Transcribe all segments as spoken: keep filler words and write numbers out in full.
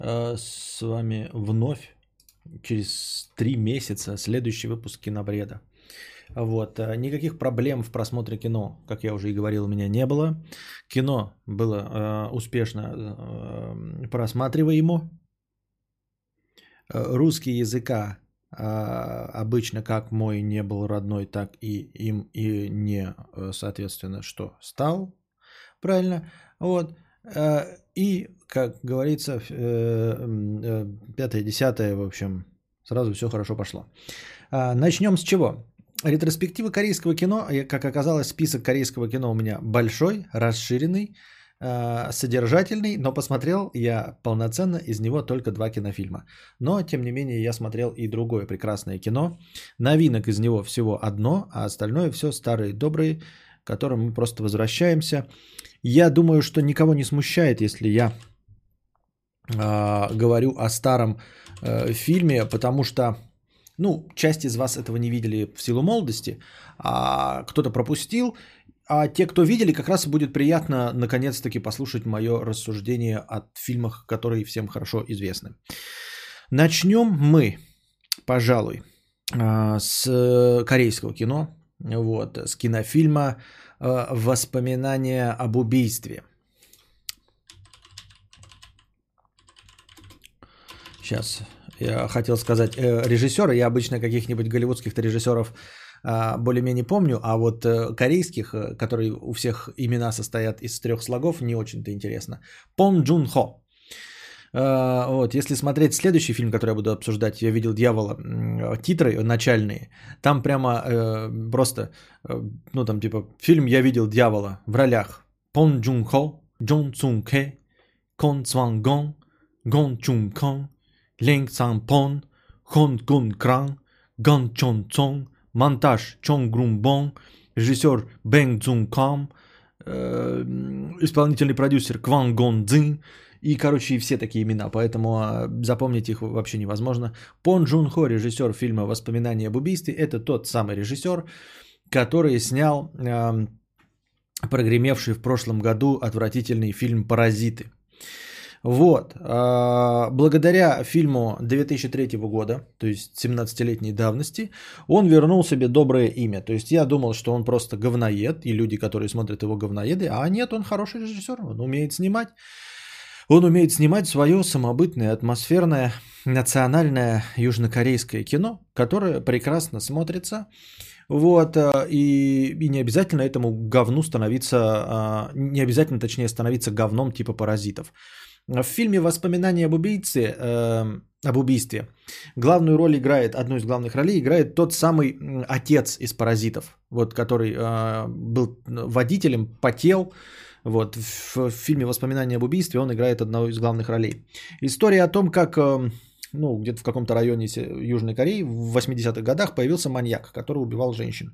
э, с вами вновь через три месяца следующий выпуск Кинобреда. Вот. э, Никаких проблем в просмотре кино, как я уже и говорил, у меня не было. Кино было э, успешно э, просматриваемо. Э, Русский языка э, обычно как мой не был родной, так и им и не, э, соответственно, что стал. Правильно. Вот. Э, И, как говорится, ф- э, м, э, пятое, десятое, в общем, сразу все хорошо пошло. А, Начнем с чего? Ретроспектива корейского кино, э, как оказалось, список корейского кино у меня большой, расширенный, э, содержательный, но посмотрел я полноценно из него только два кинофильма. Но, тем не менее, я смотрел и другое прекрасное кино. Новинок из него всего одно, а остальное все старые добрые, к которым мы просто возвращаемся. Я думаю, что никого не смущает, если я э, говорю о старом э, фильме, потому что, ну, часть из вас этого не видели в силу молодости, а кто-то пропустил, а те, кто видели, как раз будет приятно наконец-таки послушать мое рассуждение о фильмах, которые всем хорошо известны. Начнем мы, пожалуй, э, с корейского кино, вот, с кинофильма э, «Воспоминания об убийстве». Сейчас я хотел сказать э, режиссера. Я обычно каких-нибудь голливудских режиссеров э, более-менее помню, а вот э, корейских, э, которые у всех имена состоят из трех слогов, не очень-то интересно. Пон Джун Хо. Э, вот, если смотреть следующий фильм, который я буду обсуждать, я видел «Дьявола», м, титры начальные, там прямо э, просто, э, ну там типа фильм «Я видел дьявола» в ролях Пон Джун Хо, Джон Цун Кэ, Кон Цван Гон, Гон Чун Кон, Ленг Сан Пон, Хон Гун Кран, Ган Чон Цон, монтаж Чон Грун Бон, режиссер Бэнг Цун Кам, э, исполнительный продюсер Кван Гон Цзин. И, короче, и все такие имена, поэтому а, запомнить их вообще невозможно. Пон Джун Хо, режиссер фильма «Воспоминания об убийстве», это тот самый режиссер, который снял э, прогремевший в прошлом году отвратительный фильм «Паразиты». Вот. а, Благодаря фильму две тысячи третьего года, то есть семнадцатилетней давности, он вернул себе доброе имя. То есть я думал, что он просто говноед, и люди, которые смотрят его, говноеды, а нет, он хороший режиссер, он умеет снимать. Он умеет снимать свое самобытное, атмосферное, национальное южнокорейское кино, которое прекрасно смотрится. Вот, а, и, и не обязательно этому говну становиться, а, не обязательно, точнее, становиться говном типа «Паразитов». В фильме «Воспоминания об убийце», э, об убийстве главную роль играет, одну из главных ролей играет тот самый м, отец из «Паразитов», вот, который э, был водителем, потел. Вот, в, в фильме «Воспоминания об убийстве» он играет одну из главных ролей. История о том, как, э, ну, где-то в каком-то районе Се- Южной Кореи в восьмидесятых годах появился маньяк, который убивал женщин.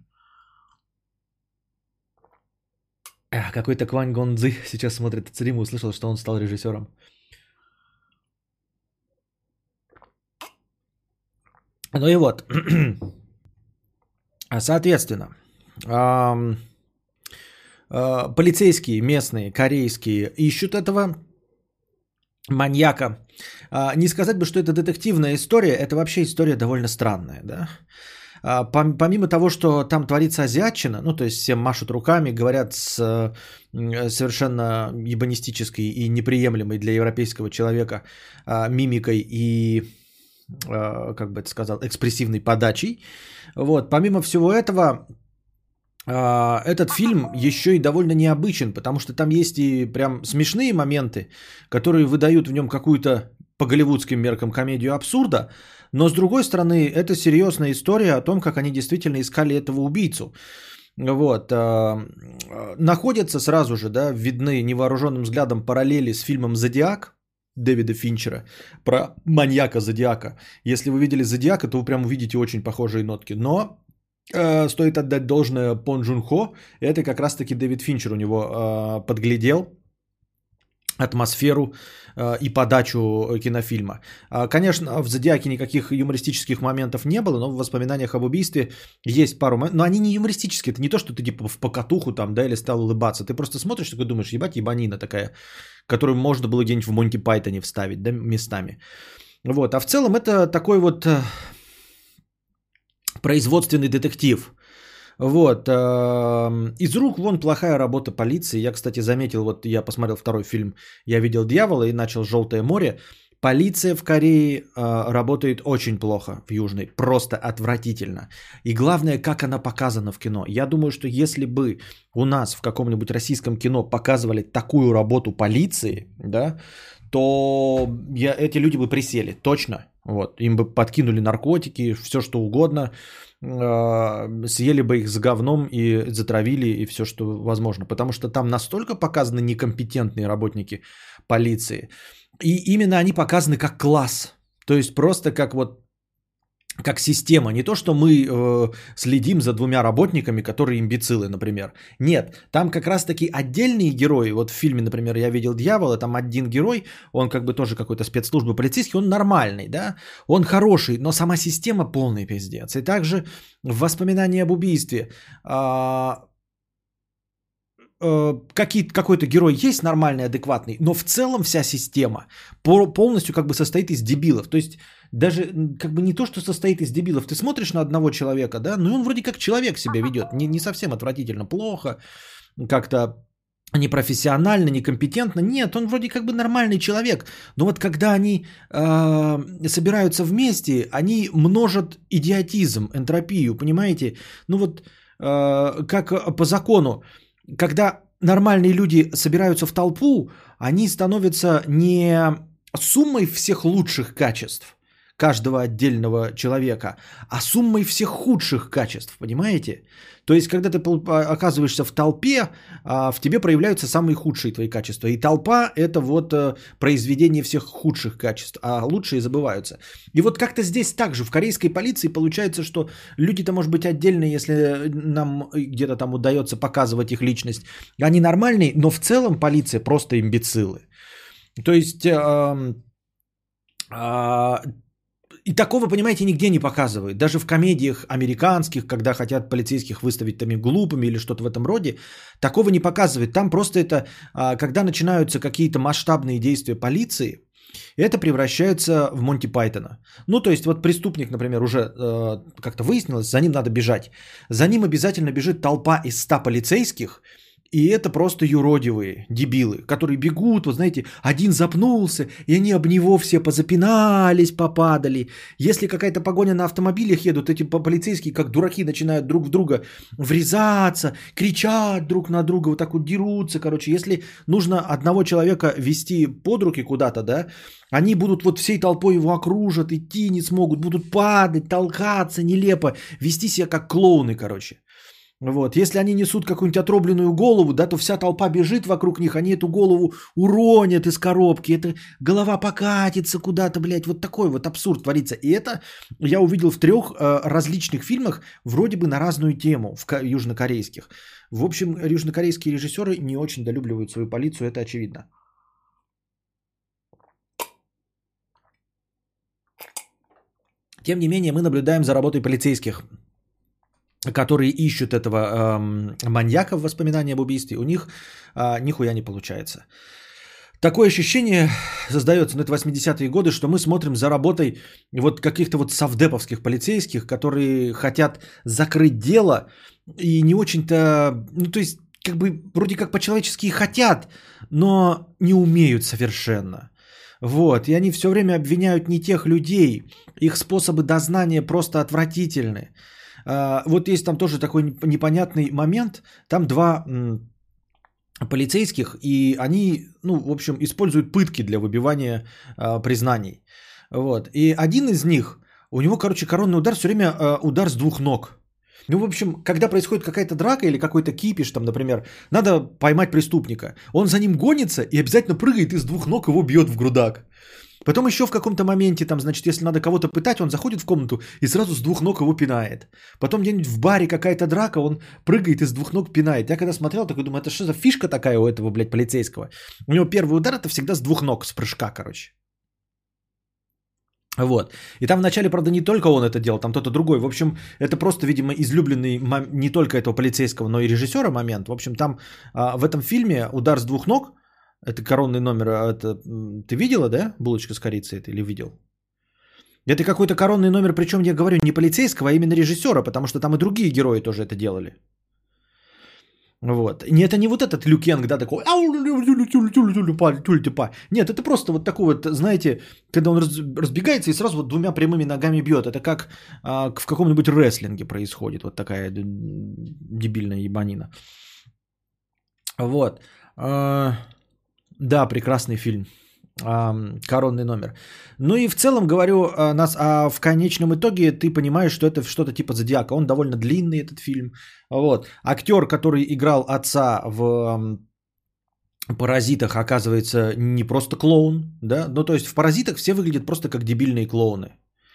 Эх, какой-то Кван Гон Цзы сейчас смотрит стрим и услышал, что он стал режиссером. Ну и вот, соответственно, ам, а, полицейские местные, корейские, ищут этого маньяка. А, Не сказать бы, что это детективная история, это вообще история довольно странная, да. А, пом- Помимо того, что там творится азиатчина, ну то есть все машут руками, говорят с м, совершенно ебанистической и неприемлемой для европейского человека а, мимикой и, а, как бы это сказал, экспрессивной подачей. Вот, помимо всего этого, а, этот фильм еще и довольно необычен, потому что там есть и прям смешные моменты, которые выдают в нем какую-то по голливудским меркам комедию абсурда, но с другой стороны, это серьезная история о том, как они действительно искали этого убийцу. Вот. а, а, Находятся сразу же, да, видны невооруженным взглядом параллели с фильмом «Зодиак» Дэвида Финчера про маньяка Зодиака. Если вы видели «Зодиака», то вы прям увидите очень похожие нотки. Но э, стоит отдать должное Пон Джун Хо, это как раз-таки Дэвид Финчер у него э, подглядел атмосферу э, и подачу кинофильма. А, конечно, в «Зодиаке» никаких юмористических моментов не было, но в «Воспоминаниях об убийстве» есть пару моментов. Но они не юмористические. Это не то, что ты типа в покатуху там, да, или стал улыбаться. Ты просто смотришь, такой думаешь, ебать, ебанина такая, которую можно было где-нибудь в Монти Пайтоне вставить, да, местами. Вот. А в целом это такой вот э, производственный детектив. Вот. Из рук вон плохая работа полиции. Я, кстати, заметил, вот я посмотрел второй фильм «Я видел дьявола» и начал «Желтое море». Полиция в Корее работает очень плохо в Южной. Просто отвратительно. И главное, как она показана в кино. Я думаю, что если бы у нас в каком-нибудь российском кино показывали такую работу полиции, да, то я, эти люди бы присели. Точно. Вот. Им бы подкинули наркотики, все что угодно. Съели бы их с говном и затравили, и все, что возможно. Потому что там настолько показаны некомпетентные работники полиции. И именно они показаны как класс. То есть просто как вот как система. Не то, что мы э, следим за двумя работниками, которые имбецилы, например. Нет, там как раз-таки отдельные герои. Вот в фильме, например, «Я видел дьявола», там один герой, он как бы тоже какой-то спецслужбы полицейский, он нормальный, да, он хороший, но сама система полный пиздец. И также в «Воспоминании об убийстве» э, э, какие, какой-то герой есть нормальный, адекватный, но в целом вся система полностью как бы состоит из дебилов. То есть даже как бы не то, что состоит из дебилов. Ты смотришь на одного человека, да, ну и он вроде как человек себя ведет. Не, не совсем отвратительно, плохо, как-то непрофессионально, некомпетентно. Нет, он вроде как бы нормальный человек. Но вот когда они э, собираются вместе, они множат идиотизм, энтропию, понимаете? Ну вот э, как по закону, когда нормальные люди собираются в толпу, они становятся не суммой всех лучших качеств каждого отдельного человека, а суммой всех худших качеств, понимаете? То есть, когда ты оказываешься в толпе, в тебе проявляются самые худшие твои качества. И толпа – это вот произведение всех худших качеств, а лучшие забываются. И вот как-то здесь также, в корейской полиции получается, что люди-то, может быть, отдельные, если нам где-то там удается показывать их личность, они нормальные, но в целом полиция просто имбецилы. То есть... Э, э, И такого, понимаете, нигде не показывают. Даже в комедиях американских, когда хотят полицейских выставить там глупыми или что-то в этом роде, такого не показывают. Там просто это, когда начинаются какие-то масштабные действия полиции, это превращается в Монти Пайтона. Ну, то есть, вот преступник, например, уже э, как-то выяснилось, за ним надо бежать. За ним обязательно бежит толпа из ста полицейских, и это просто юродивые, дебилы, которые бегут, вот знаете, один запнулся, и они об него все позапинались, попадали. Если какая-то погоня на автомобилях едут, эти полицейские, как дураки, начинают друг в друга врезаться, кричат друг на друга, вот так вот дерутся, короче. Если нужно одного человека вести под руки куда-то, да, они будут вот всей толпой его окружат, идти не смогут, будут падать, толкаться нелепо, вести себя как клоуны, короче. Вот. Если они несут какую-нибудь отрубленную голову, да, то вся толпа бежит вокруг них, они эту голову уронят из коробки, эта голова покатится куда-то, блядь, вот такой вот абсурд творится. И это я увидел в трех э, различных фильмах, вроде бы на разную тему, в ко- южнокорейских. В общем, южнокорейские режиссеры не очень долюбливают свою полицию, это очевидно. Тем не менее, мы наблюдаем за работой полицейских, которые ищут этого э, маньяка в «Воспоминании об убийстве», у них э, нихуя не получается. Такое ощущение создается, ну это восьмидесятые годы, что мы смотрим за работой вот каких-то вот совдеповских полицейских, которые хотят закрыть дело и не очень-то, ну то есть как бы вроде как по-человечески хотят, но не умеют совершенно. Вот, и они все время обвиняют не тех людей, их способы дознания просто отвратительны. Вот есть там тоже такой непонятный момент. Там два м, полицейских, и они, ну, в общем, используют пытки для выбивания а, признаний. Вот. И один из них, у него, короче, коронный удар все время а, удар с двух ног. Ну, в общем, когда происходит какая-то драка или какой-то кипиш, там, например, надо поймать преступника. Он за ним гонится и обязательно прыгает и с двух ног его бьет в грудак. Потом еще в каком-то моменте, там, значит, если надо кого-то пытать, он заходит в комнату и сразу с двух ног его пинает. Потом где-нибудь в баре какая-то драка, он прыгает и с двух ног пинает. Я когда смотрел, такой думаю, это что за фишка такая у этого, блядь, полицейского? У него первый удар это всегда с двух ног, с прыжка, короче. Вот. И там вначале, правда, не только он это делал, там кто-то другой. В общем, это просто, видимо, излюбленный мом- не только этого полицейского, но и режиссера момент. В общем, там а, в этом фильме удар с двух ног, это коронный номер, а это, ты видела, да, булочка с корицей это или видел? Это какой-то коронный номер, причем я говорю не полицейского, а именно режиссера, потому что там и другие герои тоже это делали. Вот. Не, это не вот этот Люкенг, да, такой. Нет, это просто вот такой вот, знаете, когда он разбегается и сразу вот двумя прямыми ногами бьет. Это как а, в каком-нибудь рестлинге происходит. Вот такая дебильная ебанина. Вот. А, да, прекрасный фильм. Коронный номер. Ну и в целом говорю, нас, а в конечном итоге ты понимаешь, что это что-то типа Зодиака. Он довольно длинный, этот фильм. Вот. Актер, который играл отца в «Паразитах», оказывается, не просто клоун. Да? Ну то есть в «Паразитах» все выглядят просто как дебильные клоуны.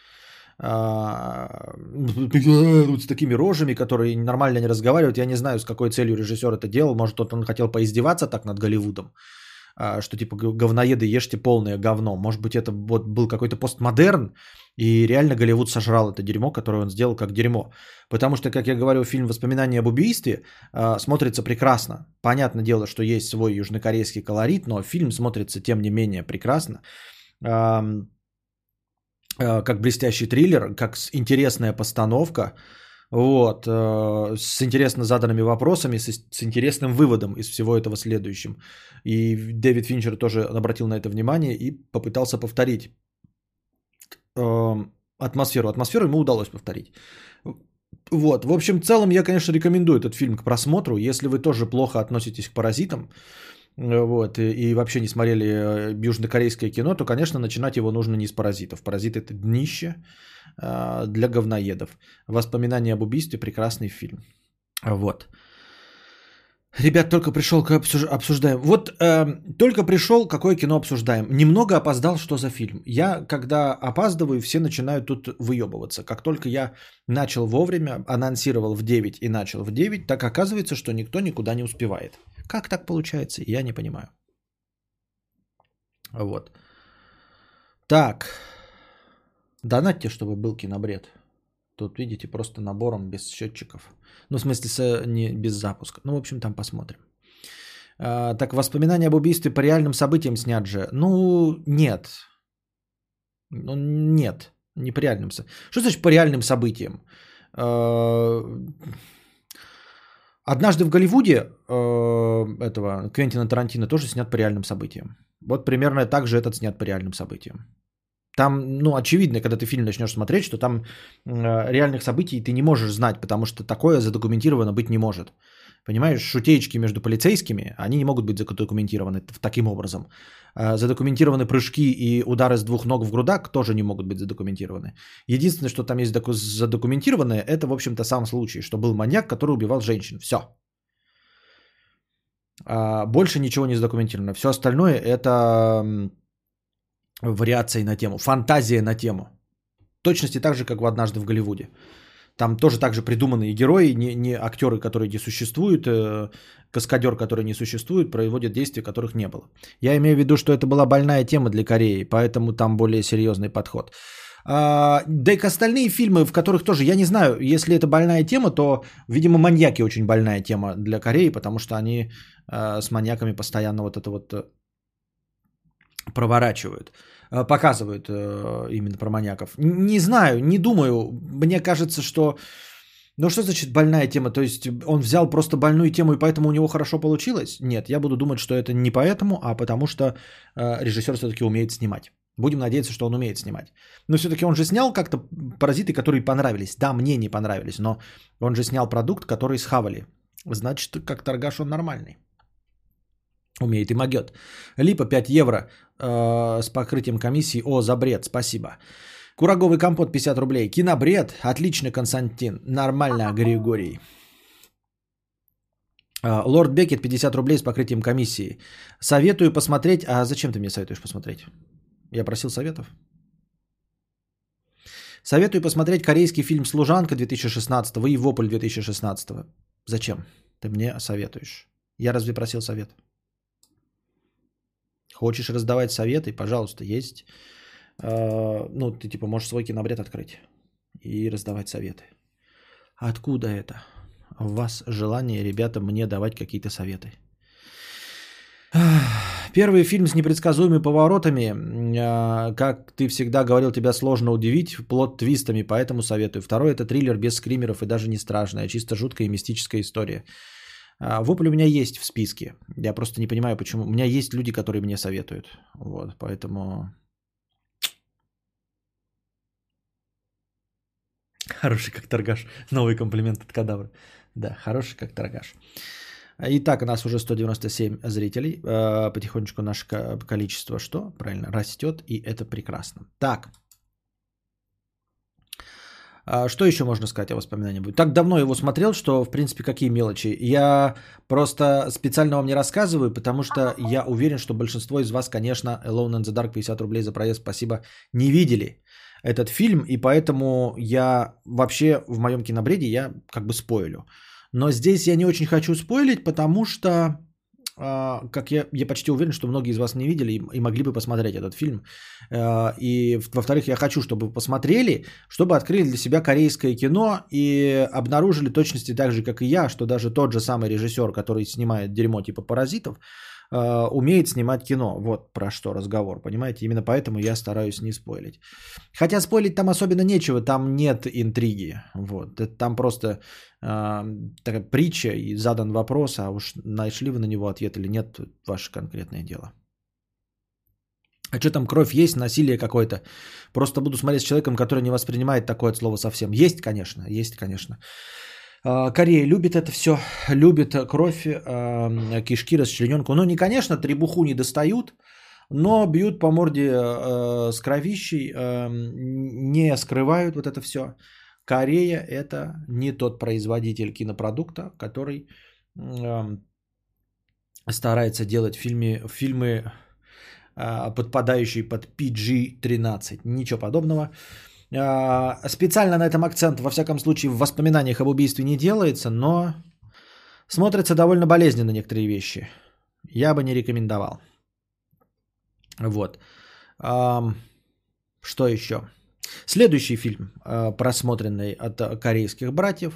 С такими рожами, которые нормально не разговаривают. Я не знаю, с какой целью режиссер это делал. Может, он хотел поиздеваться так над Голливудом. Что типа говноеды, ешьте полное говно. Может быть, это вот был какой-то постмодерн, и реально Голливуд сожрал это дерьмо, которое он сделал как дерьмо. Потому что, как я говорил, фильм «Воспоминания об убийстве» э, смотрится прекрасно. Понятное дело, что есть свой южнокорейский колорит, но фильм смотрится, тем не менее, прекрасно. Э, э, как блестящий триллер, как интересная постановка. Вот, э, с интересно заданными вопросами, с, с интересным выводом из всего этого следующим. И Дэвид Финчер тоже обратил на это внимание и попытался повторить э, атмосферу. Атмосферу ему удалось повторить. Вот, в общем, в целом я, конечно, рекомендую этот фильм к просмотру. Если вы тоже плохо относитесь к «Паразитам», вот, и, и вообще не смотрели южнокорейское кино, то, конечно, начинать его нужно не с «Паразитов». «Паразиты» — это днище э, для говноедов. «Воспоминания об убийстве» — прекрасный фильм. Вот. Ребят, только пришел, обсуж... обсуждаем. Вот э, только пришел, какое кино обсуждаем. Немного опоздал, что за фильм. Я, когда опаздываю, все начинают тут выебываться. Как только я начал вовремя, анонсировал в девять и начал в девять, так оказывается, что никто никуда не успевает. Как так получается, я не понимаю. Вот. Так. Донатьте, чтобы был кинобред. Тут, видите, просто набором без счетчиков. Ну, в смысле, с, не, без запуска. Ну, в общем, там посмотрим. А, так, «Воспоминания об убийстве» по реальным событиям снят же. Ну, нет. Ну, нет. Не по реальным событиям. Что значит по реальным событиям? А, «Однажды в Голливуде» э, этого Квентина Тарантино тоже снят по реальным событиям. Вот примерно так же этот снят по реальным событиям. Там, ну, очевидно, когда ты фильм начнешь смотреть, что там э, реальных событий ты не можешь знать, потому что такое задокументировано быть не может. Понимаешь, шутеечки между полицейскими, они не могут быть задокументированы таким образом. Э, задокументированы прыжки и удары с двух ног в грудак тоже не могут быть задокументированы. Единственное, что там есть задокументированное, это, в общем-то, сам случай, что был маньяк, который убивал женщин. Все. Э, больше ничего не задокументировано. Все остальное это вариации на тему, фантазия на тему. В точности так же, как в «Однажды в Голливуде». Там тоже так же придуманные герои, не, не актеры, которые не существуют, э, каскадер, который не существует, производят действия, которых не было. Я имею в виду, что это была больная тема для Кореи, поэтому там более серьезный подход. А, да и к остальные фильмы, в которых тоже, я не знаю, если это больная тема, то, видимо, маньяки очень больная тема для Кореи, потому что они э, с маньяками постоянно вот это вот проворачивают. Показывают э, именно про маньяков. Не знаю, не думаю. Мне кажется, что... Ну что значит больная тема? То есть он взял просто больную тему и поэтому у него хорошо получилось? Нет, я буду думать, что это не поэтому, а потому что э, режиссер все-таки умеет снимать. Будем надеяться, что он умеет снимать. Но все-таки он же снял как-то «Паразиты», которые понравились. Да, мне не понравились, но он же снял продукт, который схавали. Значит, как торгаш он нормальный. Умеет и могет. Липа пять евро э, с покрытием комиссии. О, за бред, спасибо. Кураговый компот пятьдесят рублей. Кинобред. Отлично, Константин. Нормально, Григорий. Лорд Бекет пятьдесят рублей с покрытием комиссии. Советую посмотреть. А зачем ты мне советуешь посмотреть? Я просил советов. Советую посмотреть корейский фильм «Служанка» две тысячи шестнадцатого и «Вопль» две тысячи шестнадцатого. Зачем ты мне советуешь? Я разве просил совет? Хочешь раздавать советы? Пожалуйста, есть. Э, ну, ты типа можешь свой кинобред открыть и раздавать советы. Откуда это? У вас желание, ребята, мне давать какие-то советы. Первый фильм с непредсказуемыми поворотами. Как ты всегда говорил, тебя сложно удивить плот-твистами, поэтому советую. Второй — это триллер без скримеров и даже не страшная, чисто жуткая и мистическая история. Вопль у меня есть в списке. Я просто не понимаю, почему. У меня есть люди, которые мне советуют. Вот, поэтому... Хороший как торгаш. Новый комплимент от кадавра. Да, хороший как торгаш. Итак, у нас уже сто девяносто семь зрителей. Потихонечку наше количество что? Правильно, растет, и это прекрасно. Так. Что еще можно сказать о воспоминании будет? Так давно его смотрел, что, в принципе, какие мелочи. Я просто специально вам не рассказываю, потому что я уверен, что большинство из вас, конечно, Alone in the Dark, пятьдесят рублей за проезд, спасибо, не видели этот фильм, и поэтому я вообще в моем кинобреде я как бы спойлю. Но здесь я не очень хочу спойлить, потому что, как я, я почти уверен, что многие из вас не видели и могли бы посмотреть этот фильм. И, во-вторых, я хочу, чтобы вы посмотрели, чтобы открыли для себя корейское кино и обнаружили точности так же, как и я, что даже тот же самый режиссер, который снимает дерьмо типа «Паразитов», умеет снимать кино. Вот про что разговор, понимаете? Именно поэтому я стараюсь не спойлить. Хотя спойлить там особенно нечего, там нет интриги. Вот. Там просто э, такая притча и задан вопрос, а уж нашли вы на него ответ или нет, ваше конкретное дело. А что там, кровь есть, насилие какое-то? Просто буду смотреть с человеком, который не воспринимает такое от слова совсем. Есть, конечно, есть, конечно. Корея любит это все, любит кровь, кишки, расчлененку. Ну, не, конечно, требуху не достают, но бьют по морде с кровищей, не скрывают вот это все. Корея – это не тот производитель кинопродукта, который старается делать фильмы, фильмы подпадающие под пи джи тринадцать. Ничего подобного. Специально на этом акцент, во всяком случае, в воспоминаниях об убийстве не делается, но смотрятся довольно болезненно некоторые вещи. Я бы не рекомендовал. Вот. Что еще? Следующий фильм, просмотренный от корейских братьев.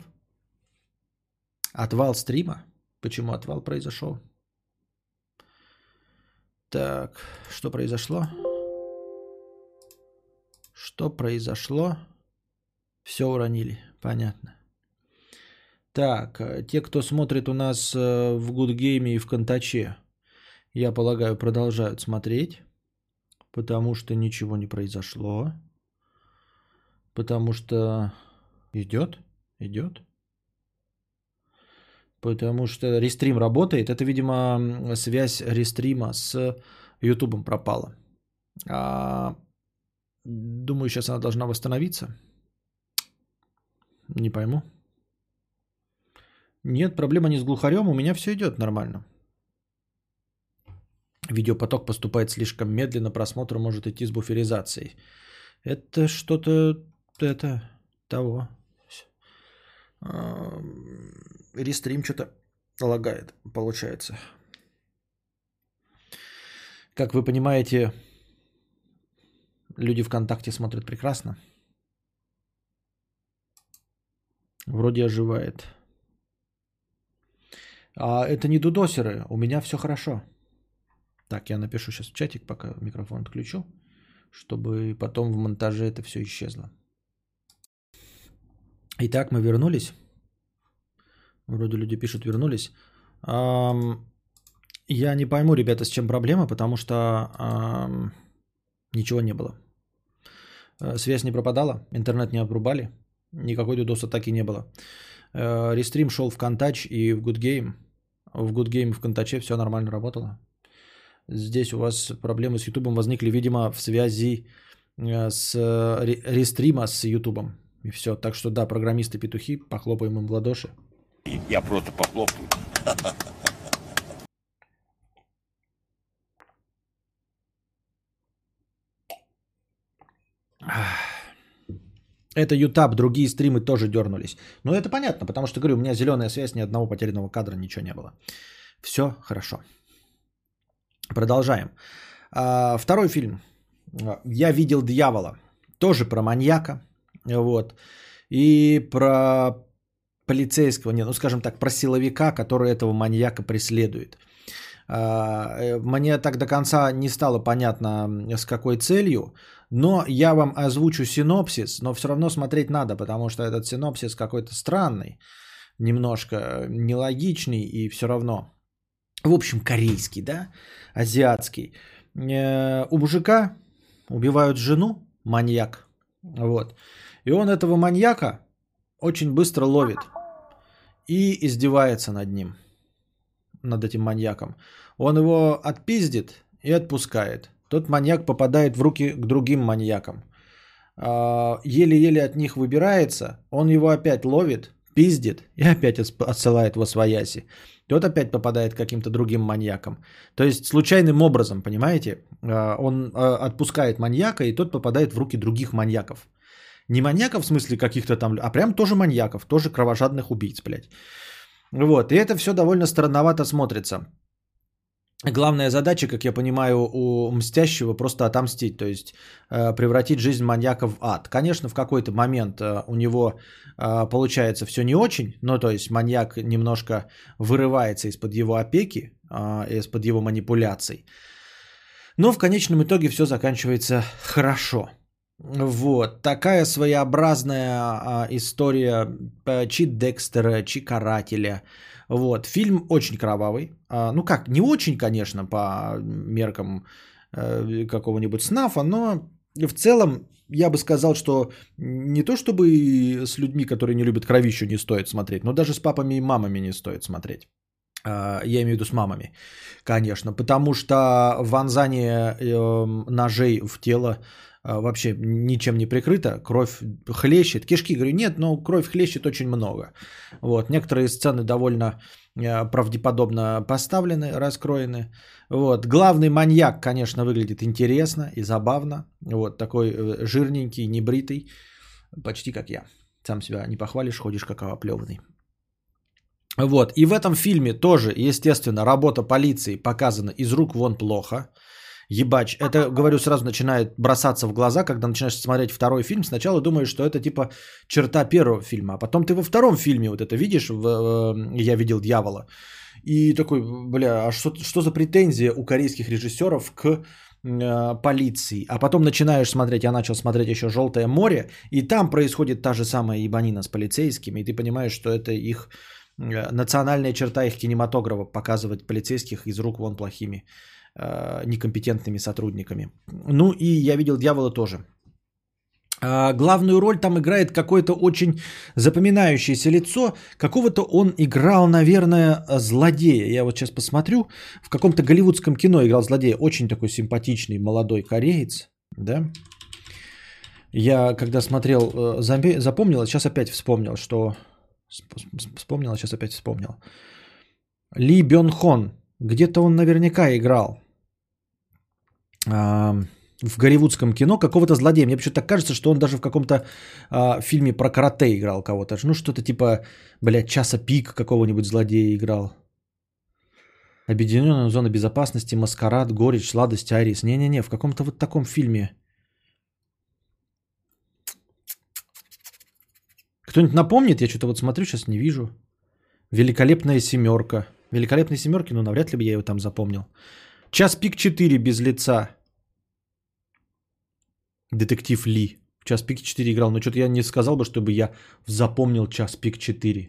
Отвал стрима. Почему отвал произошел? Так, что произошло? Что произошло? Все уронили, понятно. Так, те, кто смотрит у нас в Гудгейме и в Контаче, я полагаю, продолжают смотреть, потому что ничего не произошло. Потому что идет, идет. Потому что рестрим работает. Это, видимо, связь рестрима с Ютубом пропала. А... Думаю, сейчас она должна восстановиться. Не пойму. Нет, проблема не с глухарем. У меня все идет нормально. Видеопоток поступает слишком медленно. Просмотр может идти с буферизацией. Это что-то... Это... Того. Рестрим что-то лагает, получается. Как вы понимаете... Люди ВКонтакте смотрят прекрасно. Вроде оживает. А это не дудосеры. У меня все хорошо. Так, я напишу сейчас в чатик, пока микрофон отключу, чтобы потом в монтаже это все исчезло. Итак, мы вернулись. Вроде люди пишут, вернулись. Я не пойму, ребята, с чем проблема, потому что ничего не было. Связь не пропадала, интернет не обрубали, никакой дудос-атаки не было. Рестрим шел в Контач и в Гудгейм. В Гудгейм и в Контаче все нормально работало. Здесь у вас проблемы с Ютубом возникли, видимо, в связи э, с э, рестрима с Ютубом. И все. Так что да, программисты-петухи, похлопаем им в ладоши. Я просто похлопаю. Это Ютаб, другие стримы тоже дернулись. Но это понятно, потому что, говорю, у меня зеленая связь, ни одного потерянного кадра, ничего не было. Все хорошо. Продолжаем. А, второй фильм. «Я видел дьявола». Тоже про маньяка. Вот. И про полицейского, не, ну скажем так, про силовика, который этого маньяка преследует. А, мне так до конца не стало понятно, с какой целью, но я вам озвучу синопсис, но все равно смотреть надо, потому что этот синопсис какой-то странный, немножко нелогичный и все равно. В общем, корейский, да, азиатский. У мужика убивают жену, маньяк, вот. И он этого маньяка очень быстро ловит и издевается над ним, над этим маньяком. Он его отпиздит и отпускает. Тот маньяк попадает в руки к другим маньякам. Еле-еле от них выбирается, он его опять ловит, пиздит и опять отсылает восвояси. Тот опять попадает к каким-то другим маньякам. То есть случайным образом, понимаете, он отпускает маньяка, и тот попадает в руки других маньяков. Не маньяков в смысле каких-то там, а прям тоже маньяков, тоже кровожадных убийц, блядь. Вот, и это все довольно странновато смотрится. Главная задача, как я понимаю, у мстящего просто отомстить, то есть э, превратить жизнь маньяка в ад. Конечно, в какой-то момент э, у него э, получается все не очень, но то есть маньяк немножко вырывается из-под его опеки, э, из-под его манипуляций. Но в конечном итоге все заканчивается хорошо. Вот, такая своеобразная а, история чи Декстера, чи Карателя. Вот, фильм очень кровавый. А, ну как, не очень, конечно, по меркам э, какого-нибудь снафа, но в целом я бы сказал, что не то чтобы с людьми, которые не любят кровищу, не стоит смотреть, но даже с папами и мамами не стоит смотреть. А, я имею в виду с мамами, конечно, потому что вонзание э, ножей в тело вообще ничем не прикрыто, кровь хлещет, кишки, говорю, нет, но кровь хлещет очень много. Вот, некоторые сцены довольно правдеподобно поставлены, раскроены. Вот, главный маньяк, конечно, выглядит интересно и забавно, вот, такой жирненький, небритый, почти как я. Сам себя не похвалишь, ходишь как оплеванный. Вот, и в этом фильме тоже, естественно, работа полиции показана из рук вон плохо. Ебач, это, говорю, сразу начинает бросаться в глаза, когда начинаешь смотреть второй фильм. Сначала думаешь, что это типа черта первого фильма, а потом ты во втором фильме вот это видишь, в «Я видел дьявола», и такой, бля, а что, что за претензия у корейских режиссеров к э, полиции? А потом начинаешь смотреть, я начал смотреть еще «Желтое море», и там происходит та же самая ебанина с полицейскими, и ты понимаешь, что это их э, национальная черта их кинематографа, показывать полицейских из рук вон плохими некомпетентными сотрудниками. Ну и «Я видел дьявола» тоже. Главную роль там играет какое-то очень запоминающееся лицо. Какого-то он играл, наверное, злодея. Я вот сейчас посмотрю. В каком-то голливудском кино играл злодея. Очень такой симпатичный молодой кореец. Да? Я когда смотрел, запомнил, сейчас опять вспомнил, что... Вспомнил, сейчас опять вспомнил. Ли Бён Хон. Где-то он наверняка играл а, в голливудском кино какого-то злодея. Мне почему-то так кажется, что он даже в каком-то а, фильме про карате играл кого-то. Ну, что-то типа, блядь, «Часа пик» какого-нибудь злодея играл. «Объединенная зона безопасности», «Маскарад», «Горечь», «Сладость», «Арис». Не-не-не, в каком-то вот таком фильме. Кто-нибудь напомнит? Я что-то вот смотрю, сейчас не вижу. «Великолепная семерка». «Великолепной семерки», ну, навряд ли бы я его там запомнил. «Час пик четыре» без лица. Детектив Ли. В «Час пик четыре» играл. Но что-то я не сказал бы, чтобы я запомнил «Час пик четыре».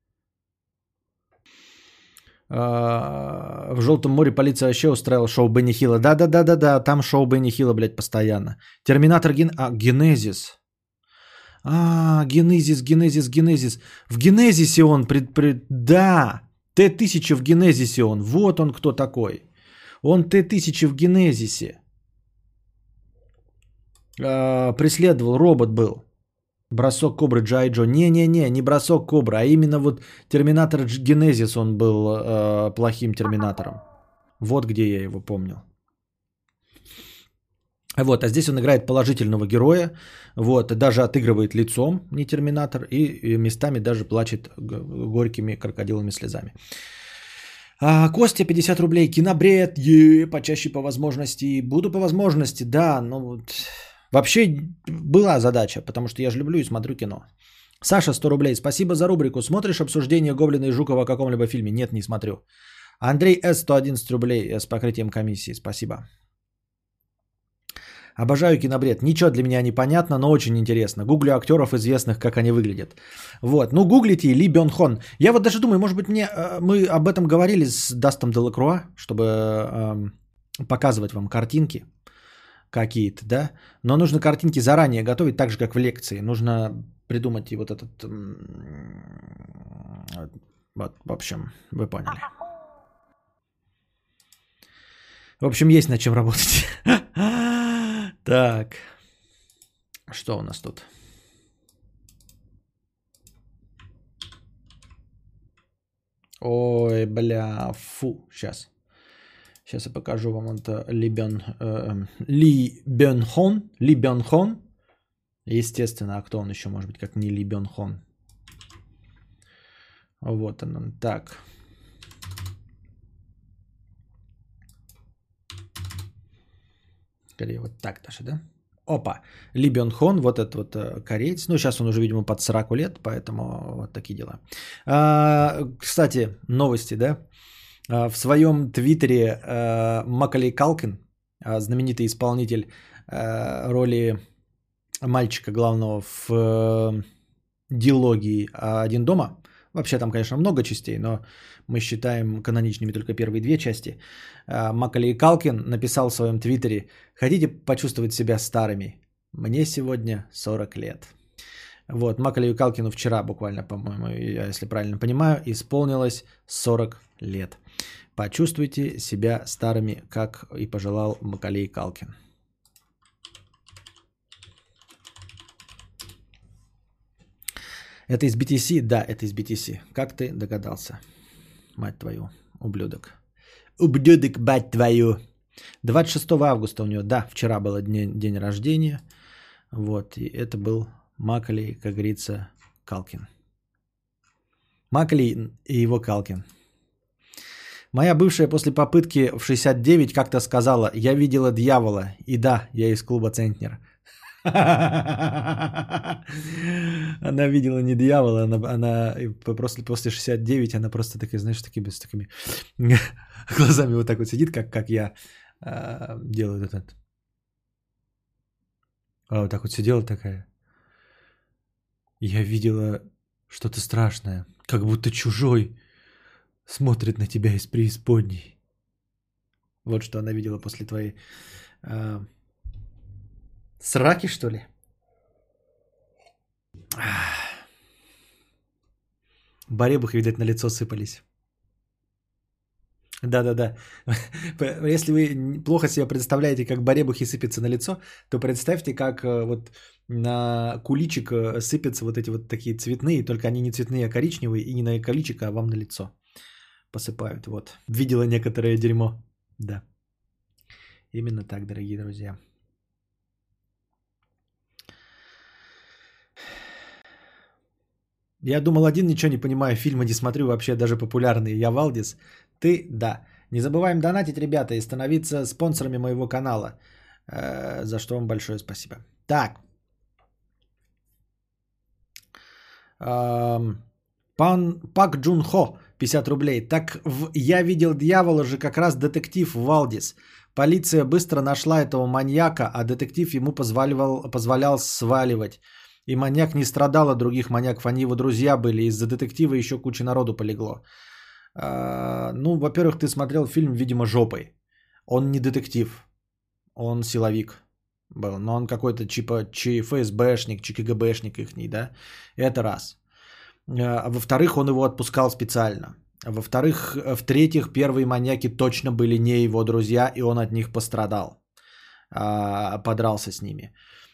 В «Желтом море» полиция вообще устраивала шоу Бенни Хилла. Да-да-да-да-да, там шоу Бенни Хилла, блядь, постоянно. «Терминатор» ген... А, «Генезис». А, «Генезис», «Генезис», «Генезис». В «Генезисе» он... Пред, пред... Да, Т тысяча в «Генезисе» он. Вот он кто такой. Он Т тысяча в «Генезисе». Э, преследовал, робот был. Бросок Кобры Джай Джо. Не-не-не, не бросок Кобры, а именно вот Терминатор Генезис, он был э, плохим Терминатором. Вот где я его помнил. Вот, а здесь он играет положительного героя, вот, даже отыгрывает лицом, не Терминатор, и, и местами даже плачет горькими крокодиловыми слезами. А, Костя, пятьдесят рублей, кинобред, е, почаще по возможности. Буду по возможности, да, но вот... Вообще была задача, потому что я же люблю и смотрю кино. Саша, сто рублей, спасибо за рубрику. Смотришь обсуждение Гоблина и Жукова о каком-либо фильме? Нет, не смотрю. Андрей С, сто одиннадцать рублей с покрытием комиссии, спасибо. Обожаю кинобред. Ничего для меня не понятно, но очень интересно. Гуглю актеров известных, как они выглядят. Вот. Ну, гуглите Ли Бён Хон. Я вот даже думаю, может быть, мне мы об этом говорили с Дастом Делакруа, чтобы эм, показывать вам картинки какие-то, да? Но нужно картинки заранее готовить, так же, как в лекции. Нужно придумать и вот этот... Вот, в общем, вы поняли. В общем, есть над чем работать. Так. Что у нас тут? Ой, бля, фу. Сейчас. Сейчас я покажу вам это Ли Бён, э, Ли Бён Хон. Ли Бён Хон. Естественно, а кто он еще может быть, как не Ли Бён Хон? Вот он. Так. Скорее вот так даже, да? Опа. Ли Бён Хон, вот этот вот э, кореец. Ну, сейчас он уже, видимо, под сорок лет, поэтому вот такие дела. А, кстати, новости, да? А, в своем твиттере а, Макалей Калкин, а, знаменитый исполнитель а, роли мальчика главного в а, дилогии «Один дома». Вообще там, конечно, много частей, но мы считаем каноничными только первые две части. Макалей Калкин написал в своем твиттере: «Хотите почувствовать себя старыми? Мне сегодня сорок лет». Вот, Макалею Калкину вчера буквально, по-моему, я, если правильно понимаю, исполнилось сорок лет. Почувствуйте себя старыми, как и пожелал Макалей Калкин. Это из би ти си? Да, это из би ти си. Как ты догадался? Мать твою, ублюдок. Ублюдок, мать твою. двадцать шестого августа у него, да, вчера был день, день рождения. Вот, и это был Макалей, как говорится, Калкин. Макалей и его Калкин. Моя бывшая после попытки в шестьдесят девять как-то сказала: «Я видела дьявола». И да, я из клуба «Центнер». Она видела не дьявола, она, она просто после шестьдесят девять, она просто такая, знаешь, такими, с такими глазами вот так вот сидит, как, как я э, делаю этот. А вот так вот сидела такая. Я видела что-то страшное, как будто чужой смотрит на тебя из преисподней. Вот что она видела после твоей... Э, сраки, что ли? Баребухи, видать, на лицо сыпались. Да-да-да. Если вы плохо себе представляете, как баребухи сыпятся на лицо, то представьте, как вот на куличик сыпятся вот эти вот такие цветные, только они не цветные, а коричневые, и не на куличик, а вам на лицо посыпают. Вот. Видела некоторое дерьмо. Да. Именно так, дорогие друзья. Я думал, один ничего не понимаю, фильмы не смотрю вообще, даже популярные. Я Валдис. Ты, да. Не забываем донатить, ребята, и становиться спонсорами моего канала. Э, за что вам большое спасибо. Так. Эм, пан Пак Джун Хо, пятьдесят рублей. Так в «Я видел дьявола» же как раз детектив Валдис. Полиция быстро нашла этого маньяка, а детектив ему позволял, позволял сваливать. И маньяк не страдал от других маньяков, они его друзья были. Из-за детектива еще куча народу полегло. А, ну, во-первых, ты смотрел фильм, видимо, жопой. Он не детектив, он силовик был. Но он какой-то типа чи ФСБшник, чи КГБшник ихний, да? Это раз. А, во-вторых, он его отпускал специально. Во-вторых, в-третьих, первые маньяки точно были не его друзья, и он от них пострадал. А, подрался с ними.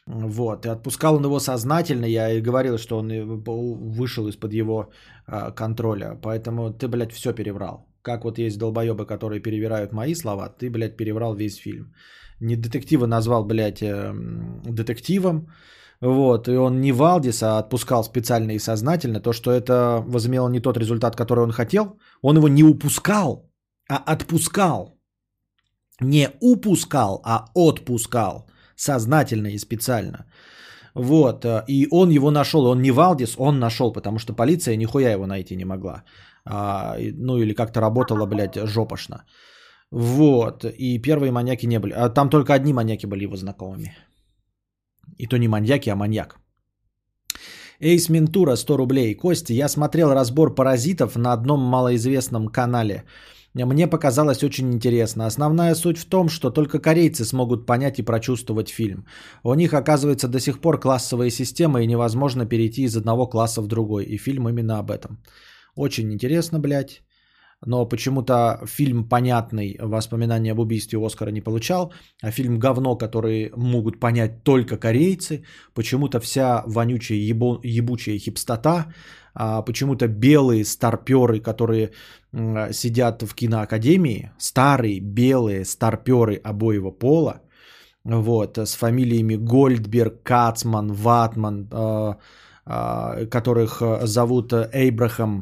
Вот, и отпускал он его сознательно, я и говорил, что он вышел из-под его э, контроля, поэтому ты, блядь, все переврал. Как вот есть долбоебы, которые перевирают мои слова, ты, блядь, переврал весь фильм. Не детектива назвал, блядь, э, детективом, вот, и он не Валдис, а отпускал специально и сознательно, то, что это возымело не тот результат, который он хотел, он его не упускал, а отпускал. Не упускал, а отпускал. Сознательно и специально. Вот. И он его нашел. Он не Валдис, он нашел, потому что полиция нихуя его найти не могла. А, ну или как-то работала, блядь, жопошно. Вот. И первые маньяки не были. А там только одни маньяки были его знакомыми. И то не маньяки, а маньяк. Эйс Ментура, сто рублей. Костя, я смотрел разбор «Паразитов» на одном малоизвестном канале. Мне показалось очень интересно. Основная суть в том, что только корейцы смогут понять и прочувствовать фильм. У них, оказывается, до сих пор классовая система, и невозможно перейти из одного класса в другой. И фильм именно об этом. Очень интересно, блядь. Но почему-то фильм понятный, воспоминания об убийстве Оскара не получал, а фильм говно, который могут понять только корейцы, почему-то вся вонючая ебу, ебучая хипстота, а почему-то белые старперы, которые м, сидят в киноакадемии, старые белые старперы обоего пола, вот, с фамилиями Гольдберг, Кацман, Ватман, э, э, которых зовут Эйбрахам,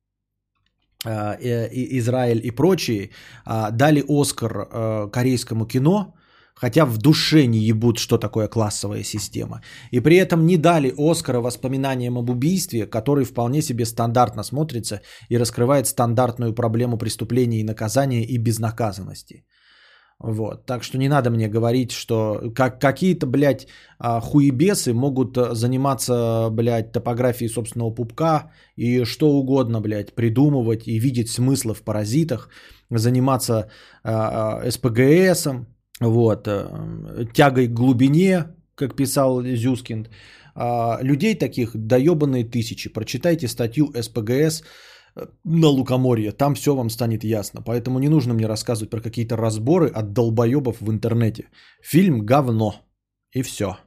Израиль и прочие, дали Оскар корейскому кино, хотя в душе не ебут, что такое классовая система. И при этом не дали Оскара воспоминаниям об убийстве, который вполне себе стандартно смотрится и раскрывает стандартную проблему преступления и наказания и безнаказанности. Вот. Так что не надо мне говорить, что как, какие-то, блядь, хуебесы могут заниматься, блядь, топографией собственного пупка и что угодно, блядь, придумывать и видеть смыслы в паразитах, заниматься э, СПГСом, вот, э, тягой к глубине, как писал Зюскинд. Э, людей таких доебанные тысячи. Прочитайте статью СПГС на Лукоморье, там все вам станет ясно. Поэтому не нужно мне рассказывать про какие-то разборы от долбоебов в интернете. Фильм говно. И все.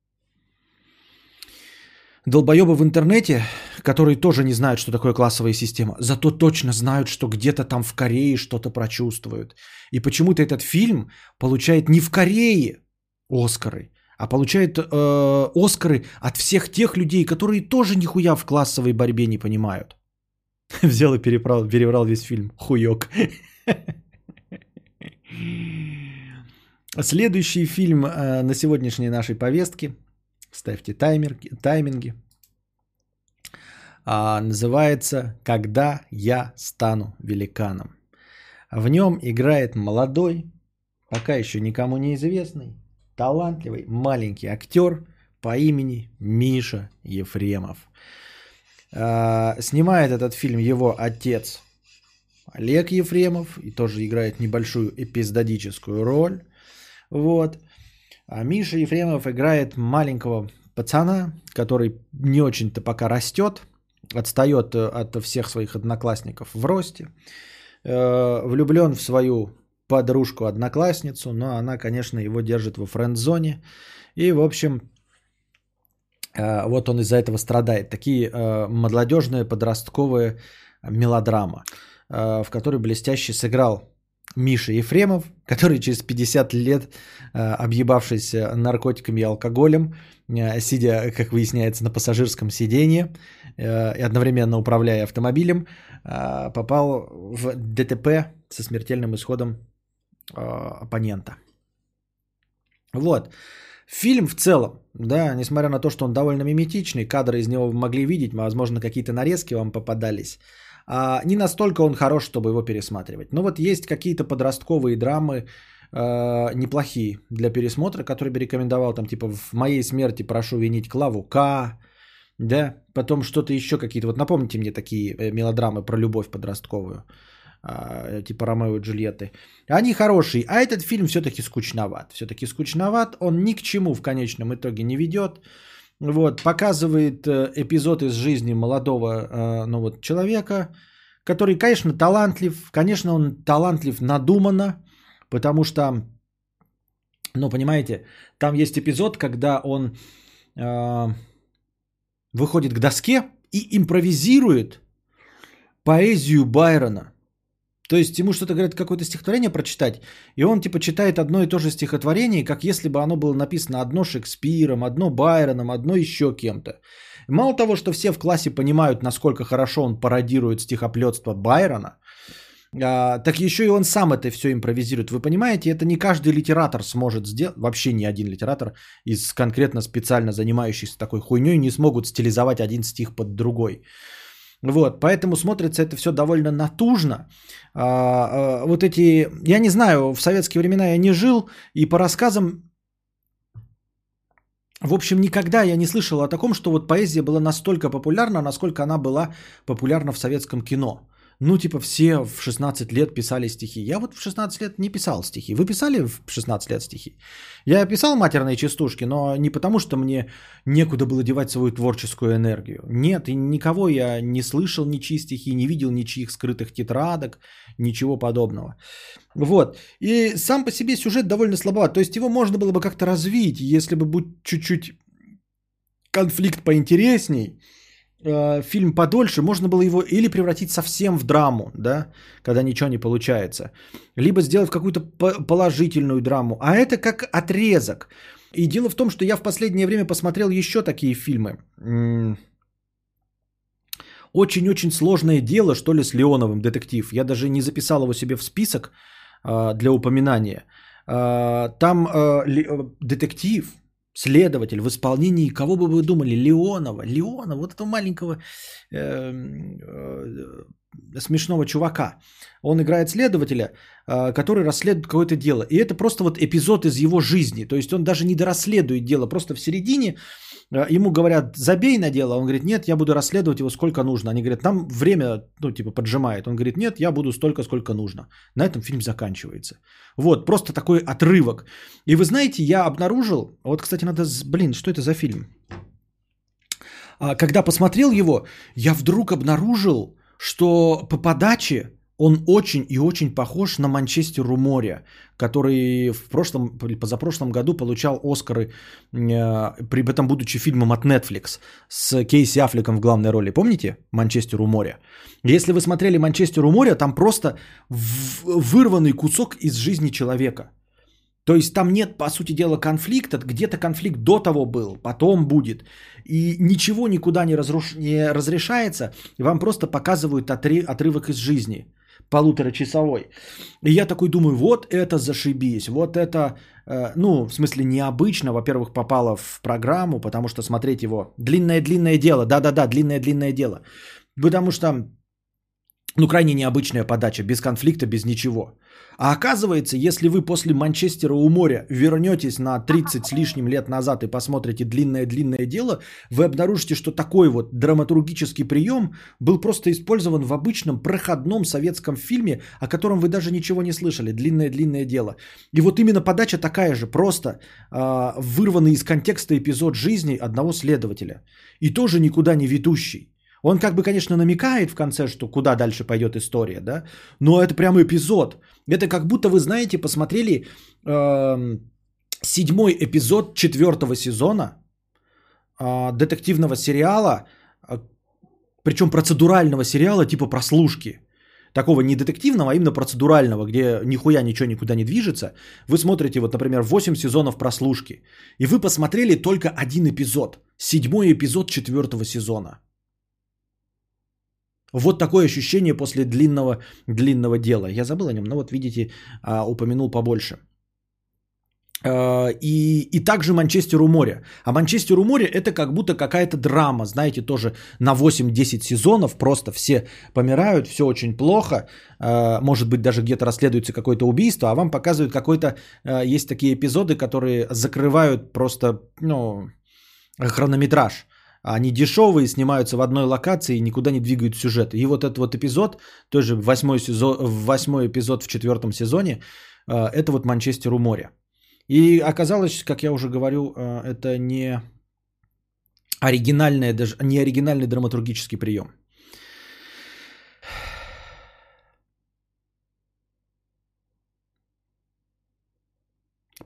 Долбоебы в интернете, которые тоже не знают, что такое классовая система, зато точно знают, что где-то там в Корее что-то прочувствуют. И почему-то этот фильм получает не в Корее Оскары, а получает э, Оскары от всех тех людей, которые тоже нихуя в классовой борьбе не понимают. Взял и перебрал, перебрал весь фильм. Хуёк. Следующий фильм э, на сегодняшней нашей повестке. Ставьте таймер, тайминги. А, называется «Когда я стану великаном». В нем играет молодой, пока еще никому неизвестный, талантливый маленький актер по имени Миша Ефремов. Снимает этот фильм его отец Олег Ефремов и тоже играет небольшую эпизодическую роль. Вот. А Миша Ефремов играет маленького пацана, который не очень-то пока растет, отстает от всех своих одноклассников в росте, влюблен в свою подружку-одноклассницу, но она, конечно, его держит во френд-зоне. И, в общем, вот он из-за этого страдает. Такие э, молодежные подростковые мелодрамы, э, в которой блестяще сыграл Миша Ефремов, который через пятьдесят лет, э, объебавшись наркотиками и алкоголем, э, сидя, как выясняется, на пассажирском сиденье э, и одновременно управляя автомобилем, э, попал в ДТП со смертельным исходом э, оппонента. Вот. Фильм в целом, да, несмотря на то, что он довольно миметичный, кадры из него вы могли видеть, возможно, какие-то нарезки вам попадались, а не настолько он хорош, чтобы его пересматривать. Но вот есть какие-то подростковые драмы э, неплохие для пересмотра, которые бы рекомендовал, там типа «В моей смерти прошу винить Клаву К», да, потом что-то еще какие-то, вот напомните мне такие мелодрамы про любовь подростковую, типа Ромео и Джульетты. Они хорошие, а этот фильм все-таки скучноват. Все-таки скучноват, он ни к чему в конечном итоге не ведет. Вот, показывает эпизод из жизни молодого ну, вот, человека, который, конечно, талантлив. Конечно, он талантлив надуманно, потому что Но понимаете, там есть эпизод, когда он э, выходит к доске и импровизирует поэзию Байрона. То есть ему что-то говорят, какое-то стихотворение прочитать, и он типа читает одно и то же стихотворение, как если бы оно было написано одно Шекспиром, одно Байроном, одно еще кем-то. Мало того, что все в классе понимают, насколько хорошо он пародирует стихоплетство Байрона, а, так еще и он сам это все импровизирует. Вы понимаете, это не каждый литератор сможет сделать, вообще ни один литератор из конкретно специально занимающихся такой хуйней не смогут стилизовать один стих под другой. Вот, поэтому смотрится это все довольно натужно. А, а, вот эти, я не знаю, в советские времена я не жил, и по рассказам, в общем, никогда я не слышал о таком, что вот поэзия была настолько популярна, насколько она была популярна в советском кино. Ну, типа, все в шестнадцать лет писали стихи. Я вот в шестнадцать лет не писал стихи. Вы писали в шестнадцать лет стихи? Я писал матерные частушки, но не потому, что мне некуда было девать свою творческую энергию. Нет, и никого я не слышал ничьи стихи, не видел ничьих скрытых тетрадок, ничего подобного. Вот. И сам по себе сюжет довольно слабоват. То есть его можно было бы как-то развить, если бы будь чуть-чуть конфликт поинтересней, фильм подольше, можно было его или превратить совсем в драму, да, когда ничего не получается, либо сделать в какую-то положительную драму, а это как отрезок. И дело в том, что я в последнее время посмотрел еще такие фильмы. Очень-очень сложное дело, что ли, с Леоновым, детектив. Я даже не записал его себе в список для упоминания. Там детектив, следователь в исполнении, кого бы вы думали, Леонова, Леонова, вот этого маленького э, э, смешного чувака. Он играет следователя, э, который расследует какое-то дело. И это просто вот эпизод из его жизни. То есть он даже не дорасследует дело, просто в середине э, ему говорят, забей на дело. Он говорит, нет, я буду расследовать его сколько нужно. Они говорят, нам время, ну, типа, поджимает. Он говорит, нет, я буду столько, сколько нужно. На этом фильм заканчивается. Вот, просто такой отрывок. И вы знаете, я обнаружил, вот, кстати, надо, блин, что это за фильм? Когда посмотрел его, я вдруг обнаружил, что по подаче он очень и очень похож на «Манчестер у моря», который в прошлом, позапрошлом году получал Оскары, при этом будучи фильмом от Netflix с Кейси Аффлеком в главной роли. Помните «Манчестер у моря»? Если вы смотрели «Манчестер у моря», там просто вырванный кусок из жизни человека. То есть там нет, по сути дела, конфликта. Где-то конфликт до того был, потом будет. И ничего никуда не, разруш... не разрешается. И вам просто показывают отри... отрывок из жизни. Полуторачасовой. И я такой думаю, вот это зашибись. Вот это, э, ну, в смысле, необычно. Во-первых, попало в программу, потому что смотреть его. Длинное-длинное дело. Да-да-да, длинное-длинное дело. Потому что, ну, крайне необычная подача. Без конфликта, без ничего. А оказывается, если вы после «Манчестера у моря» вернетесь на тридцать с лишним лет назад и посмотрите «Длинное-длинное дело», вы обнаружите, что такой вот драматургический прием был просто использован в обычном проходном советском фильме, о котором вы даже ничего не слышали. «Длинное-длинное дело». И вот именно подача такая же, просто э, вырванный из контекста эпизод жизни одного следователя. И тоже никуда не ведущий. Он как бы, конечно, намекает в конце, что куда дальше пойдет история, да, но это прям эпизод. Это как будто вы, знаете, посмотрели э, седьмой эпизод четвертого сезона э, детективного сериала, э, причем процедурального сериала типа «Прослушки». Такого не детективного, а именно процедурального, где нихуя ничего никуда не движется. Вы смотрите, вот, например, восемь сезонов «Прослушки», и вы посмотрели только один эпизод, седьмой эпизод четвертого сезона. Вот такое ощущение после длинного, длинного дела. Я забыл о нем, но вот видите, упомянул побольше. И, и также «Манчестер у моря». А «Манчестер у моря» это как будто какая-то драма, знаете, тоже на восемь-десять сезонов. Просто все помирают, все очень плохо. Может быть, даже где-то расследуется какое-то убийство, а вам показывают какой-то... Есть такие эпизоды, которые закрывают просто, ну, хронометраж. Они дешевые, снимаются в одной локации и никуда не двигают сюжет. И вот этот вот эпизод, тоже восьмой, сезон, восьмой эпизод в четвертом сезоне, это вот «Манчестер у моря». И оказалось, как я уже говорю, это не оригинальный, даже не оригинальный драматургический прием.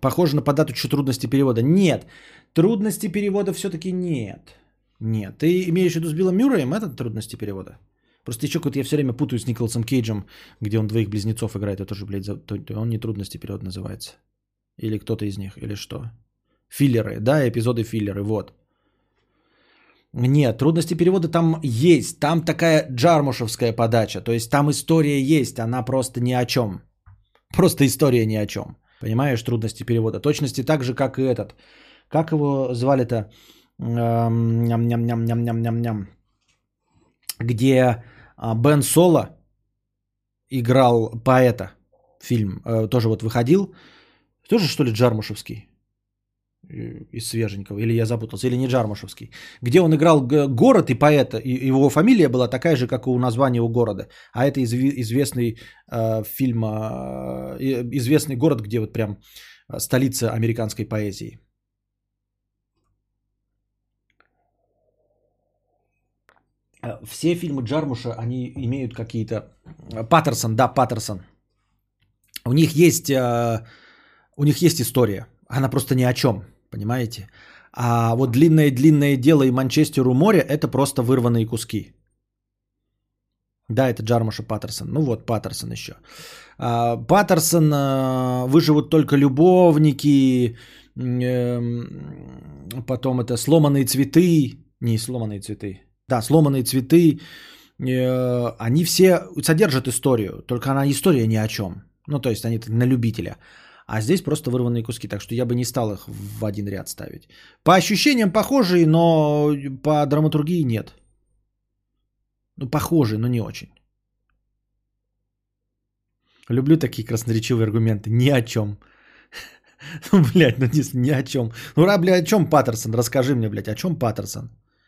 Похоже на подату, что трудности перевода. Нет, трудности перевода все-таки нет. Нет, ты имеешь в виду с Биллом Мюрреем, это трудности перевода? Просто еще какой-то я все время путаю с Николасом Кейджем, где он двоих близнецов играет, это тоже, блядь, он не трудности перевода называется. Или кто-то из них, или что? Филлеры, да, эпизоды филлеры, вот. Нет, трудности перевода там есть, там такая джармушевская подача, то есть там история есть, она просто ни о чем. Просто история ни о чем. Понимаешь, трудности перевода. Точности так же, как и этот. Как его звали-то? Ням-ням-ням-ням-ням-ням. Где Бен Соло играл поэта. Фильм тоже вот выходил. Тоже, что ли, джармушевский? Из свеженького. Или я запутался. Или не джармушевский. Где он играл город и поэта. И его фамилия была такая же, как и у названия у города. А это известный э, фильм, э, известный город, где вот прям столица американской поэзии. Все фильмы Джармуша, они имеют какие-то... Паттерсон, да, Паттерсон. У них есть, э, у них есть история. Она просто ни о чем, понимаете? А вот длинное-длинное дело и Манчестеру море – это просто вырванные куски. Да, это Джармуш и Паттерсон. Ну вот, Паттерсон еще. А, Паттерсон, а, выживут только любовники, э, потом это сломанные цветы, не сломанные цветы, да, сломанные цветы, э, они все содержат историю, только она история ни о чем. Ну, то есть они на любителя. А здесь просто вырванные куски, так что я бы не стал их в один ряд ставить. По ощущениям похожие, но по драматургии нет. Ну, похожие, но не очень. Люблю такие красноречивые аргументы. Ни о чем. Ну, блядь, ну ни о чем. Ну, ра, блядь, о чем Паттерсон? Расскажи мне, блядь, о чем Паттерсон?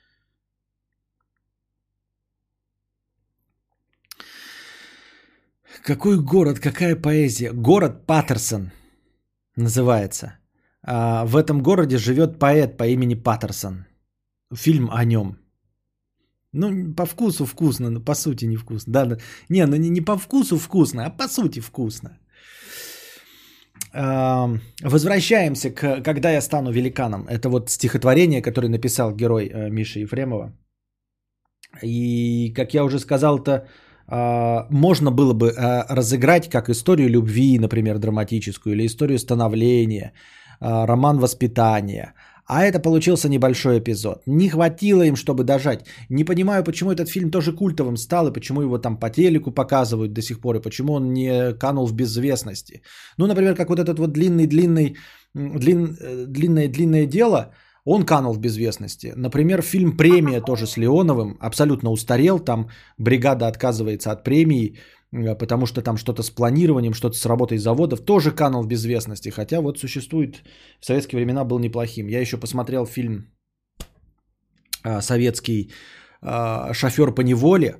Какой город, какая поэзия? Город Паттерсон называется. А в этом городе живет поэт по имени Паттерсон. Фильм о нем. Ну, по вкусу вкусно, но по сути невкусно. Да, да. Не, ну не, не по вкусу вкусно, а по сути вкусно. А, возвращаемся к «Когда я стану великаном». Это вот стихотворение, которое написал герой Миши Ефремова. И, как я уже сказал, это а, можно было бы а, разыграть как историю любви, например, драматическую, или историю становления, а, роман воспитания. А это получился небольшой эпизод. Не хватило им, чтобы дожать. Не понимаю, почему этот фильм тоже культовым стал, и почему его там по телеку показывают до сих пор, и почему он не канул в безвестности. Ну, например, как вот этот вот длинный-длинный, длин, длинное-длинное дело, он канул в безвестности. Например, фильм «Премия» тоже с Леоновым абсолютно устарел. Там бригада отказывается от премии, потому что там что-то с планированием, что-то с работой заводов, тоже канул в безвестности. Хотя вот существует, в советские времена был неплохим. Я еще посмотрел фильм а, советский а, «Шофер по неволе».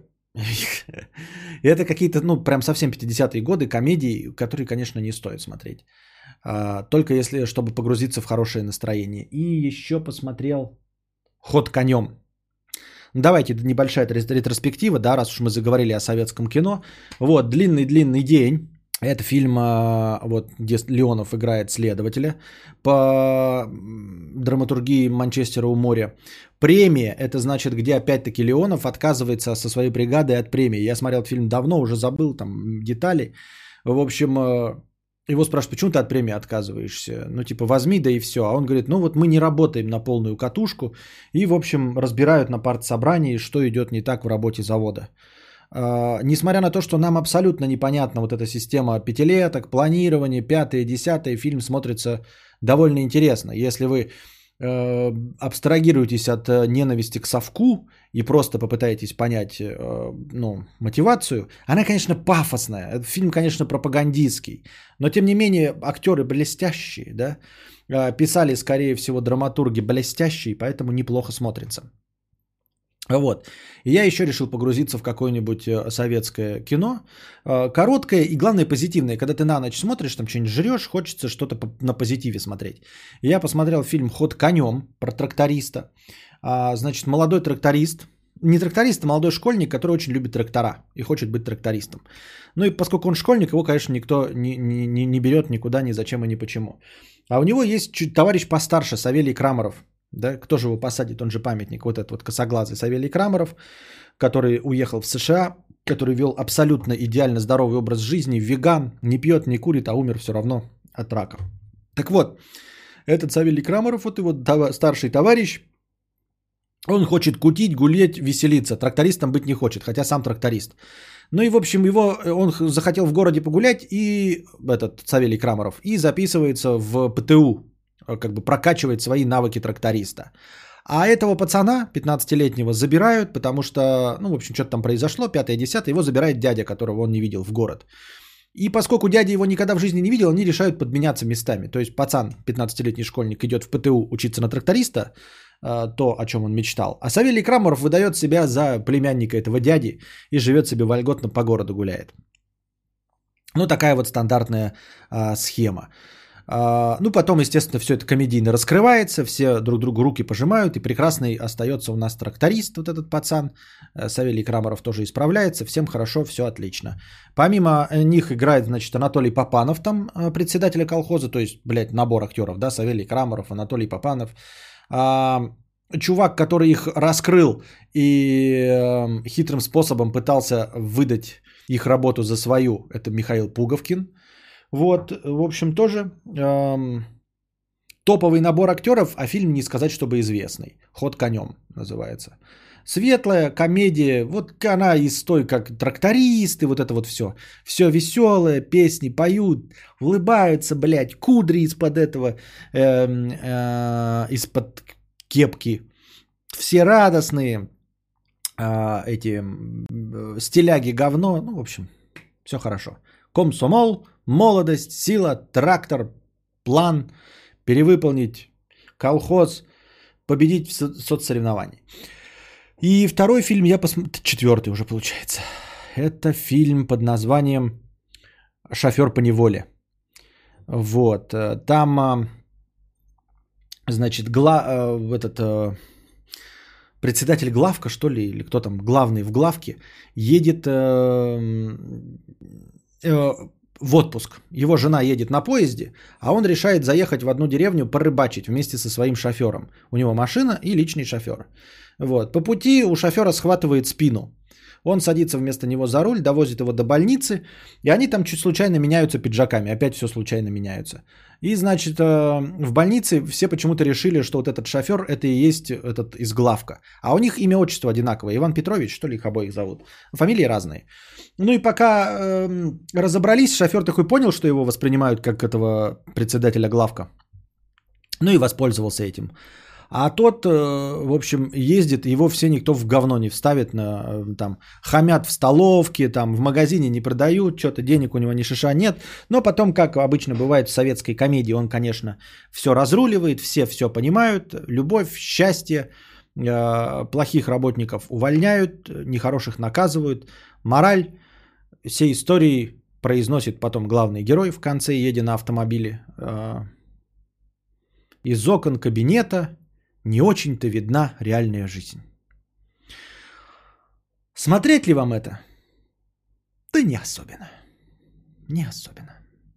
Это какие-то, ну, прям совсем пятидесятые годы комедии, которые, конечно, не стоит смотреть. А, только если, чтобы погрузиться в хорошее настроение. И еще посмотрел «Ход конем». Давайте небольшая ретроспектива, да, раз уж мы заговорили о советском кино. Вот, «Длинный-длинный день». Это фильм, вот, где Леонов играет следователя по драматургии «Манчестера у моря». «Премия» – это значит, где опять-таки Леонов отказывается со своей бригадой от премии. Я смотрел этот фильм давно, уже забыл там детали. В общем, его спрашивают, почему ты от премии отказываешься? Ну, типа, возьми, да и все. А он говорит, ну, вот мы не работаем на полную катушку. И, в общем, разбирают на партсобрании, что идет не так в работе завода. Uh, несмотря на то, что нам абсолютно непонятна вот эта система пятилеток, планирование, пятое, десятое, фильм смотрится довольно интересно. Если вы uh, абстрагируетесь от uh, ненависти к совку и просто попытаетесь понять uh, ну, мотивацию, она, конечно, пафосная. Этот фильм, конечно, пропагандистский. Но, тем не менее, актеры блестящие, да? uh, писали, скорее всего, драматурги блестящие, поэтому неплохо смотрится. Вот. И я еще решил погрузиться в какое-нибудь советское кино. Короткое и, главное, позитивное. Когда ты на ночь смотришь, там что-нибудь жрешь, хочется что-то на позитиве смотреть. И я посмотрел фильм «Ход конем» про тракториста. Значит, молодой тракторист Не тракторист, а молодой школьник, который очень любит трактора и хочет быть трактористом. Ну и поскольку он школьник, его, конечно, никто не, не, не берет никуда, ни зачем и ни почему. А у него есть чуть товарищ постарше, Савелий Крамаров. Да? Кто же его посадит? Он же памятник. Вот этот вот косоглазый Савелий Крамаров, который уехал в США, который вел абсолютно идеально здоровый образ жизни, веган, не пьет, не курит, а умер все равно от рака. Так вот, этот Савелий Крамаров, вот его старший товарищ, он хочет кутить, гулять, веселиться. Трактористом быть не хочет, хотя сам тракторист. Ну и, в общем, его, он захотел в городе погулять, и этот Савелий Крамаров, и записывается в ПТУ, как бы прокачивает свои навыки тракториста. А этого пацана, пятнадцатилетнего, забирают, потому что, ну, в общем, что-то там произошло, пятое-десятое, его забирает дядя, которого он не видел, в город. И поскольку дядя его никогда в жизни не видел, они решают подменяться местами. То есть пацан, пятнадцатилетний школьник, идет в ПТУ учиться на тракториста, то, о чем он мечтал. А Савелий Крамаров выдает себя за племянника этого дяди и живет себе вольготно по городу гуляет. Ну, такая вот стандартная а, схема. А, ну, потом, естественно, все это комедийно раскрывается, все друг другу руки пожимают, и прекрасный остается у нас тракторист, вот этот пацан. Савелий Крамаров тоже исправляется, всем хорошо, все отлично. Помимо них играет, значит, Анатолий Попанов, там председателя колхоза, то есть, блядь, набор актеров, да, Савелий Крамаров, Анатолий Попанов. А, чувак, который их раскрыл и э, хитрым способом пытался выдать их работу за свою, это Михаил Пуговкин. Вот, в общем, тоже э, топовый набор актеров, а фильм не сказать, чтобы известный. «Ход конем» называется. Светлая комедия, вот она из той, как трактористы, вот это вот все. Все веселое, песни поют, улыбаются, блядь, кудри из-под этого, э, э, из-под кепки. Все радостные, э, эти э, стиляги говно, ну, в общем, все хорошо. Комсомол, молодость, сила, трактор, план, перевыполнить колхоз, победить в со- соцсоревновании. И второй фильм я посмотрел, четвертый уже получается. Это фильм под названием «Шофер по неволе». Вот, там, значит, гла... этот председатель главка, что ли, или кто там, главный в главке, едет в отпуск. Его жена едет на поезде, а он решает заехать в одну деревню порыбачить вместе со своим шофером. У него машина и личный шофер. Вот. По пути у шофера схватывает спину. Он садится вместо него за руль, довозит его до больницы, и они там чуть случайно меняются пиджаками. Опять все случайно меняются. И, значит, в больнице все почему-то решили, что вот этот шофер – это и есть этот из главка. А у них имя, отчество одинаковое. Иван Петрович, что ли, их обоих зовут. Фамилии разные. Ну и пока э, разобрались, шофер такой понял, что его воспринимают как этого председателя главка. Ну и воспользовался этим. А тот, в общем, ездит, его все никто в говно не вставит, там, хамят в столовке, там, в магазине не продают, что-то денег у него ни шиша нет. Но потом, как обычно бывает в советской комедии, он, конечно, все разруливает, все все понимают, любовь, счастье, плохих работников увольняют, нехороших наказывают. Мораль всей истории произносит потом главный герой в конце, едя на автомобиле. Из окон кабинета не очень-то видна реальная жизнь. Смотреть ли вам это? Да не особенно. Не особенно.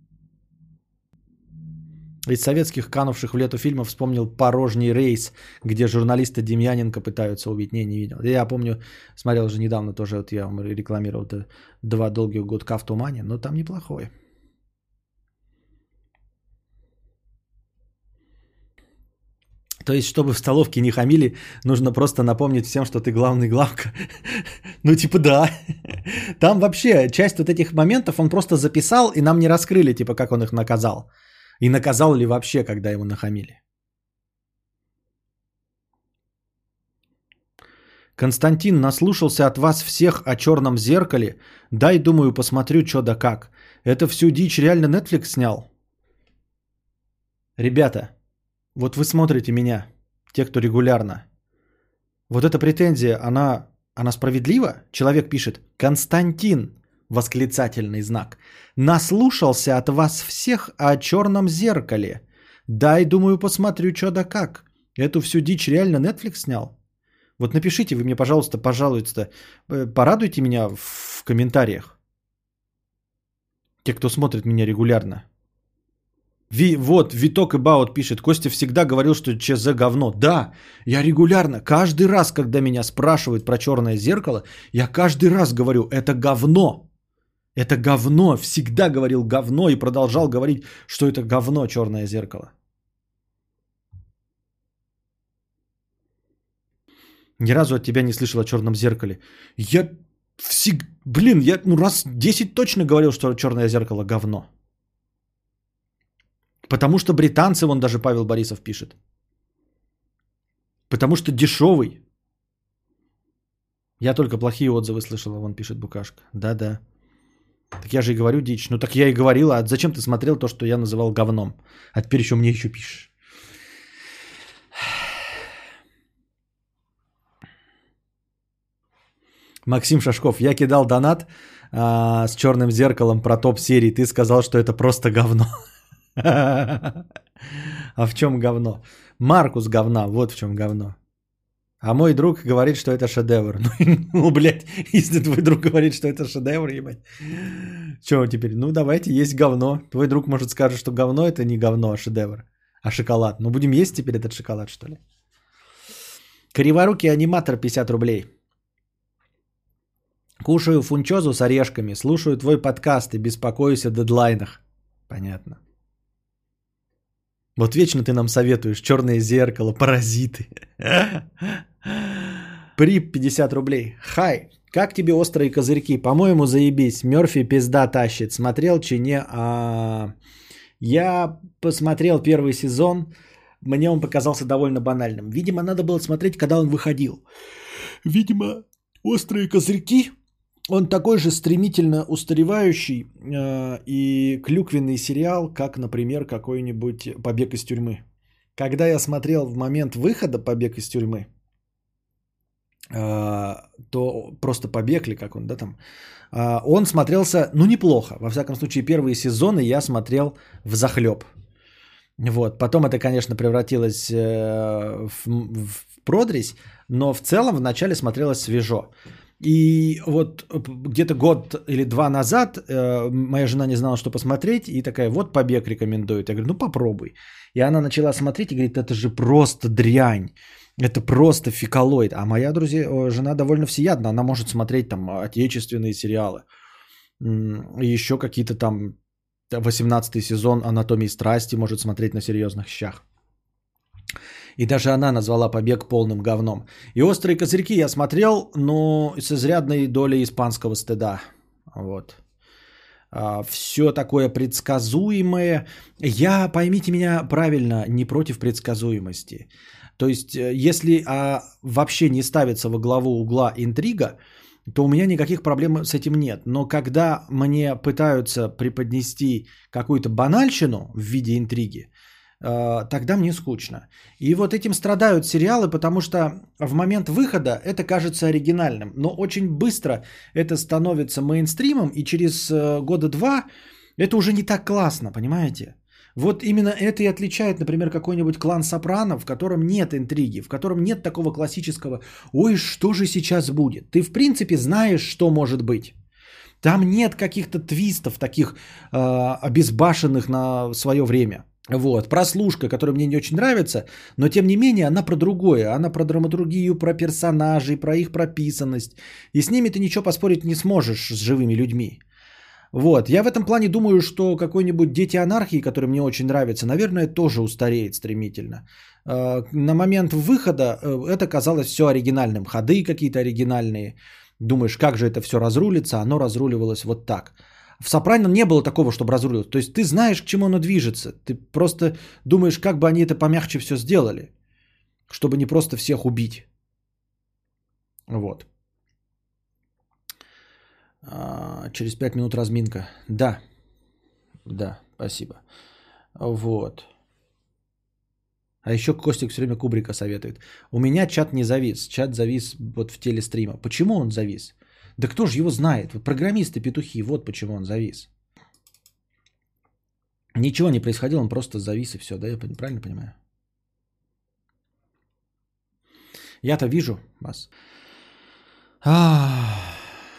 Из советских канувших в лету фильмов вспомнил «Порожний рейс», где журналиста Демьяненко пытаются убить. Не, не видел. Я помню, смотрел уже недавно тоже, вот я вам рекламировал это «Два долгих гудка в тумане», но там неплохой. То есть, чтобы в столовке не хамили, нужно просто напомнить всем, что ты главный главка. Ну, типа, да. Там вообще часть вот этих моментов он просто записал, и нам не раскрыли, типа, как он их наказал. И наказал ли вообще, когда его нахамили. Константин, наслушался от вас всех о «Черном зеркале». Дай, думаю, посмотрю, что да как. Это всю дичь реально Netflix снял? Ребята, вот вы смотрите меня, те, кто регулярно. Вот эта претензия, она, она справедлива? Человек пишет: Константин, восклицательный знак, наслушался от вас всех о «Черном зеркале». Дай, думаю, посмотрю, что да как. Эту всю дичь реально Netflix снял? Вот напишите вы мне, пожалуйста, пожалуйста, порадуйте меня в комментариях. Те, кто смотрит меня регулярно. Ви, вот, Виток и Баут пишет, Костя всегда говорил, что ЧЗ говно. Да, я регулярно, каждый раз, когда меня спрашивают про черное зеркало, я каждый раз говорю, это говно. Это говно, всегда говорил говно и продолжал говорить, что это говно, черное зеркало. Ни разу от тебя не слышал о черном зеркале. Я всегда, блин, я ну раз десять точно говорил, что черное зеркало говно. Потому что британцы, вон даже Павел Борисов пишет. Потому что дешевый. Я только плохие отзывы слышал, вон пишет Букашка. Да-да. Так я же и говорю дичь. Ну так я и говорил, а зачем ты смотрел то, что я называл говном? А теперь еще мне еще пишешь. Максим Шашков, я кидал донат а, с черным зеркалом про топ-серии. Ты сказал, что это просто говно. А в чем говно? Маркус говна, вот в чем говно. А мой друг говорит, что это шедевр. Ну, блядь, если твой друг говорит, что это шедевр, ебать. Че теперь? Ну, давайте, есть говно. Твой друг может скажет, что говно это не говно, а шедевр. А шоколад. Ну, будем есть теперь этот шоколад, что ли? Криворукий аниматор, пятьдесят рублей. Кушаю фунчозу с орешками, слушаю твой подкаст и беспокоюсь о дедлайнах. Понятно. Вот вечно ты нам советуешь черное зеркало, паразиты. Прип пятьдесят рублей. Хай, как тебе острые козырьки? По-моему, заебись. Мёрфи пизда тащит. Смотрел, че не? А... Я посмотрел первый сезон. Мне он показался довольно банальным. Видимо, надо было смотреть, когда он выходил. Видимо, острые козырьки. Он такой же стремительно устаревающий э, и клюквенный сериал, как, например, какой-нибудь «Побег из тюрьмы». Когда я смотрел в момент выхода «Побег из тюрьмы», э, то просто «Побег» ли, как он, да, там, э, он смотрелся, ну, неплохо. Во всяком случае, первые сезоны я смотрел взахлеб. Вот. Потом это, конечно, превратилось э, в, в продресь, но в целом вначале смотрелось свежо. И вот где-то год или два назад э, моя жена не знала, что посмотреть, и такая, вот «Побег» рекомендует. Я говорю, ну попробуй. И она начала смотреть и говорит, это же просто дрянь, это просто фекалоид. А моя, друзья, жена довольно всеядна, она может смотреть там отечественные сериалы, еще какие-то там восемнадцатый сезон «Анатомии страсти» может смотреть на серьезных щах. И даже она назвала «Побег» полным говном. И «Острые козырьки» я смотрел, но с изрядной долей испанского стыда. Вот. Все такое предсказуемое. Я, поймите меня правильно, не против предсказуемости. То есть, если а, вообще не ставится во главу угла интрига, то у меня никаких проблем с этим нет. Но когда мне пытаются преподнести какую-то банальщину в виде интриги, тогда мне скучно. И вот этим страдают сериалы, потому что в момент выхода это кажется оригинальным, но очень быстро это становится мейнстримом, и через года два это уже не так классно, понимаете? Вот именно это и отличает, например, какой-нибудь «Клан Сопрано», в котором нет интриги, в котором нет такого классического «Ой, что же сейчас будет?». Ты в принципе знаешь, что может быть. Там нет каких-то твистов таких э, обезбашенных на свое время. Вот, прослушка, которая мне не очень нравится, но тем не менее она про другое, она про драматургию, про персонажей, про их прописанность, и с ними ты ничего поспорить не сможешь с живыми людьми. Вот, я в этом плане думаю, что какой-нибудь «Дети анархии», который мне очень нравится, наверное, тоже устареет стремительно. На момент выхода это казалось все оригинальным, ходы какие-то оригинальные, думаешь, как же это все разрулится, оно разруливалось вот так. В «Сопрано» не было такого, чтобы разрулилось. То есть ты знаешь, к чему оно движется. Ты просто думаешь, как бы они это помягче все сделали, чтобы не просто всех убить. Вот. А, через пять минут разминка. Да. Да, спасибо. Вот. А еще Костик все время Кубрика советует. У меня чат не завис. Чат завис вот в теле стрима. Почему он завис? Да кто же его знает? Вот программисты-петухи, вот почему он завис. Ничего не происходило, он просто завис и все, да? Я правильно понимаю? Я-то вижу вас. Ах.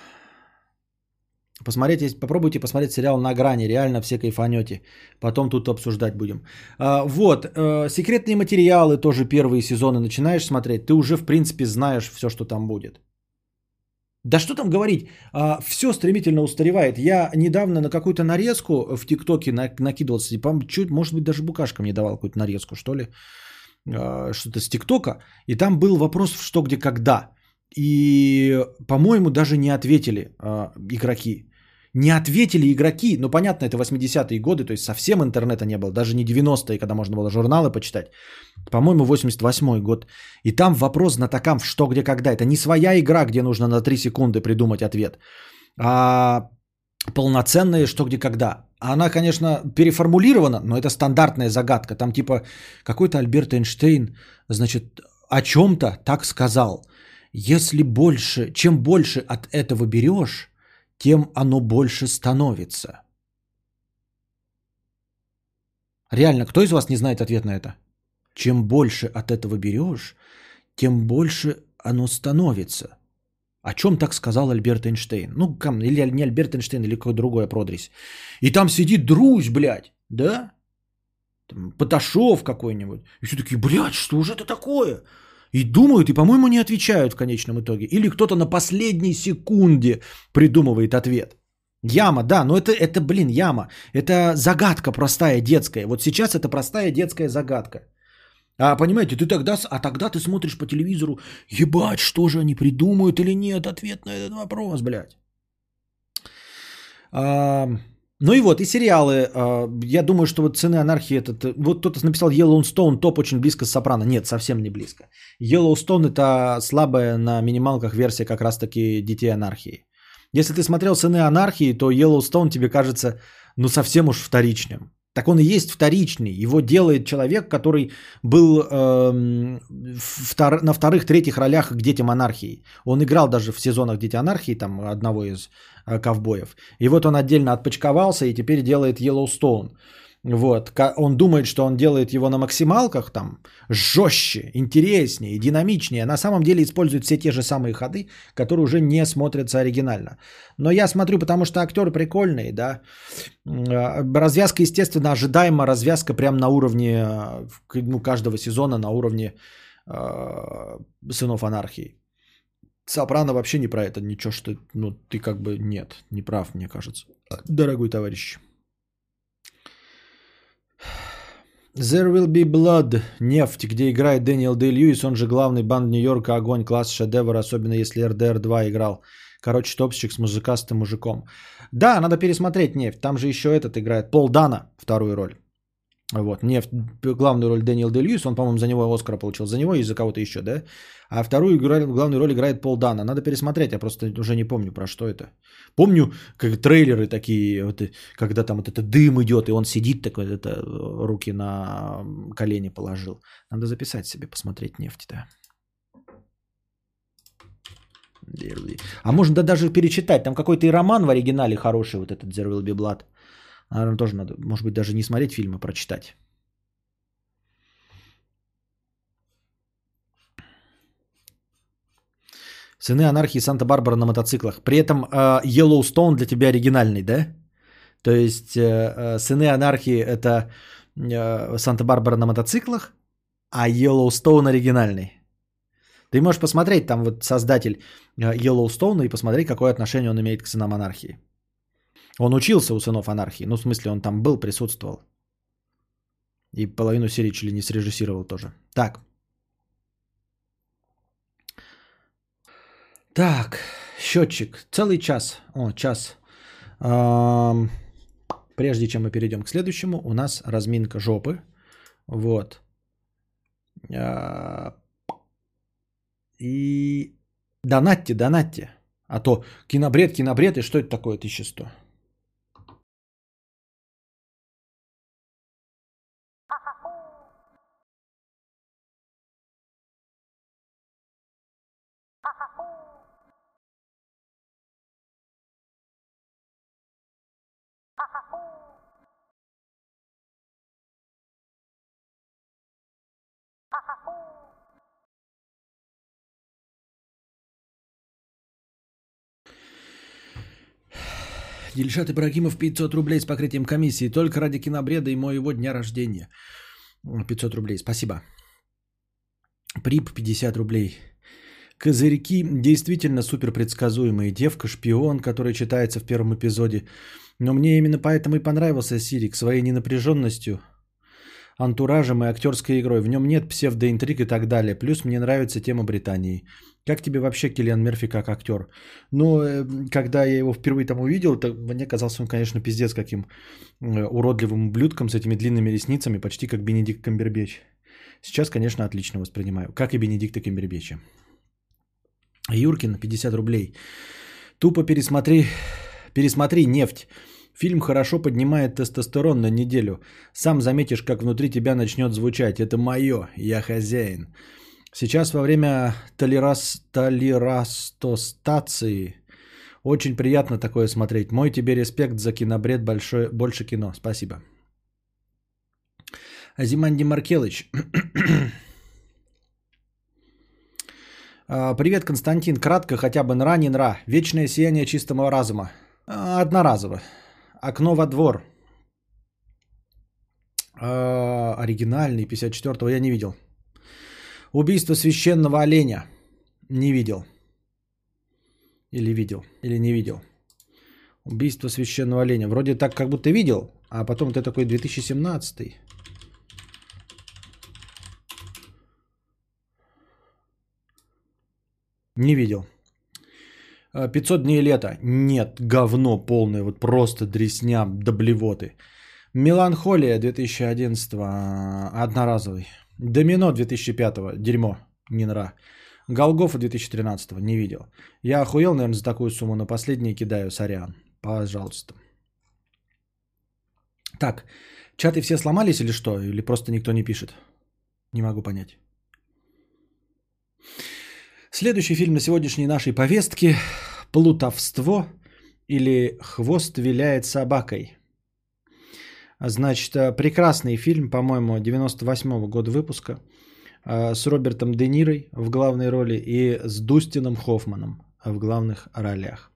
Посмотрите, попробуйте посмотреть сериал «На грани». Реально все кайфанете. Потом тут обсуждать будем. А, вот. Э, секретные материалы тоже первые сезоны начинаешь смотреть. Ты уже, в принципе, знаешь все, что там будет. Да что там говорить. А, все стремительно устаревает. Я недавно на какую-то нарезку в ТикТоке на, накидывался. По- чуть, может быть, даже Букашка мне давал какую-то нарезку, что ли. А, что-то с ТикТока. И там был вопрос в «Что, где, когда». И, по-моему, даже не ответили а, игроки. Не ответили игроки, ну понятно, это восьмидесятые годы, то есть совсем интернета не было, даже не девяностые, когда можно было журналы почитать. По-моему, восемьдесят восьмой год. И там вопрос знатокам в «Что, где, когда». Это не своя игра, где нужно на три секунды придумать ответ, а полноценная «Что, где, когда». Она, конечно, переформулирована, но это стандартная загадка. Там типа какой-то Альберт Эйнштейн, значит, о чем-то так сказал. Если больше, чем больше от этого берешь, тем оно больше становится. Реально, кто из вас не знает ответ на это? Чем больше от этого берешь, тем больше оно становится. О чем так сказал Альберт Эйнштейн? Ну, или не Альберт Эйнштейн, или какое другое продрись. И там сидит Друзь, блядь, да? Там, Поташов какой-нибудь. И все такие, блядь, что же это такое? И думают, и, по-моему, не отвечают в конечном итоге. Или кто-то на последней секунде придумывает ответ. Яма, да, но это, это, блин, яма. Это загадка простая детская. Вот сейчас это простая детская загадка. А понимаете, ты тогда, а тогда ты смотришь по телевизору, ебать, что же они придумают или нет, ответ на этот вопрос, блядь. А, ну и вот, и сериалы. А, я думаю, что вот «Сыны анархии» этот... Вот кто-то написал Yellowstone, топ очень близко с «Сопрано». Нет, совсем не близко. Yellowstone это слабая на минималках версия как раз-таки «Детей анархии». Если ты смотрел «Сыны анархии», то Yellowstone тебе кажется, ну, совсем уж вторичным. Так он и есть вторичный. Его делает человек, который был эм, втор- на вторых, третьих ролях к «Детям анархии». Он играл даже в сезонах «Дети анархии», там одного из э, ковбоев. И вот он отдельно отпочковался и теперь делает Yellowstone. Вот. Он думает, что он делает его на максималках, там, жестче, интереснее, динамичнее. На самом деле использует все те же самые ходы, которые уже не смотрятся оригинально. Но я смотрю, потому что актеры прикольные, да. Развязка, естественно, ожидаема. Развязка прям на уровне, ну, каждого сезона, на уровне э, «Сынов анархии». «Сопрано» вообще не про это. Ничего, что, ну, ты как бы нет, не прав, мне кажется. Дорогой товарищ. There Will Be Blood, «Нефть», где играет Дэниел Дэй Льюис, он же главный банд Нью-Йорка, огонь, класс, шедевр, особенно если эр дэ эр два играл. Короче, топчик с музыкастым мужиком. Да, надо пересмотреть «Нефть», там же еще этот играет, Пол Дана, вторую роль. Вот, «Нефть», главную роль Дэниел Дэй Льюис, он, по-моему, за него Оскара получил, за него и за кого-то еще, да? А вторую играет, главную роль играет Пол Дана. Надо пересмотреть, я просто уже не помню, про что это. Помню, как трейлеры такие, вот, когда там вот это дым идет, и он сидит такой, это, руки на колени положил. Надо записать себе, посмотреть «Нефть», да. А можно да, даже перечитать, там какой-то и роман в оригинале хороший, вот этот «There Will Be Blood». Наверное, тоже надо, может быть, даже не смотреть фильм, а прочитать. «Сыны анархии», «Санта-Барбара» на мотоциклах. При этом э, Yellowstone для тебя оригинальный, да? То есть э, э, «Сыны анархии» это э, «Санта-Барбара» на мотоциклах, а Yellowstone оригинальный. Ты можешь посмотреть, там вот создатель э, Yellowstone, и посмотреть, какое отношение он имеет к «Сынам анархии». Он учился у «Сынов анархии», ну в смысле он там был, присутствовал. И половину серии чуть ли не срежиссировал тоже. Так. Так, счетчик. Целый час. О, час. Ам, Прежде чем мы перейдем к следующему, у нас разминка жопы. Вот. А, И донатьте, донатьте. А то кинобред, кинобред, и что это такое тысяча сто? Дильшат Ибрагимов, пятьсот рублей с покрытием комиссии. Только ради кинобреда и моего дня рождения. пятьсот рублей, спасибо. Прип, пятьдесят рублей. Козырьки действительно супер предсказуемые. Девка, шпион, который читается в первом эпизоде. Но мне именно поэтому и понравился Сирик. Своей ненапряженностью, антуражем и актерской игрой. В нем нет псевдоинтриг и так далее. Плюс мне нравится тема Британии. Как тебе вообще Киллиан Мерфи как актер? Ну, когда я его впервые там увидел, то мне казался он, конечно, пиздец каким уродливым ублюдком с этими длинными ресницами, почти как Бенедикт Камбербэтч. Сейчас, конечно, отлично воспринимаю. Как и Бенедикта Камбербэтча. Юркин, пятьдесят рублей. Тупо пересмотри, пересмотри «Нефть». Фильм хорошо поднимает тестостерон на неделю. Сам заметишь, как внутри тебя начнет звучать. Это мое, я хозяин. Сейчас во время толерас, толерастостации очень приятно такое смотреть. Мой тебе респект за кинобред, большое, больше кино. Спасибо. Азиманди Маркелыч. Привет, Константин. Кратко, хотя бы нра, не нра. Вечное сияние чистого разума. Одноразово. Окно во двор. Оригинальный, пятьдесят четвёртого я не видел. Убийство священного оленя. Не видел. Или видел, или не видел. Убийство священного оленя. Вроде так, как будто видел, а потом ты такой две тысячи семнадцатый. Не видел. пятьсот дней лета. Нет, говно полное, вот просто дресня до блевоты. Меланхолия две тысячи одиннадцатого, одноразовый. Домино две тысячи пятого, дерьмо, не нра. Голгофа две тысячи тринадцатого, не видел. Я охуел, наверное, за такую сумму, но последние кидаю, сорян. Пожалуйста. Так, чаты все сломались или что? Или просто никто не пишет? Не могу понять. Следующий фильм на сегодняшней нашей повестке – «Плутовство» или «Хвост виляет собакой». Значит, прекрасный фильм, по-моему, девяносто восьмого года выпуска с Робертом Де Нирой в главной роли и с Дустином Хоффманом в главных ролях.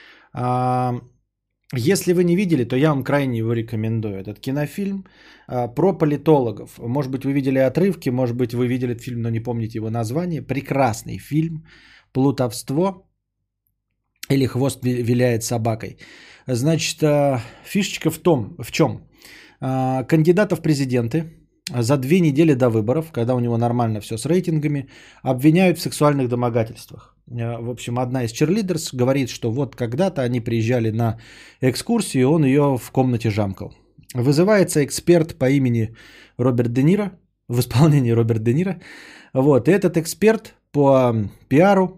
Если вы не видели, то я вам крайне его рекомендую. Этот кинофильм про политологов. Может быть, вы видели отрывки, может быть, вы видели этот фильм, но не помните его название. Прекрасный фильм «Плутовство» или «Хвост виляет собакой». Значит, фишечка в том, в чем? Кандидата в президенты за две недели до выборов, когда у него нормально все с рейтингами, обвиняют в сексуальных домогательствах. В общем, одна из черлидерс говорит, что вот когда-то они приезжали на экскурсию, и он ее в комнате жамкал. Вызывается эксперт по имени Роберт Де Ниро, в исполнении Роберт Де Ниро. Вот, и этот эксперт по пиару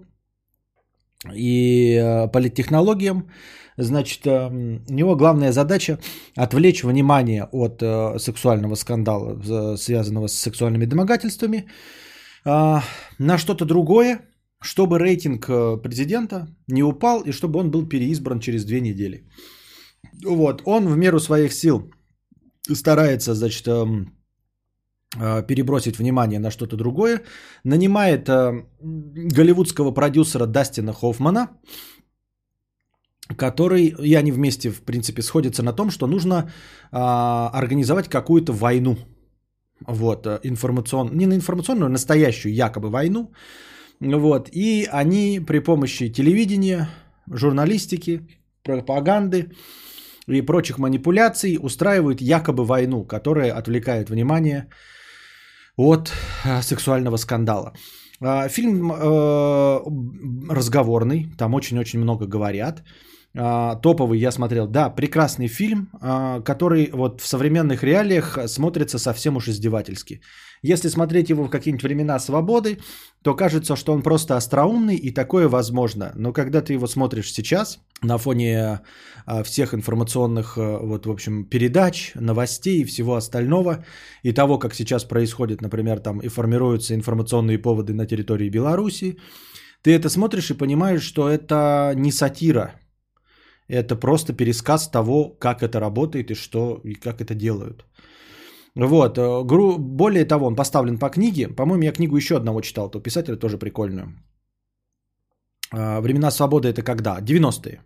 и политтехнологиям, значит, у него главная задача отвлечь внимание от сексуального скандала, связанного с сексуальными домогательствами, на что-то другое, чтобы рейтинг президента не упал и чтобы он был переизбран через две недели. Вот, он в меру своих сил старается, значит, перебросить внимание на что-то другое, нанимает голливудского продюсера Дастина Хоффмана, который, и они вместе, в принципе, сходятся на том, что нужно а, организовать какую-то войну. Вот, информационную, не на информационную, а настоящую якобы войну. Вот, и они при помощи телевидения, журналистики, пропаганды и прочих манипуляций устраивают якобы войну, которая отвлекает внимание от а, сексуального скандала. А, фильм а, разговорный, там очень-очень много говорят. Топовый я смотрел. Да, прекрасный фильм, который вот в современных реалиях смотрится совсем уж издевательски. Если смотреть его в какие-нибудь времена свободы, то кажется, что он просто остроумный и такое возможно. Но когда ты его смотришь сейчас, на фоне всех информационных вот, в общем, передач, новостей и всего остального, и того, как сейчас происходит, например, там и формируются информационные поводы на территории Беларуси, ты это смотришь и понимаешь, что это не сатира. Это просто пересказ того, как это работает и что и как это делают. Вот. Более того, он поставлен по книге. По-моему, я книгу еще одного читал, то писателя тоже прикольную. «Времена свободы» это когда? девяностые.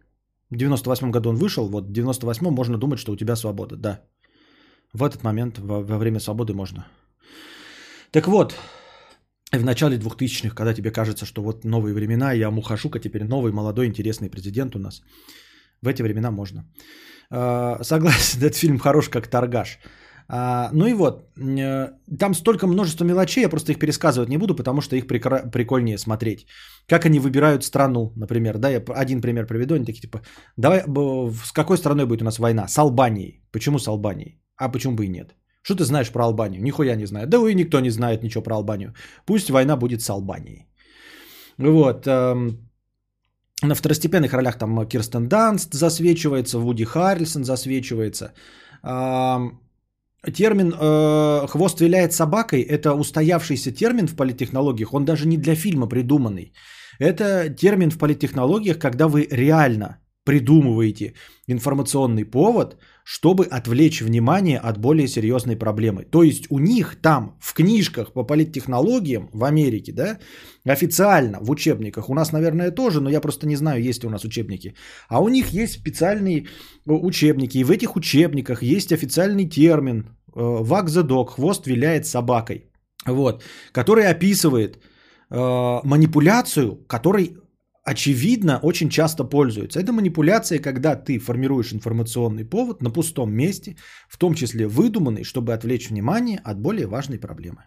В девяносто восьмом году он вышел, вот в девяносто восьмом можно думать, что у тебя свобода, да. В этот момент, во, во время свободы можно. Так вот, в начале двухтысячных, когда тебе кажется, что вот новые времена, я Мухашука, теперь новый, молодой, интересный президент у нас, в эти времена можно. Согласен, этот фильм хорош, как торгаш. А, ну и вот, там столько множества мелочей, я просто их пересказывать не буду, потому что их прикра- прикольнее смотреть. Как они выбирают страну, например, да, я один пример приведу, они такие типа, давай, с какой страной будет у нас война? С Албанией. Почему с Албанией? А почему бы и нет? Что ты знаешь про Албанию? Нихуя не знаю. Да и никто не знает ничего про Албанию. Пусть война будет с Албанией. Вот. Эм, на второстепенных ролях там Кирстен Данст засвечивается, Вуди Харрельсон засвечивается. Эм, термин э, «хвост виляет собакой» – это устоявшийся термин в политтехнологиях. Он даже не для фильма придуманный. Это термин в политтехнологиях, когда вы реально придумываете информационный повод, чтобы отвлечь внимание от более серьезной проблемы. То есть у них там в книжках по политтехнологиям в Америке, да, официально в учебниках, у нас, наверное, тоже, но я просто не знаю, есть ли у нас учебники, а у них есть специальные учебники, и в этих учебниках есть официальный термин «wag the dog», «хвост виляет собакой», вот, который описывает э, манипуляцию, которой очевидно, очень часто пользуются. Это манипуляция, когда ты формируешь информационный повод на пустом месте, в том числе выдуманный, чтобы отвлечь внимание от более важной проблемы.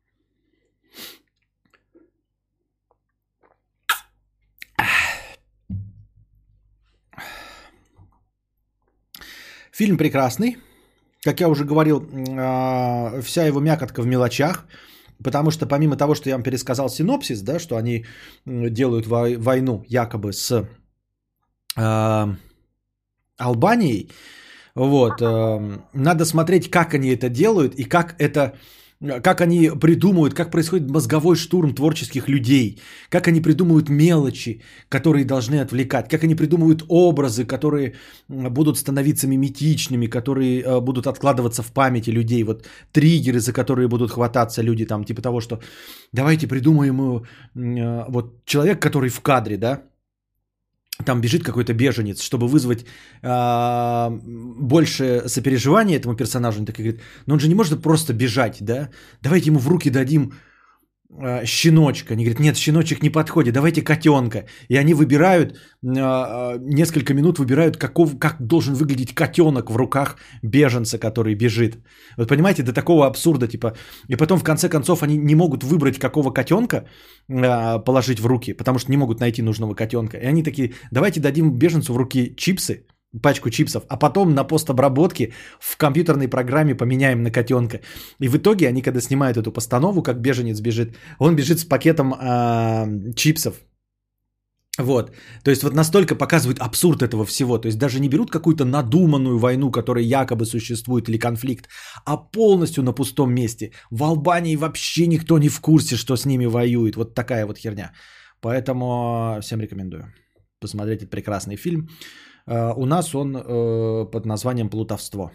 Фильм прекрасный. Как я уже говорил, вся его мякотка в мелочах. Потому что помимо того, что я вам пересказал синопсис, да, что они делают войну якобы с э, Албанией, вот, э, надо смотреть, как они это делают и как это, как они придумывают, как происходит мозговой штурм творческих людей, как они придумывают мелочи, которые должны отвлекать, как они придумывают образы, которые будут становиться миметичными, которые будут откладываться в памяти людей, вот триггеры, за которые будут хвататься люди, там, типа того, что давайте придумаем вот человек, который в кадре, да, там бежит какой-то беженец, чтобы вызвать э, больше сопереживания этому персонажу. Он такой говорит, но он же не может просто бежать, да? Давайте ему в руки дадим э, щеночка. Они говорят, нет, щеночек не подходит, давайте котенка. И они выбирают, э, несколько минут выбирают, каков, как должен выглядеть котенок в руках беженца, который бежит. Вот понимаете, до такого абсурда, типа. И потом в конце концов они не могут выбрать, какого котенка э, положить в руки, потому что не могут найти нужного котенка. И они такие, давайте дадим беженцу в руки чипсы, пачку чипсов, а потом на постобработке в компьютерной программе поменяем на котенка. И в итоге они, когда снимают эту постанову, как беженец бежит, он бежит с пакетом э, чипсов. Вот, то есть вот настолько показывают абсурд этого всего, то есть даже не берут какую-то надуманную войну, которая якобы существует, или конфликт, а полностью на пустом месте. В Албании вообще никто не в курсе, что с ними воюет, вот такая вот херня. Поэтому всем рекомендую посмотреть этот прекрасный фильм. У нас он под названием «Плутовство».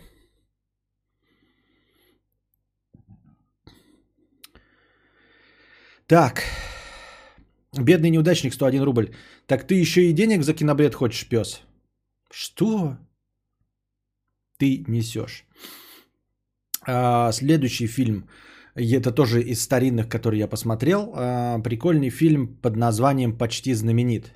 Так... Бедный неудачник, сто один рубль. Так ты еще и денег за кинобред хочешь, пес? Что ты несешь? А, следующий фильм. Это тоже из старинных, который я посмотрел. А, прикольный фильм под названием «Почти знаменит».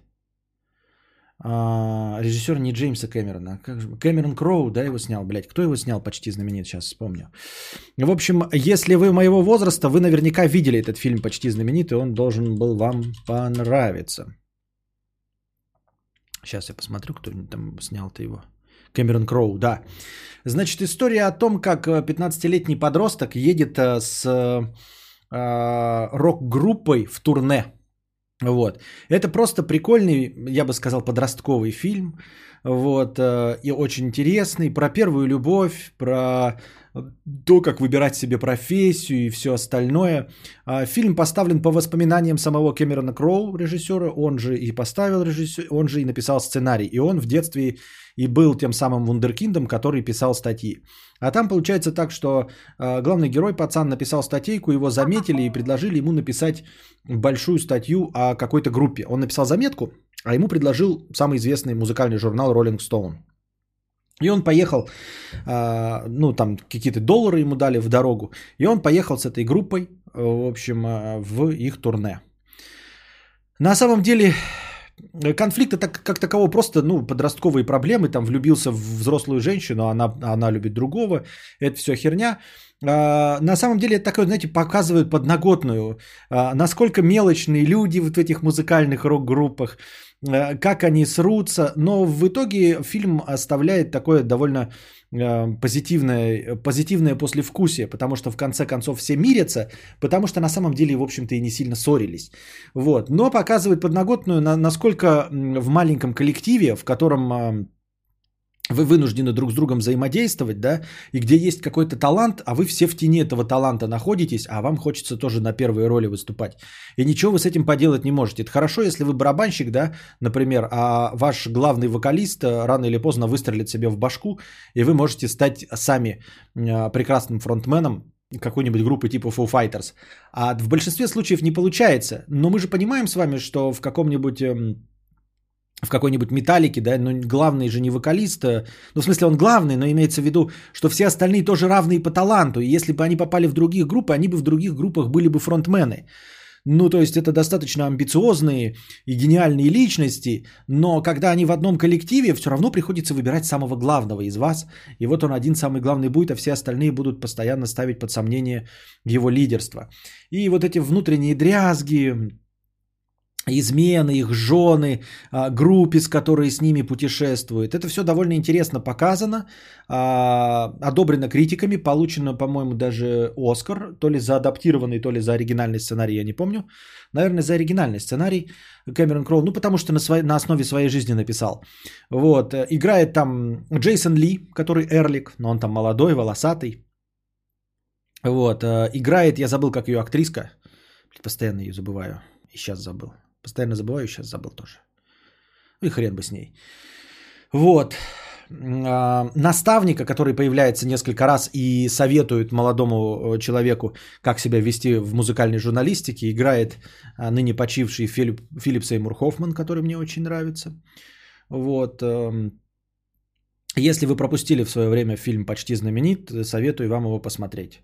А, режиссер не Джеймса Кэмерона. Как же? Кэмерон Кроу, да, его снял, блядь. Кто его снял «Почти знаменит»? Сейчас вспомню. В общем, если вы моего возраста, вы наверняка видели этот фильм «Почти знаменит», и он должен был вам понравиться. Сейчас я посмотрю, кто там снял-то его. Кэмерон Кроу, да. Значит, история о том, как пятнадцатилетний подросток едет с э, рок-группой в турне. Вот. Это просто прикольный, я бы сказал, подростковый фильм. Вот. И очень интересный. Про первую любовь, про то, как выбирать себе профессию и все остальное. Фильм поставлен по воспоминаниям самого Кэмерона Кроу, режиссера. Он же и поставил режиссер, он же и написал сценарий. И он в детстве и был тем самым вундеркиндом, который писал статьи. А там получается так, что главный герой, пацан, написал статейку, его заметили и предложили ему написать большую статью о какой-то группе. Он написал заметку, А ему предложил самый известный музыкальный журнал Rolling Stone. И он поехал, э, ну там какие-то доллары ему дали в дорогу, и он поехал с этой группой, в общем, э, в их турне. На самом деле конфликта так, как такового просто, ну, подростковые проблемы, там влюбился в взрослую женщину, она, она любит другого, это все херня. А, на самом деле это такое, знаете, показывает подноготную, а, насколько мелочные люди вот в этих музыкальных рок-группах, а, как они срутся, но в итоге фильм оставляет такое довольно позитивное, позитивное послевкусие, потому что в конце концов все мирятся, потому что на самом деле, в общем-то, и не сильно ссорились. Вот. Но показывает подноготную, на, насколько в маленьком коллективе, в котором вы вынуждены друг с другом взаимодействовать, да, и где есть какой-то талант, а вы все в тени этого таланта находитесь, а вам хочется тоже на первой роли выступать. И ничего вы с этим поделать не можете. Это хорошо, если вы барабанщик, да, например, а ваш главный вокалист рано или поздно выстрелит себе в башку, и вы можете стать сами прекрасным фронтменом какой-нибудь группы типа Foo Fighters. А в большинстве случаев не получается. Но мы же понимаем с вами, что в каком-нибудь... в какой-нибудь металлике, да, но главный же не вокалист, ну, в смысле, он главный, но имеется в виду, что все остальные тоже равные по таланту, и если бы они попали в другие группы, они бы в других группах были бы фронтмены. Ну, то есть, это достаточно амбициозные и гениальные личности, но когда они в одном коллективе, все равно приходится выбирать самого главного из вас, и вот он один самый главный будет, а все остальные будут постоянно ставить под сомнение его лидерство. И вот эти внутренние дрязги, измены, их жены, группе, с которой с ними путешествуют. Это все довольно интересно показано, одобрено критиками, получено, по-моему, даже Оскар, то ли за адаптированный, то ли за оригинальный сценарий, я не помню. Наверное, за оригинальный сценарий Кэмерон Кроу, ну, потому что на, своей, на основе своей жизни написал. Вот, играет там Джейсон Ли, который Эрлик, но он там молодой, волосатый. Вот, играет, я забыл, как ее актриска, постоянно ее забываю, и сейчас забыл. Постоянно забываю, сейчас забыл тоже. Ну и хрен бы с ней. Вот. Наставника, который появляется несколько раз и советует молодому человеку, как себя вести в музыкальной журналистике, играет ныне почивший Филипп, Филипп Сеймур Хоффман, который мне очень нравится. Вот. Если вы пропустили в свое время фильм «Почти знаменит», советую вам его посмотреть.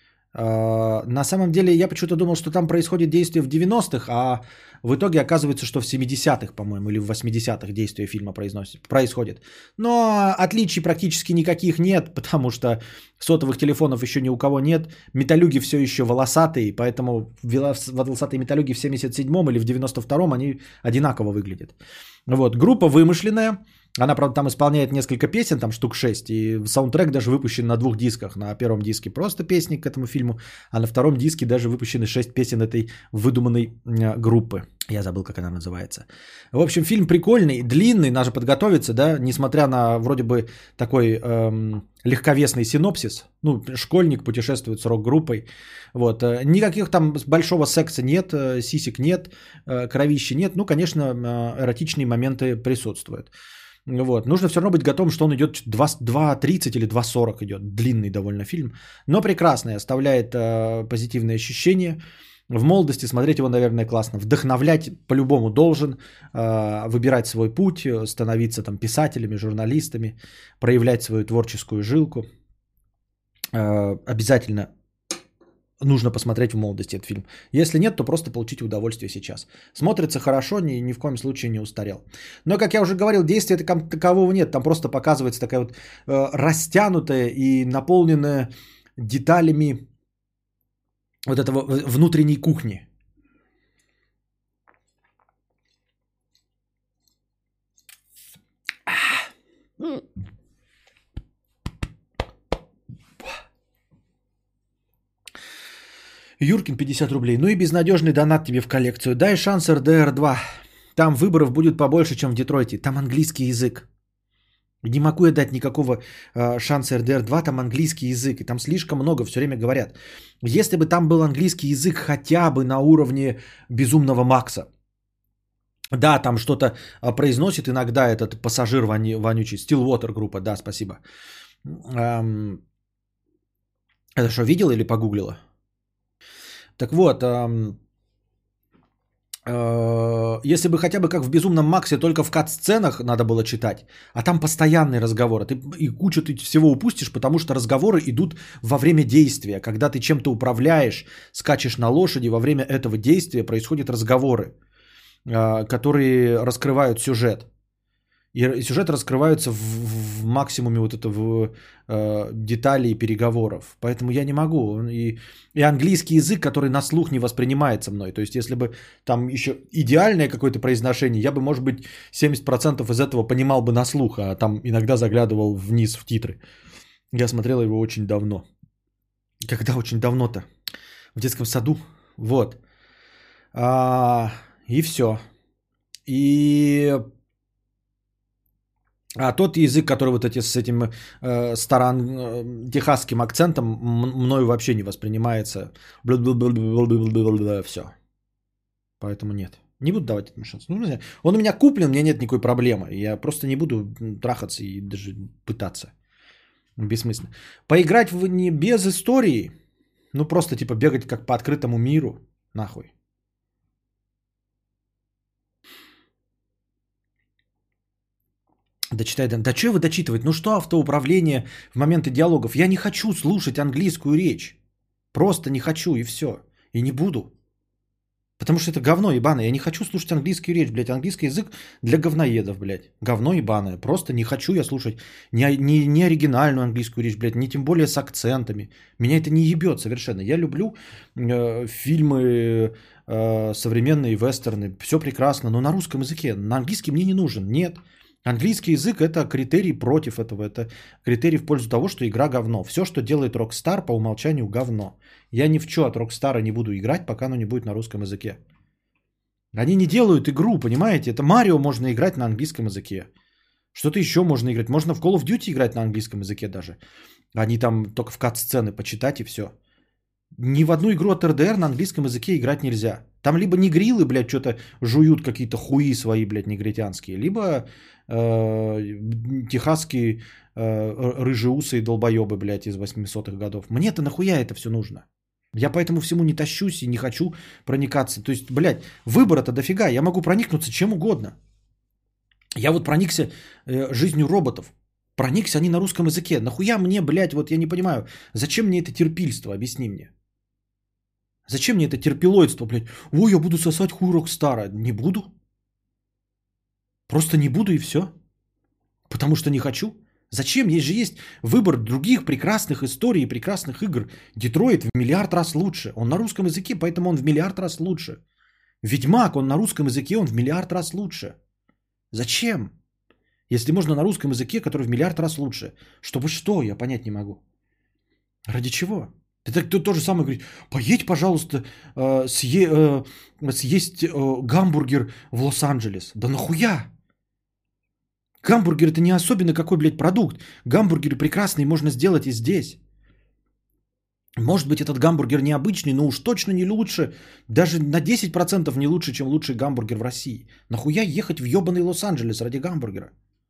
На самом деле, я почему-то думал, что там происходит действие в девяностых, а в итоге оказывается, что в семидесятых, по-моему, или в восьмидесятых действие фильма происходит. Но отличий практически никаких нет, потому что сотовых телефонов еще ни у кого нет. Металюги все еще волосатые, поэтому волосатые металюги в семьдесят седьмом или в девяносто втором они одинаково выглядят. Вот, группа вымышленная. Она, правда, там исполняет несколько песен, там штук шесть, и саундтрек даже выпущен на двух дисках. На первом диске просто песни к этому фильму, а на втором диске даже выпущены шесть песен этой выдуманной группы. Я забыл, как она называется. В общем, фильм прикольный, длинный, надо подготовиться, да, несмотря на вроде бы такой эм, легковесный синопсис. Ну, школьник путешествует с рок-группой. Вот. Никаких там большого секса нет, сисек нет, кровища нет. Ну, конечно, эротичные моменты присутствуют. Вот. Нужно все равно быть готовым, что он идет два тридцать или два сорок идет. Длинный довольно фильм. Но прекрасный, оставляет э, позитивные ощущения. В молодости смотреть его, наверное, классно. Вдохновлять по-любому должен. Э, выбирать свой путь, становиться там писателями, журналистами. Проявлять свою творческую жилку. Э, обязательно нужно посмотреть в молодости этот фильм. Если нет, то просто получите удовольствие сейчас. Смотрится хорошо, ни, ни в коем случае не устарел. Но, как я уже говорил, действия такового нет. Там просто показывается такая вот э, растянутая и наполненная деталями вот этого внутренней кухни. Юркин, пятьдесят рублей. Ну и безнадежный донат тебе в коллекцию. Дай шанс эр дэ эр два. Там выборов будет побольше, чем в Детройте. Там английский язык. Не могу я дать никакого э, шанса эр дэ эр два. Там английский язык. И там слишком много, все время говорят. Если бы там был английский язык хотя бы на уровне Безумного Макса. Да, там что-то произносит иногда этот пассажир воню, вонючий. Stillwater группа, да, спасибо. Эм, это что, видела или погуглила? Так вот, эм, Э, Если бы хотя бы как в «Безумном Максе» только в кат-сценах надо было читать, а там постоянные разговоры. Ты и кучу ты всего упустишь, потому что разговоры идут во время действия. Когда ты чем-то управляешь, скачешь на лошади, во время этого действия происходят разговоры, э, которые раскрывают сюжет. И сюжет раскрывается в, в максимуме вот этого э, деталей и переговоров. Поэтому я не могу. И, и английский язык, который на слух не воспринимается мной. То есть, если бы там еще идеальное какое-то произношение, я бы, может быть, семьдесят процентов из этого понимал бы на слух, а там иногда заглядывал вниз в титры. Я смотрел его очень давно. Когда очень давно-то? В детском саду. Вот. А, и все. И... А тот язык, который вот эти с этим э, старан э, техасским акцентом м- мною вообще не воспринимается. Все. Поэтому нет. Не буду давать этому шанс. Ну, не знаю. Он у меня куплен, у меня нет никакой проблемы. Я просто не буду трахаться и даже пытаться. Бессмысленно. Поиграть в не без истории. Ну, просто типа бегать как по открытому миру. Нахуй. Дочитай, да, да что вы дочитывать? Ну что автоуправление в моменты диалогов? Я не хочу слушать английскую речь. Просто не хочу и все. И не буду. Потому что это говно ебаное. Я не хочу слушать английскую речь, блядь. Английский язык для говноедов, блядь. Говно ебаное. Просто не хочу я слушать не, не, не оригинальную английскую речь, блядь. Не тем более с акцентами. Меня это не ебет совершенно. Я люблю э, фильмы э, современные, вестерны. Все прекрасно. Но на русском языке. На английский мне не нужен. Нет. Английский язык – это критерий против этого, это критерий в пользу того, что игра говно. Все, что делает Rockstar, по умолчанию говно. Я ни в чё от Rockstar не буду играть, пока оно не будет на русском языке. Они не делают игру, понимаете? Это Марио можно играть на английском языке. Что-то еще можно играть. Можно в Call of Duty играть на английском языке даже. Они там только в кат-сцены почитать и все. Ни в одну игру от эр дэ эр на английском языке играть нельзя. Там либо негрилы, блядь, что-то жуют какие-то хуи свои, блядь, негритянские, либо э, техасские э, рыжеусы и долбоебы, блядь, из восьмисотых годов. Мне-то нахуя это все нужно? Я поэтому всему не тащусь и не хочу проникаться. То есть, блядь, выбора-то дофига. Я могу проникнуться чем угодно. Я вот проникся э, жизнью роботов. Проникся они на русском языке. Нахуя мне, блядь, вот я не понимаю, зачем мне это терпильство? Объясни мне. Зачем мне это терпилоидство, блядь? Ой, я буду сосать хуй Рокстара. Не буду. Просто не буду и все. Потому что не хочу. Зачем? Есть же есть выбор других прекрасных историй и прекрасных игр. Детройт в миллиард раз лучше. Он на русском языке, поэтому он в миллиард раз лучше. Ведьмак, он на русском языке, он в миллиард раз лучше. Зачем? Если можно на русском языке, который в миллиард раз лучше. Чтобы что, я понять не могу. Ради чего? Это кто то же самое говорит, поедь, пожалуйста, э, съе, э, съесть э, гамбургер в Лос-Анджелес. Да нахуя? Гамбургер это не особенно какой, блядь, продукт. Гамбургеры прекрасные можно сделать и здесь. Может быть, этот гамбургер необычный, но уж точно не лучше, даже на десять процентов не лучше, чем лучший гамбургер в России. Нахуя ехать в ебаный Лос-Анджелес ради гамбургера?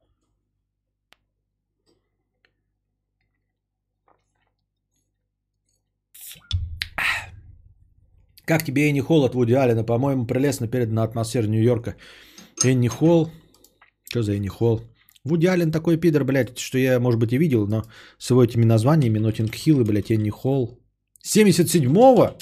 Как тебе Энни Холл от Вуди Аллена? По-моему, прелестно передана атмосфера Нью-Йорка. Энни Холл? Что за Энни Холл? Вуди Аллен такой пидор, блядь, что я, может быть, и видел, но с его этими названиями, Ноттинг Хилл и, блядь, Энни Холл. семьдесят седьмого?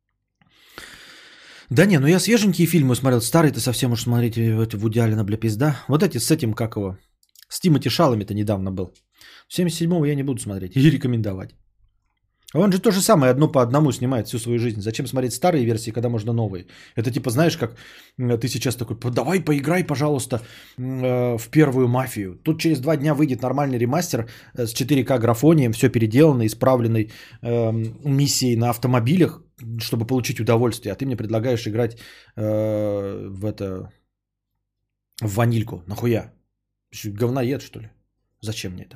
Да не, ну я свеженькие фильмы смотрел. Старые-то совсем уж смотрите, Вуди Аллена, бля, пизда. Вот эти с этим, как его, с Тимоти Шалами-то недавно был. семьдесят седьмого я не буду смотреть и рекомендовать. Он же то же самое, одно по одному снимает всю свою жизнь. Зачем смотреть старые версии, когда можно новые? Это типа, знаешь, как ты сейчас такой, давай поиграй, пожалуйста, в первую мафию. Тут через два дня выйдет нормальный ремастер с четыре ка графонием, все переделано, исправленной э, миссией на автомобилях, чтобы получить удовольствие. А ты мне предлагаешь играть э, в это, в ванильку. Нахуя? Говноед, что ли? Зачем мне это?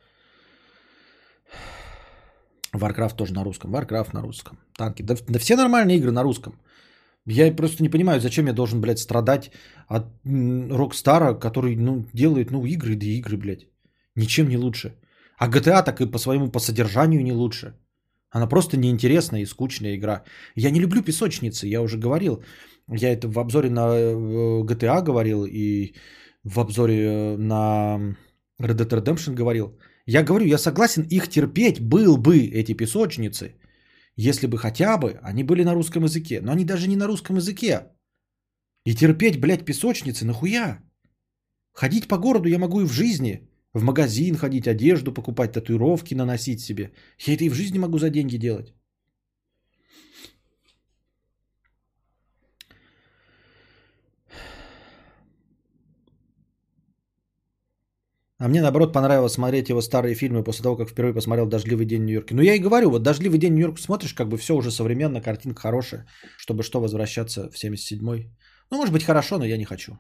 Warcraft тоже на русском. Warcraft на русском. Танки. Да, да все нормальные игры на русском. Я просто не понимаю, зачем я должен, блядь, страдать от Rockstar, который, ну, делает, ну, игры, да игры, блядь. Ничем не лучше. А джи ти эй так и по своему, по содержанию не лучше. Она просто неинтересная и скучная игра. Я не люблю песочницы, я уже говорил. Я это в обзоре на джи ти эй говорил и в обзоре на Red Dead Redemption говорил. Я говорю, я согласен их терпеть, был бы эти песочницы, если бы хотя бы они были на русском языке. Но они даже не на русском языке. И терпеть, блядь, песочницы нахуя? Ходить по городу я могу и в жизни. В магазин ходить, одежду покупать, татуировки наносить себе. Я это и в жизни могу за деньги делать. А мне, наоборот, понравилось смотреть его старые фильмы после того, как впервые посмотрел «Дождливый день в Нью-Йорке». Ну, я и говорю, вот «Дождливый день в Нью-Йорке» смотришь, как бы все уже современно, картинка хорошая, чтобы что, возвращаться в семьдесят седьмой. Ну, может быть, хорошо, но я не хочу.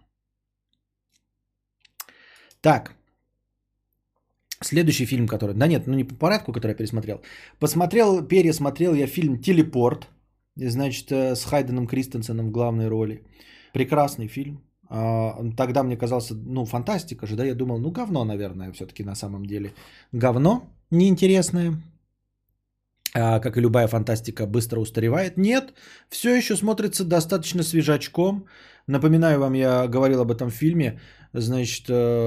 Так. Следующий фильм, который... Да нет, ну не по порядку, который я пересмотрел. Посмотрел, пересмотрел я фильм «Телепорт». Значит, с Хайденом Кристенсеном в главной роли. Прекрасный фильм. Тогда мне казался, ну, фантастика же, да, я думал, ну, говно, наверное, все-таки на самом деле. Говно неинтересное, как и любая фантастика, быстро устаревает. Нет, все еще смотрится достаточно свежачком. Напоминаю вам, я говорил об этом фильме, значит,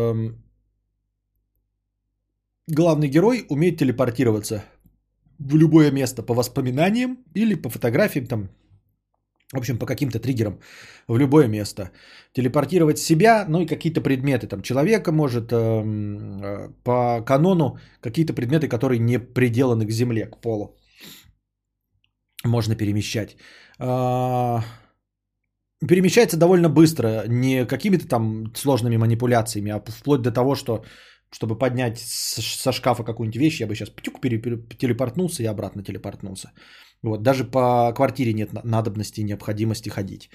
главный герой умеет телепортироваться в любое место по воспоминаниям или по фотографиям там. В общем, по каким-то триггерам в любое место. Телепортировать себя, ну и какие-то предметы. Там человека может э, по канону какие-то предметы, которые не приделаны к земле, к полу. Можно перемещать. Э, перемещается довольно быстро. Не какими-то там сложными манипуляциями, а вплоть до того, что чтобы поднять со шкафа какую-нибудь вещь, я бы сейчас птюк, телепортнулся и обратно телепортнулся. Вот, даже по квартире нет надобности и необходимости ходить.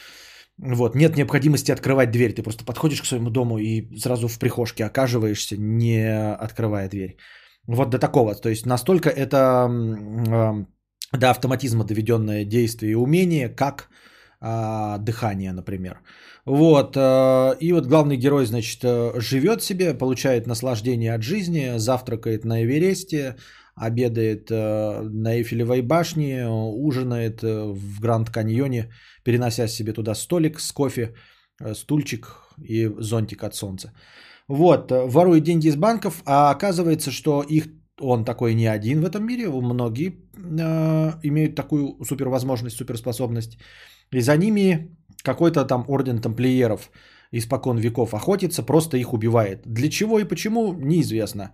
Вот, нет необходимости открывать дверь. Ты просто подходишь к своему дому и сразу в прихожке оказываешься, не открывая дверь. Вот до такого. То есть настолько это э, до автоматизма доведенное действие и умение, как э, дыхание, например. Вот, э, и вот главный герой, значит, живет себе, получает наслаждение от жизни, завтракает на Эвересте, обедает на Эйфелевой башне, ужинает в Гранд Каньоне, перенося себе туда столик с кофе, стульчик и зонтик от солнца. Вот, ворует деньги из банков, а оказывается, что их он такой не один в этом мире, многие э, имеют такую супервозможность, суперспособность, и за ними какой-то там орден тамплиеров испокон веков охотится, просто их убивает. Для чего и почему, неизвестно.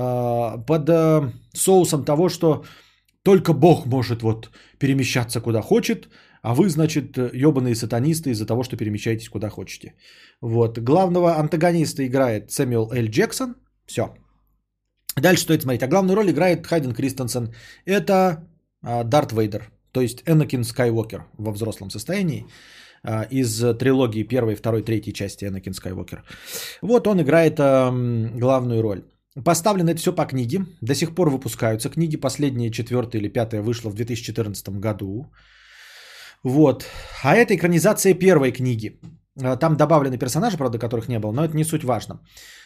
Под соусом того, что только Бог может вот перемещаться куда хочет, а вы, значит, ебаные сатанисты из-за того, что перемещаетесь куда хотите. Вот. Главного антагониста играет Сэмюэл Л. Джексон. Все. Дальше стоит смотреть. А главную роль играет Хайден Кристенсен. Это Дарт Вейдер, то есть Энакин Скайуокер во взрослом состоянии. Из трилогии первой, второй, третьей части Энакин Скайуокер. Вот он играет э, главную роль. Поставлено это все по книге. До сих пор выпускаются книги. Последняя, четвертая или пятая вышла в две тысячи четырнадцатом году. Вот. А это экранизация первой книги. Там добавлены персонажи, правда, которых не было, но это не суть важно.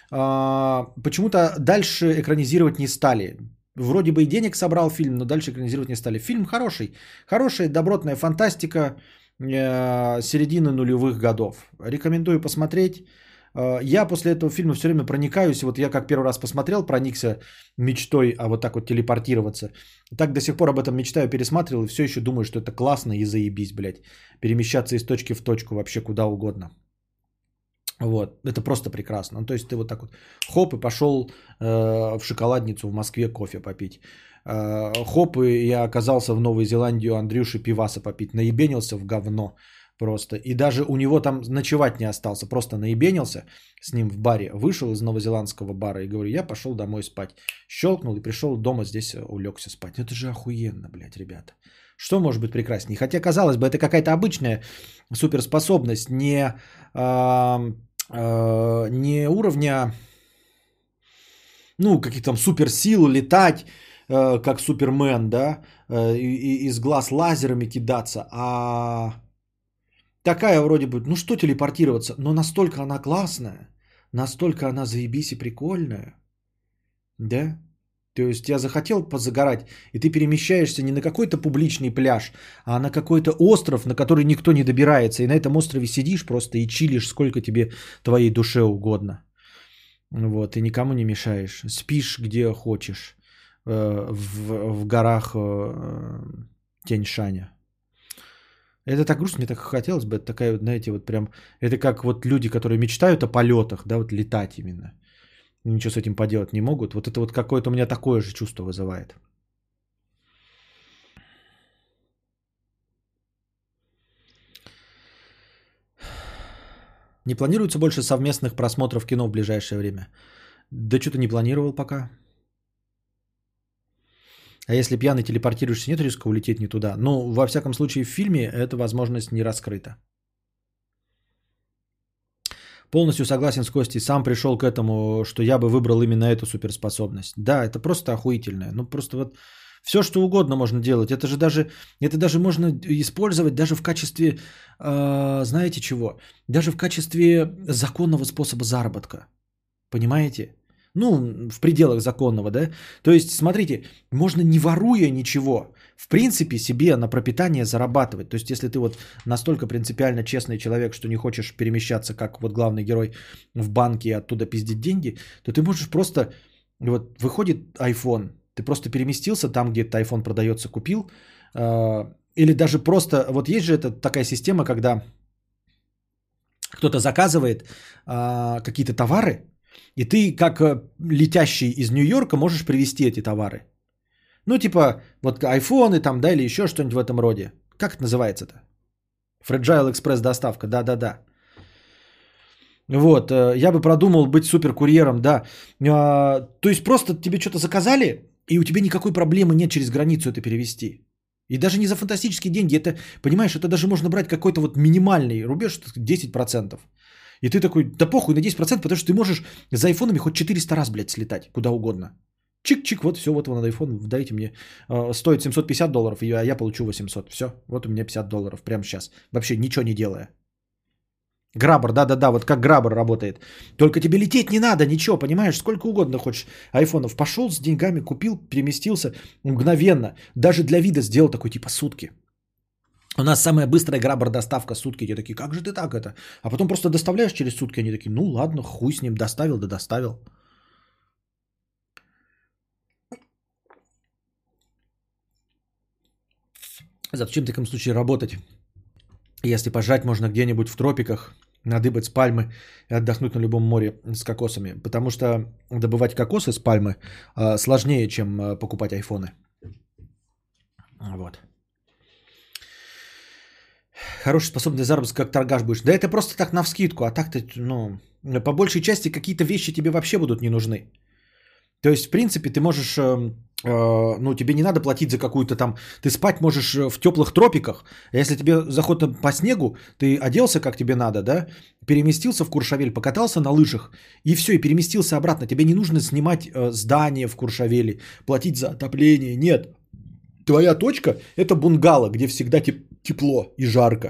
Почему-то дальше экранизировать не стали. Вроде бы и денег собрал фильм, но дальше экранизировать не стали. Фильм хороший. Хорошая, добротная фантастика середины нулевых годов. Рекомендую посмотреть. Я после этого фильма все время проникаюсь. Вот я как первый раз посмотрел, проникся мечтой, а вот так вот телепортироваться. Так до сих пор об этом мечтаю, пересматривал и все еще думаю, что это классно и заебись, блядь. Перемещаться из точки в точку вообще куда угодно. Вот, это просто прекрасно. Ну, то есть ты вот так вот хоп и пошел э, в шоколадницу в Москве кофе попить. Э, хоп и я оказался в Новой Зеландии у Андрюши пиваса попить. Наебенился в говно просто. И даже у него там ночевать не остался. Просто наебенился с ним в баре. Вышел из новозеландского бара и говорю, я пошел домой спать. Щелкнул и пришел дома, здесь улегся спать. Это же охуенно, блядь, ребята. Что может быть прекраснее? Хотя, казалось бы, это какая-то обычная суперспособность, не, э, э, не уровня, ну, каких-то там суперсил, летать, э, как Супермен, да, э, и, и из глаз лазерами кидаться, а такая вроде бы, ну что телепортироваться, но настолько она классная, настолько она заебись и прикольная, да? То есть я захотел позагорать, и ты перемещаешься не на какой-то публичный пляж, а на какой-то остров, на который никто не добирается. И на этом острове сидишь просто и чилишь, сколько тебе твоей душе угодно. Вот, и никому не мешаешь. Спишь где хочешь. Э, в, в горах э, Тянь-Шаня. Это так грустно, мне так хотелось бы. Это такая, вот, знаете, вот прям... Это как вот люди, которые мечтают о полетах, да, вот летать именно. Ничего с этим поделать не могут. Вот это вот какое-то у меня такое же чувство вызывает. Не планируется больше совместных просмотров кино в ближайшее время? Да что-то не планировал пока. А если пьяный телепортируешься, нет риска улететь не туда? Ну, во всяком случае, в фильме эта возможность не раскрыта. Полностью согласен с Костей. Сам пришел к этому, что я бы выбрал именно эту суперспособность. Да, это просто охуительное. Ну, просто вот все, что угодно можно делать. Это же даже, это даже можно использовать даже в качестве, э, знаете чего? Даже в качестве законного способа заработка. Понимаете? Ну, в пределах законного, да? То есть, смотрите, можно не воруя ничего, в принципе, себе на пропитание зарабатывать. То есть, если ты вот настолько принципиально честный человек, что не хочешь перемещаться, как вот главный герой в банке и оттуда пиздить деньги, то ты можешь просто, вот выходит iPhone, ты просто переместился там, где этот iPhone продается, купил, э, или даже просто, вот есть же это такая система, когда кто-то заказывает э, какие-то товары, и ты, как э, летящий из Нью-Йорка, можешь привезти эти товары. Ну, типа, вот айфоны там, да, или еще что-нибудь в этом роде. Как это называется-то? Fragile Express доставка, да-да-да. Вот, э, я бы продумал быть суперкурьером, да. А, то есть просто тебе что-то заказали, и у тебя никакой проблемы нет через границу это перевести. И даже не за фантастические деньги, это, понимаешь, это даже можно брать какой-то вот минимальный рубеж, десять процентов. И ты такой, да похуй, на десять процентов, потому что ты можешь за айфонами хоть четыреста раз, блядь, слетать, куда угодно. Чик-чик, вот все, вот он на iPhone, дайте мне. Э, стоит семьсот пятьдесят долларов, а я получу восемьсот. Все, вот у меня пятьдесят долларов прямо сейчас. Вообще ничего не делая. Граббер, да-да-да, вот как граббер работает. Только тебе лететь не надо, ничего, понимаешь, сколько угодно хочешь айфонов. Пошел с деньгами, купил, переместился мгновенно. Даже для вида сделал такой типа сутки. У нас самая быстрая граббер доставка сутки. Те такие, как же ты так это? А потом просто доставляешь через сутки, они такие, ну ладно, хуй с ним, доставил, да доставил. Зачем в таком случае работать? Если пожрать можно где-нибудь в тропиках, надыбать с пальмы и отдохнуть на любом море с кокосами. Потому что добывать кокосы с пальмы э, сложнее, чем э, покупать айфоны. Вот. Хорошая способность заработка, как торгаш будешь. Да это просто так навскидку, а так-то, ну, по большей части какие-то вещи тебе вообще будут не нужны. То есть, в принципе, ты можешь, э, э, ну, тебе не надо платить за какую-то там, ты спать можешь в теплых тропиках, а если тебе заход по снегу, ты оделся как тебе надо, да, переместился в Куршавель, покатался на лыжах, и все, и переместился обратно. Тебе не нужно снимать э, здание в Куршавеле, платить за отопление, нет. Твоя точка – это бунгало, где всегда теп- тепло и жарко.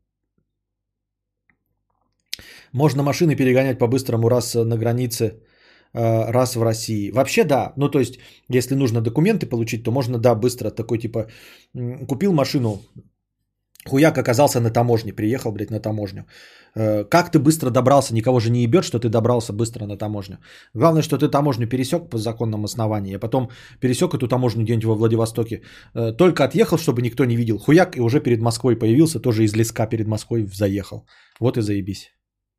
Можно машины перегонять по-быстрому раз на границе, раз в России. Вообще да, ну то есть, если нужно документы получить, то можно, да, быстро такой типа, купил машину, хуяк оказался на таможне, приехал, блядь, на таможню. Как ты быстро добрался, никого же не ебет, что ты добрался быстро на таможню. Главное, что ты таможню пересек по законному основанию, а потом пересек эту таможню где-нибудь во Владивостоке, только отъехал, чтобы никто не видел, хуяк, и уже перед Москвой появился, тоже из леска перед Москвой заехал. Вот и заебись.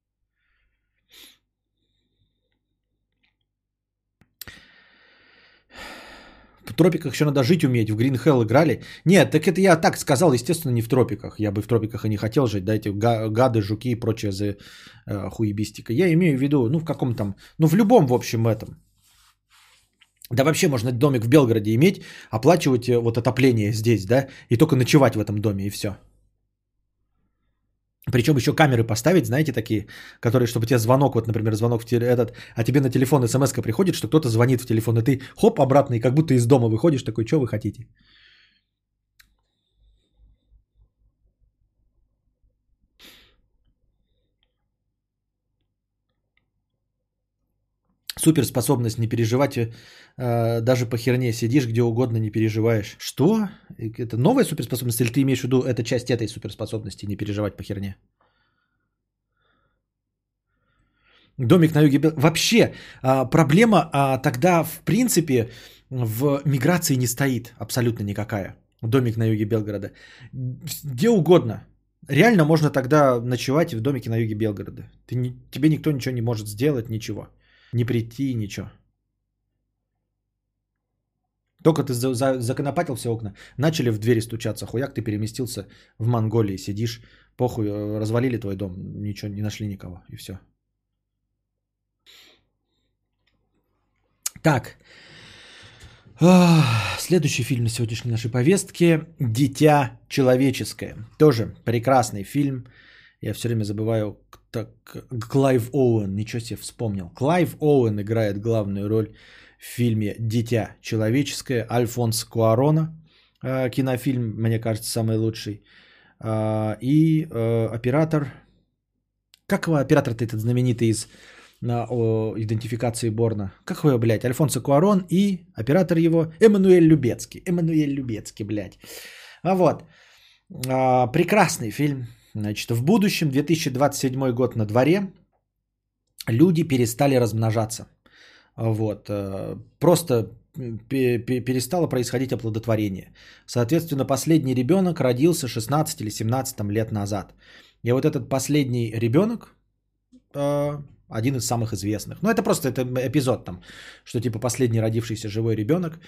В тропиках еще надо жить уметь. В Green Hell играли? Нет, так это я так сказал, естественно, не в тропиках. Я бы в тропиках и не хотел жить. Да, эти гады, жуки и прочее за э, хуебистика. Я имею в виду, ну, в каком там, ну, в любом, в общем, этом. Да вообще можно домик в Белгороде иметь, оплачивать вот отопление здесь, да, и только ночевать в этом доме, и все. Причем еще камеры поставить, знаете, такие, которые, чтобы тебе звонок, вот, например, звонок в теле, этот, а тебе на телефон смс-ка приходит, что кто-то звонит в телефон, и ты хоп, обратно, и как будто из дома выходишь, такой, что вы хотите? Суперспособность не переживать, э, даже по херне сидишь где угодно, не переживаешь. Что? Это новая суперспособность или ты имеешь в виду, это часть этой суперспособности, не переживать по херне? Домик на юге. Вообще, а, проблема а, тогда, в принципе, в миграции не стоит абсолютно никакая. Домик на юге Белгорода. Где угодно. Реально можно тогда ночевать в домике на юге Белгорода. Ты не, тебе никто ничего не может сделать, ничего. Не прийти, ничего. Только ты за, за, законопатил все окна. Начали в двери стучаться. Хуяк, ты переместился в Монголии. Сидишь, похуй, развалили твой дом. Ничего, не нашли никого. И все. Так. Следующий фильм на сегодняшней нашей повестке «Дитя человеческое». Тоже прекрасный фильм. Я все время забываю, так, Клайв Оуэн, ничего себе вспомнил. Клайв Оуэн играет главную роль в фильме «Дитя человеческое». Альфонсо Куарона, кинофильм, мне кажется, самый лучший. И оператор, как его оператор-то этот знаменитый из на о, идентификации Борна? Как его, блядь? Альфонсо Куарон и оператор его Эммануэль Любецкий. Эммануэль Любецкий, блядь. А вот. А, прекрасный фильм. Значит, в будущем, две тысячи двадцать седьмой год на дворе, люди перестали размножаться. Вот. Просто перестало происходить оплодотворение. Соответственно, последний ребенок родился шестнадцать или семнадцать лет назад. И вот этот последний ребенок, один из самых известных. Ну, это просто это эпизод там, что типа последний родившийся живой ребенок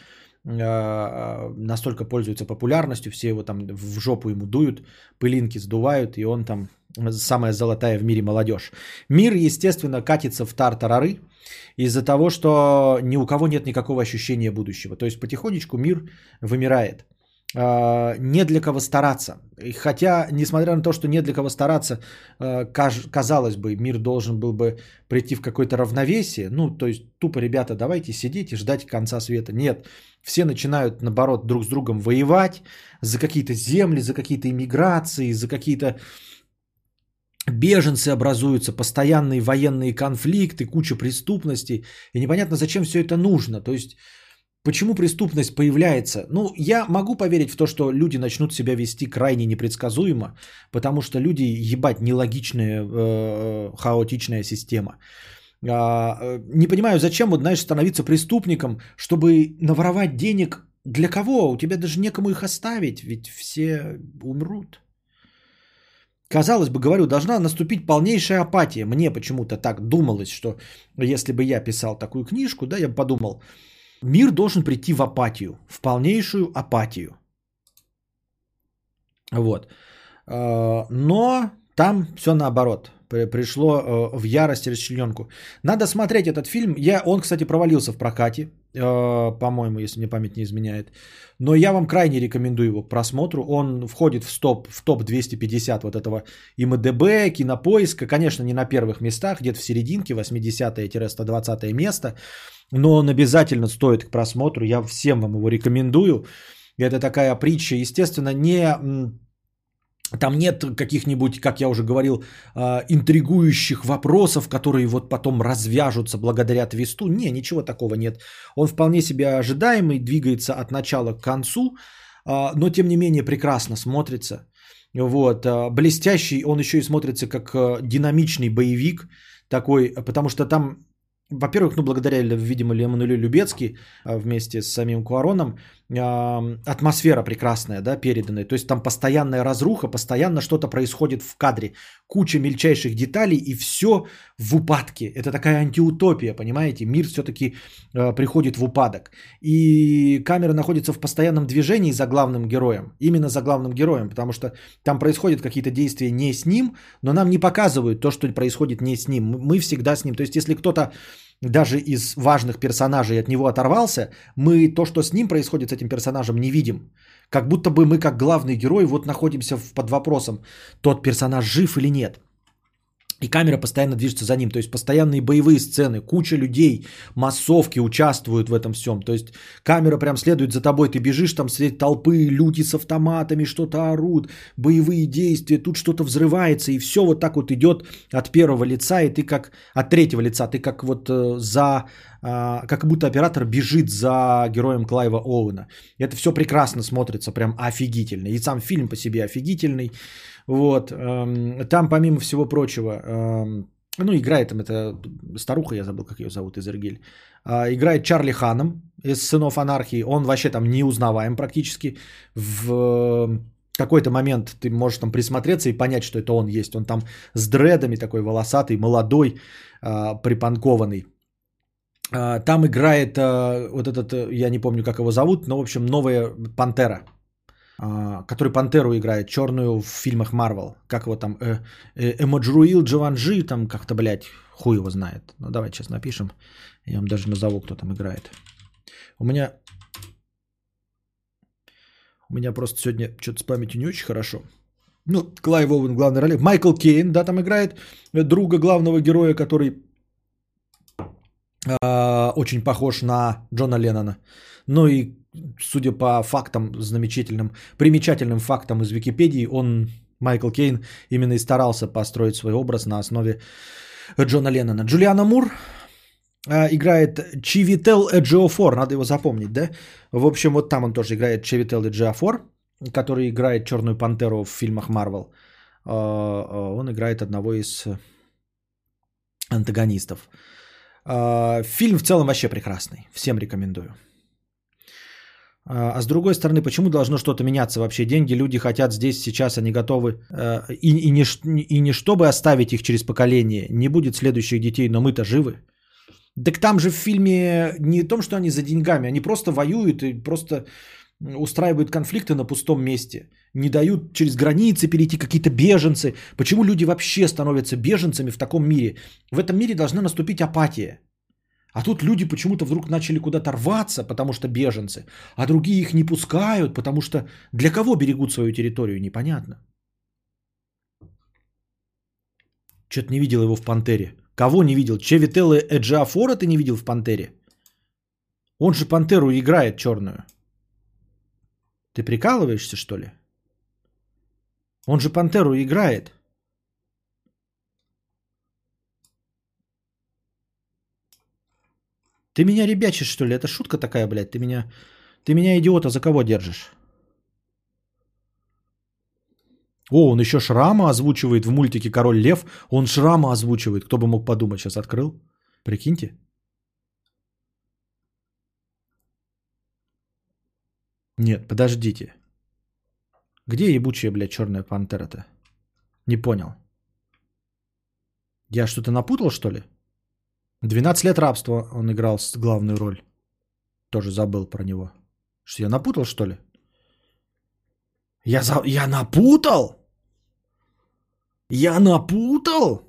настолько пользуется популярностью, все его там в жопу ему дуют, пылинки сдувают, и он там самая золотая в мире молодежь. Мир, естественно, катится в тартарары из-за того, что ни у кого нет никакого ощущения будущего. То есть потихонечку мир вымирает. Не для кого стараться. Хотя, несмотря на то, что не для кого стараться, казалось бы, мир должен был бы прийти в какое-то равновесие. Ну, то есть, тупо, ребята, давайте сидеть и ждать конца света. Нет, все начинают, наоборот, друг с другом воевать за какие-то земли, за какие-то иммиграции, за какие-то беженцы образуются, постоянные военные конфликты, куча преступностей. И непонятно, зачем все это нужно. То есть, почему преступность появляется? Ну, я могу поверить в то, что люди начнут себя вести крайне непредсказуемо, потому что люди, ебать, нелогичная, э, хаотичная система. А, не понимаю, зачем, вот, знаешь, становиться преступником, чтобы наворовать денег. Для кого? У тебя даже некому их оставить, ведь все умрут. Казалось бы, говорю, должна наступить полнейшая апатия. Мне почему-то так думалось, что если бы я писал такую книжку, да, я бы подумал, мир должен прийти в апатию, в полнейшую апатию. Вот. Но там все наоборот. Пришло в ярость и расчлененку. Надо смотреть этот фильм. Я, он, кстати, провалился в прокате, по-моему, если мне память не изменяет. Но я вам крайне рекомендую его к просмотру. Он входит в топ, в топ двести пятьдесят вот этого эм дэ бэ, Кинопоиска. Конечно, не на первых местах, где-то в серединке, восьмидесятое - сто двадцатое место. Но он обязательно стоит к просмотру. Я всем вам его рекомендую. Это такая притча. Естественно, не... Там нет каких-нибудь, как я уже говорил, интригующих вопросов, которые вот потом развяжутся благодаря твисту. Не, ничего такого нет. Он вполне себе ожидаемый, двигается от начала к концу, но тем не менее прекрасно смотрится. Вот. Блестящий, он еще и смотрится как динамичный боевик такой, потому что там... Во-первых, ну, благодаря, видимо, Эммануэлю Любецки вместе с самим Куароном, атмосфера прекрасная, да, переданная. То есть там постоянная разруха, постоянно что-то происходит в кадре. Куча мельчайших деталей и все в упадке. Это такая антиутопия, понимаете? Мир все-таки приходит в упадок. И камера находится в постоянном движении за главным героем. Именно за главным героем, потому что там происходят какие-то действия не с ним, но нам не показывают то, что происходит не с ним. Мы всегда с ним. То есть если кто-то даже из важных персонажей от него оторвался, мы то, что с ним происходит, с этим персонажем, не видим. Как будто бы мы, как главный герой, вот находимся под вопросом, тот персонаж жив или нет. И камера постоянно движется за ним. То есть постоянные боевые сцены, куча людей, массовки участвуют в этом всем. То есть камера прям следует за тобой. Ты бежишь, там среди толпы, люди с автоматами что-то орут, боевые действия, тут что-то взрывается. И все вот так вот идет от первого лица, и ты как от третьего лица. Ты как вот э, за... Э, как будто оператор бежит за героем Клайва Оуэна. Это все прекрасно смотрится, прям офигительно. И сам фильм по себе офигительный. Вот, там, помимо всего прочего, ну, играет там эта старуха, я забыл, как ее зовут, Изергиль, играет Чарли Ханом из «Сынов анархии», он вообще там неузнаваем практически, в какой-то момент ты можешь там присмотреться и понять, что это он есть, он там с дредами такой волосатый, молодой, припанкованный. Там играет вот этот, я не помню, как его зовут, но, в общем, новая Пантера, который Пантеру играет, черную в фильмах Марвел. Как его там? Э, э, Эмаджруил Джованджи, там как-то, блядь, хуй его знает. Ну, давайте сейчас напишем. Я вам даже назову, кто там играет. У меня... У меня просто сегодня что-то с памятью не очень хорошо. Ну, Клайв Оуэн в главной роли. Майкл Кейн, да, там играет друга главного героя, который э, очень похож на Джона Леннона. Ну и судя по фактам замечательным, примечательным фактам из Википедии, он, Майкл Кейн, именно и старался построить свой образ на основе Джона Леннона. Джулиана Мур э, играет Чивител Эджиофор, надо его запомнить, да? В общем, вот там он тоже играет Чивител Эджиофор, который играет Черную Пантеру в фильмах Марвел. Э, э, он играет одного из антагонистов. Э, фильм в целом вообще прекрасный, всем рекомендую. А с другой стороны, почему должно что-то меняться вообще? Деньги люди хотят здесь, сейчас, они готовы. И, и, не, и не чтобы оставить их через поколение. Не будет следующих детей, но мы-то живы. Так там же в фильме не том, что они за деньгами. Они просто воюют и просто устраивают конфликты на пустом месте. Не дают через границы перейти какие-то беженцы. Почему люди вообще становятся беженцами в таком мире? В этом мире должна наступить апатия. А тут люди почему-то вдруг начали куда-то рваться, потому что беженцы, а другие их не пускают, потому что для кого берегут свою территорию, непонятно. Что-то не видел его в «Пантере». Кого не видел? Чевителла Эджиофора ты не видел в «Пантере»? Он же Пантеру играет черную. Ты прикалываешься, что ли? Он же Пантеру играет. Ты меня ребячишь, что ли? Это шутка такая, блядь. Ты меня, ты меня, идиота, за кого держишь? О, он еще Шрама озвучивает в мультике «Король Лев». Он Шрама озвучивает. Кто бы мог подумать, сейчас открыл. Прикиньте. Нет, подождите. Где ебучая, блядь, черная пантера-то? Не понял. Я что-то напутал, что ли? двенадцать лет рабства он играл с главную роль. Тоже забыл про него. Что, я напутал, что ли? Я, за... я напутал? Я напутал?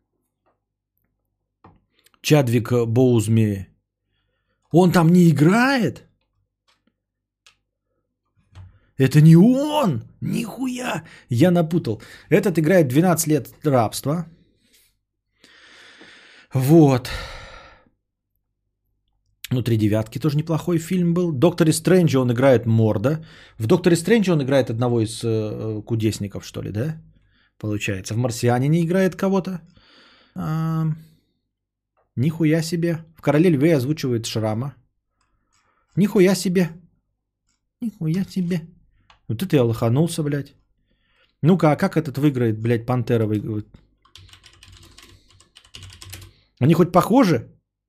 Чадвик Боузми. Он там не играет? Это не он! Нихуя! Я напутал. Этот играет двенадцать лет рабства. Вот. Ну, «Три девятки» тоже неплохой фильм был. В «Докторе Стрэнджи» он играет Морда. В «Докторе Стрэнджи» он играет одного из э, кудесников, что ли, да? Получается. В «Марсианине» играет кого-то. А, нихуя себе. В «Короле Льве» озвучивает Шрама. Нихуя себе. Нихуя себе. Вот это я лоханулся, блядь. Ну-ка, а как этот выиграет, блядь, Пантера выигрывает? Они хоть похожи?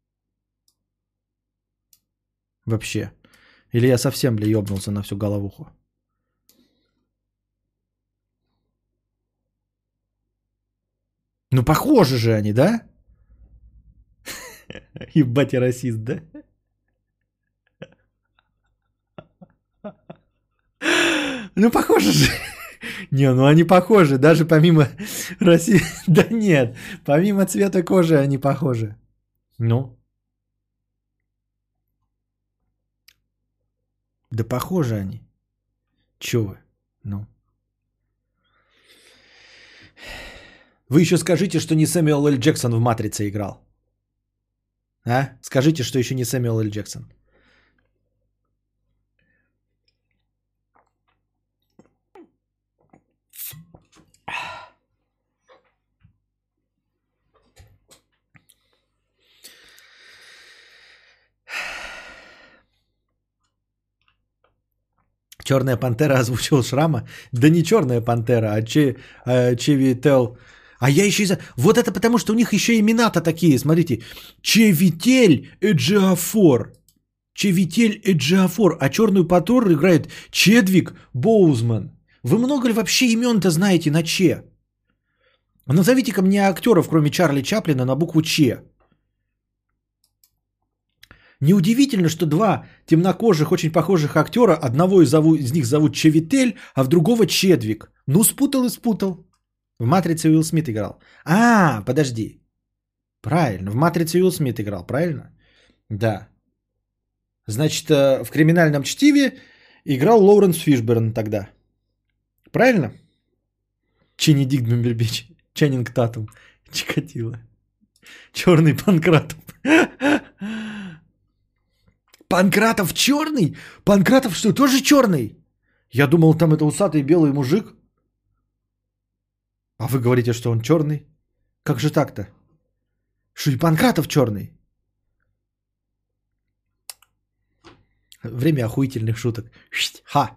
Вообще. Или я совсем, бля, ёбнулся на всю головуху? Ну, похожи же они, да? Ебать, я расист, да? Ну, похожи же. Не, ну они похожи, даже помимо России. Да нет, помимо цвета кожи они похожи. Ну? Да похожи они. Чё вы? Ну? Вы еще скажите, что не Сэмюэл Л. Джексон в «Матрице» играл. А? Скажите, что еще не Сэмюэл Л. Джексон. Черная пантера озвучил Шрама. Да не черная пантера, а Че, а, Чевител. А я еще из-за... Вот это потому, что у них еще имена-то такие. Смотрите. Чевитель Эджиафор. Чевитель Эджиафор. А черную пантеру играет Чедвик Боузман. Вы много ли вообще имен-то знаете на Че? Назовите-ка мне актеров, кроме Чарли Чаплина, на букву Че. Неудивительно, что два темнокожих, очень похожих актера, одного из, зову, из них зовут Чевитель, а в другого Чедвик. Ну, спутал и спутал. В «Матрице» Уилл Смит играл. А, подожди. Правильно, в «Матрице» Уилл Смит играл, правильно? Да. Значит, в «Криминальном чтиве» играл Лоуренс Фишберн тогда. Правильно? Ченни Дигбембербич, Ченнинг Татум, Чикатило. Черный Панкратов. Панкратов черный? Панкратов что, тоже черный? Я думал, там это усатый белый мужик. А вы говорите, что он черный? Как же так-то? Что и Панкратов черный? Время охуительных шуток. Ха!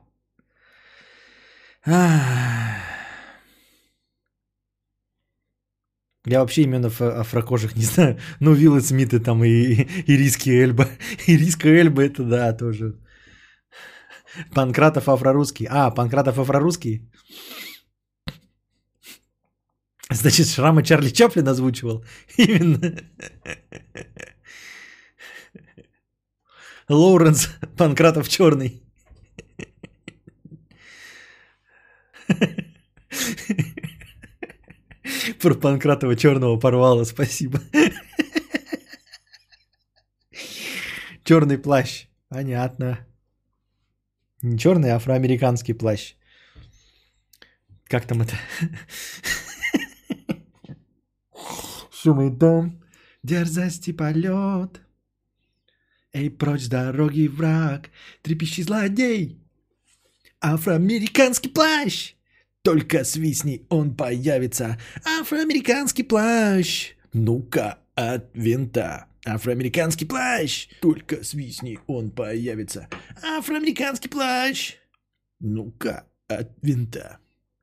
Я вообще именно афрокожих не знаю. Ну, Уилл Смит и там и, и Риски Эльба. И Риска Эльба это да, тоже. Панкратов афрорусский. А, Панкратов афрорусский? Значит, Шрама Чарли Чаплин озвучивал. Именно. Лоуренс Панкратов черный. Про Панкратова черного порвало, спасибо. Черный плащ. Понятно. Не черный, а афроамериканский плащ. Как там это? Шум и дом, дерзость и полет. Эй, прочь с дороги, враг, трепещи злодей. Афроамериканский плащ. Только свистни, он появится. Афроамериканский плащ. Ну-ка, от винта. Афроамериканский плащ. Только свистни, он появится. Афроамериканский плащ. Ну-ка, от винта.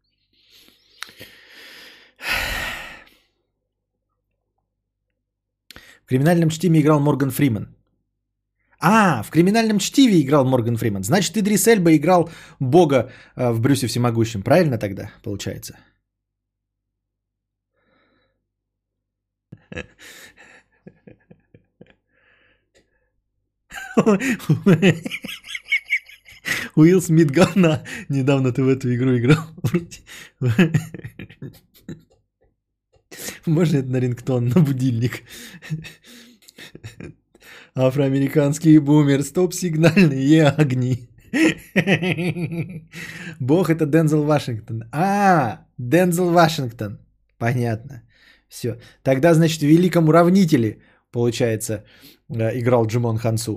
В «Криминальном чтиве» играл Морган Фриман. А, в «Криминальном чтиве» играл Морган Фриман. Значит, Идрис Эльба играл Бога в «Брюсе всемогущем». Правильно тогда получается? Уилл Смит говна. Недавно ты в эту игру играл. Можно это на рингтон, на будильник? Афроамериканский бумер, стоп-сигнальные огни. Бог это Дензел Вашингтон. А, Дензел Вашингтон. Понятно. Все. Тогда, значит, в «Великом уравнителе», получается, играл Джимон Хансу.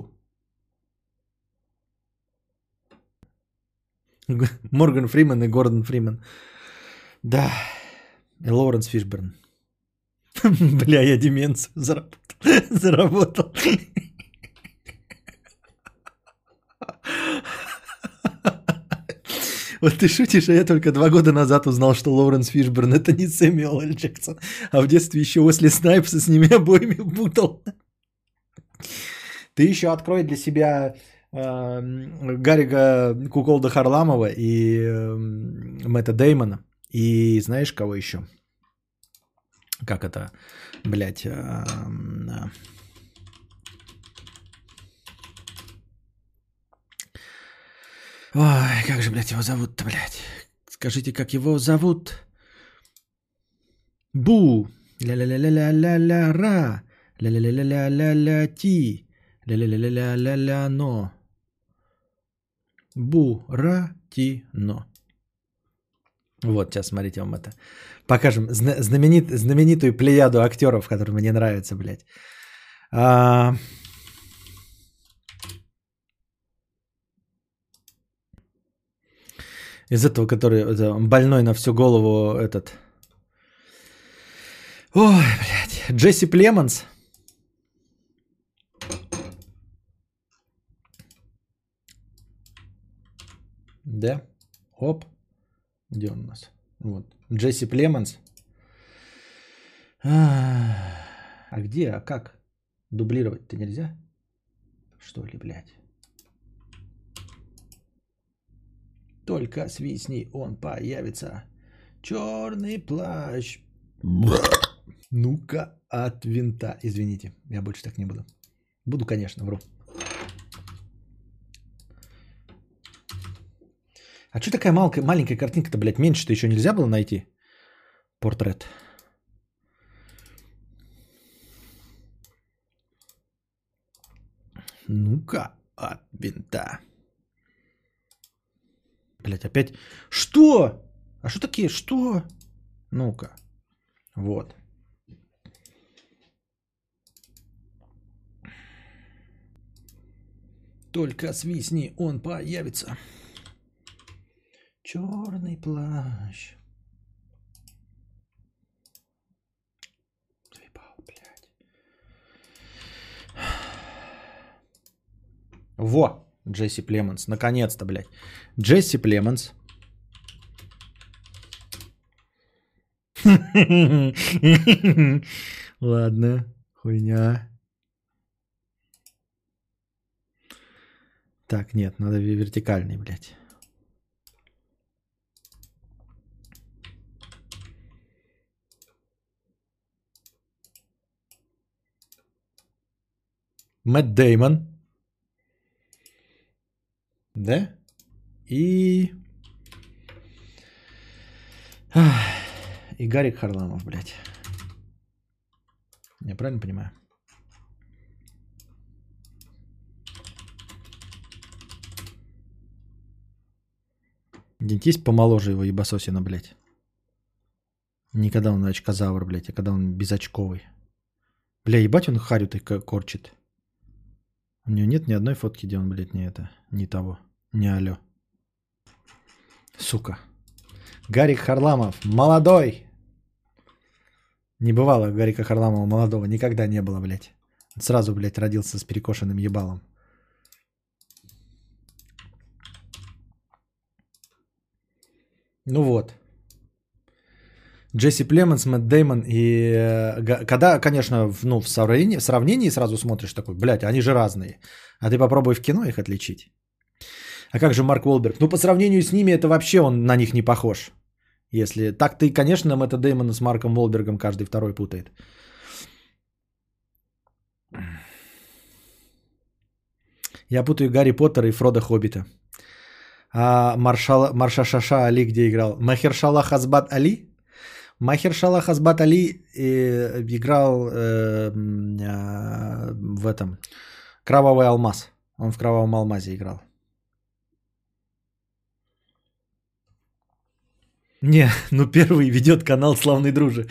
Морган Фриман и Гордон Фриман. Да. И Лоуренс Фишберн. Бля, я деменцию заработал. Заработал. Вот ты шутишь, а я только два года назад узнал, что Лоуренс Фишберн это не Сэмюэл Л. Джексон, а в детстве еще Уэсли Снайпса с ними обоими путал. Ты еще открой для себя э, Гаррига Куколда Харламова и э, Мэтта Деймона. И знаешь, кого еще? Как это, блядь... Э, э, Ой, как же, блядь, его зовут-то, блядь? Скажите, как его зовут? Бу. Ля-ля-ля-ля-ля-ля-ра. Ля-ля-ля-ля-ля-ля-ти. Ля-ля-ля-ля-ля-ля-но. Буратино. Вот, сейчас смотрите, вам это покажем. Зна- знаменит, знаменитую плеяду актеров, которые мне нравятся, блядь. А... Из этого, который это, больной на всю голову этот... Ой, блядь. Джесси Племонс. Да? Оп. Где он у нас? Вот. Джесси Племонс. А где? А как? Дублировать-то нельзя? Что ли, блядь? Только свистни, он появится. Черный плащ. Ну-ка, от винта. Извините, я больше так не буду. Буду, конечно, вру. А что такая маленькая, маленькая картинка-то, блядь, меньше-то еще нельзя было найти? Портрет. Ну-ка, от винта. Блядь, опять... Что? А что такие? Что? Ну-ка. Вот. Только свистни, он появится. Черный плащ. Заебал, блядь. Во, Джесси Племонс. Наконец-то, блядь. Джесси Племонс. Ладно, хуйня. Так, нет, надо вертикальный, блядь. Мэтт Дэймон. Да? И... И Гарик Харламов, блядь. Я правильно понимаю? Где-нибудь есть помоложе его ебасосина, блядь? Не когда он очкозавр, блядь, а когда он безочковый. Бля, ебать он харю-то корчит. У него нет ни одной фотки, где он, блядь, не это, не того, не алё. Сука. Гарик Харламов, молодой. Не бывало Гарика Харламова молодого, никогда не было, блядь. Сразу, блядь, родился с перекошенным ебалом. Ну вот. Джесси Племонс, Мэтт Дэймон и... Э, когда, конечно, в, ну, в, сравнении, в сравнении сразу смотришь такой, блядь, они же разные. А ты попробуй в кино их отличить. А как же Марк Уолберг? Ну, по сравнению с ними, это вообще он на них не похож. Если так, ты, конечно, Мэтта Дэймона с Марком Уолбергом каждый второй путает. Я путаю Гарри Поттера и Фрода Хоббита. А Маршал, Маршашаша Али где играл? Махершала Хазбат Али? Махершала Хазбат Али э, играл э, э, в этом Кровавый алмаз. Он в Кровавом алмазе играл. Не, ну первый ведет канал Славный Друже.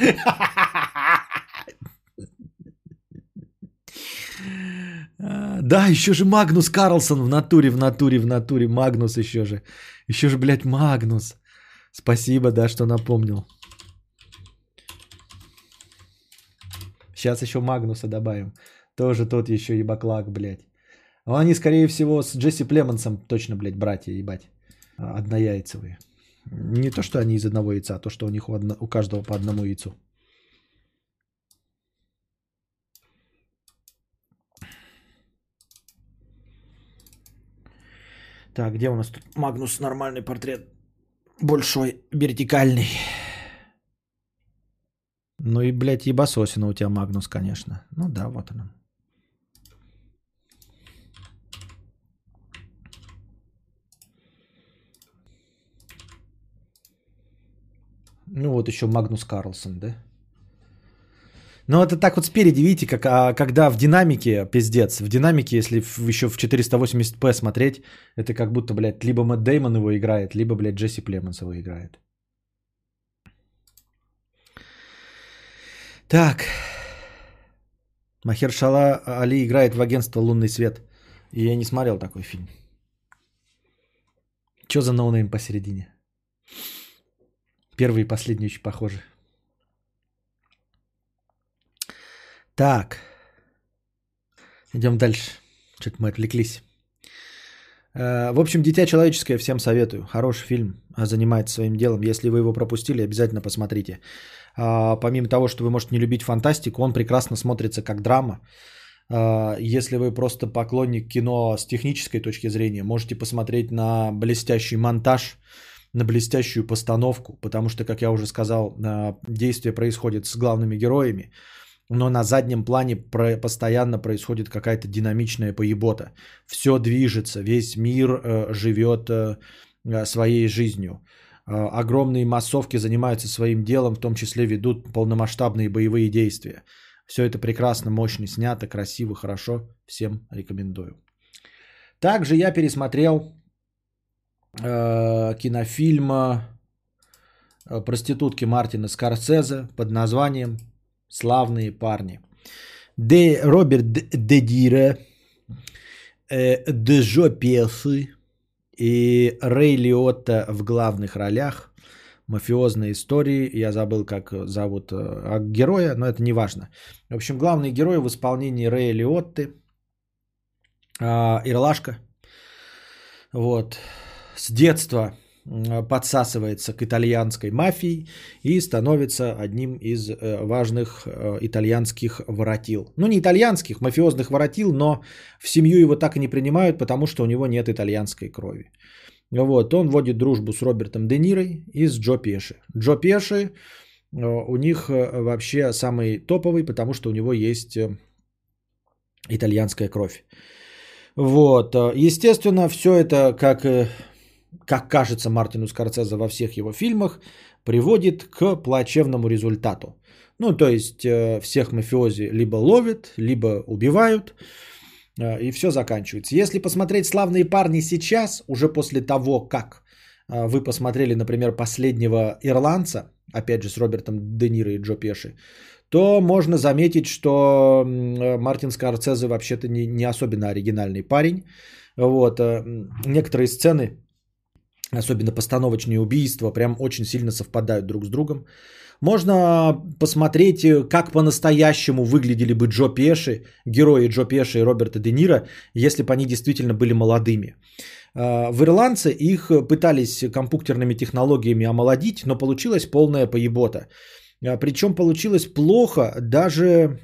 Да, еще же Магнус Карлсон в натуре, в натуре, в натуре. Магнус еще же. Еще же, блядь, Магнус. Спасибо, да, что напомнил. Сейчас еще Магнуса добавим. Тоже тот еще ебаклак, блядь. Они, скорее всего, с Джесси Племонсом точно, блядь, братья, ебать. Однояйцевые. Не то, что они из одного яйца, а то, что у них у, одно, у каждого по одному яйцу. Так, где у нас тут Магнус, нормальный портрет? Большой, вертикальный. Ну и, блядь, ебасосина у тебя Магнус, конечно. Ну да, вот она. Ну вот еще Магнус Карлсон, да? Ну это так вот спереди, видите, как, а, когда в динамике, пиздец, в динамике, если в, еще в четыреста восемьдесят пэ смотреть, это как будто, блядь, либо Мэтт Дэймон его играет, либо, блядь, Джесси Племонс его играет. Так. Махершала Али играет в агентство «Лунный свет». И я не смотрел такой фильм. Что за ноунейм посередине? Первый и последний очень похожи. Так. Идем дальше. Что-то мы отвлеклись. В общем, «Дитя человеческое» всем советую. Хороший фильм, занимается своим делом. Если вы его пропустили, обязательно посмотрите. Помимо того, что вы можете не любить фантастику, он прекрасно смотрится как драма. Если вы просто поклонник кино с технической точки зрения, можете посмотреть на блестящий монтаж, на блестящую постановку, потому что, как я уже сказал, действие происходит с главными героями, но на заднем плане постоянно происходит какая-то динамичная поебота. Все движется, весь мир живет своей жизнью. Огромные массовки занимаются своим делом, в том числе ведут полномасштабные боевые действия. Все это прекрасно, мощно снято, красиво, хорошо. Всем рекомендую. Также я пересмотрел э, кинофильм проститутки Мартина Скорсезе под названием «Славные парни». Де Роберт Де Ниро, э, Де Жо Пеши и Рэй Лиотта в главных ролях. Мафиозные истории. Я забыл, как зовут героя, но это не важно. В общем, главный герой в исполнении Рэя Лиотты. Ирлашка. Вот. С детства подсасывается к итальянской мафии и становится одним из важных итальянских воротил. Ну, не итальянских, мафиозных воротил, но в семью его так и не принимают, потому что у него нет итальянской крови. Вот, он вводит дружбу с Робертом Де Ниро и с Джо Пеши. Джо Пеши у них вообще самый топовый, потому что у него есть итальянская кровь. Вот, естественно, все это, как, как кажется Мартину Скорсезе во всех его фильмах, приводит к плачевному результату. Ну, то есть всех мафиози либо ловят, либо убивают. И все заканчивается. Если посмотреть «Славные парни» сейчас, уже после того, как вы посмотрели, например, «Последнего ирландца», опять же с Робертом Де Ниро и Джо Пеши, то можно заметить, что Мартин Скорсезе вообще-то не, не особенно оригинальный парень. Вот. Некоторые сцены, особенно постановочные убийства, прям очень сильно совпадают друг с другом. Можно посмотреть, как по-настоящему выглядели бы Джо Пеши, герои Джо Пеши и Роберта Де Ниро, если бы они действительно были молодыми. В «Ирландце» их пытались компьютерными технологиями омолодить, но получилась полная поебота. Причем получилось плохо даже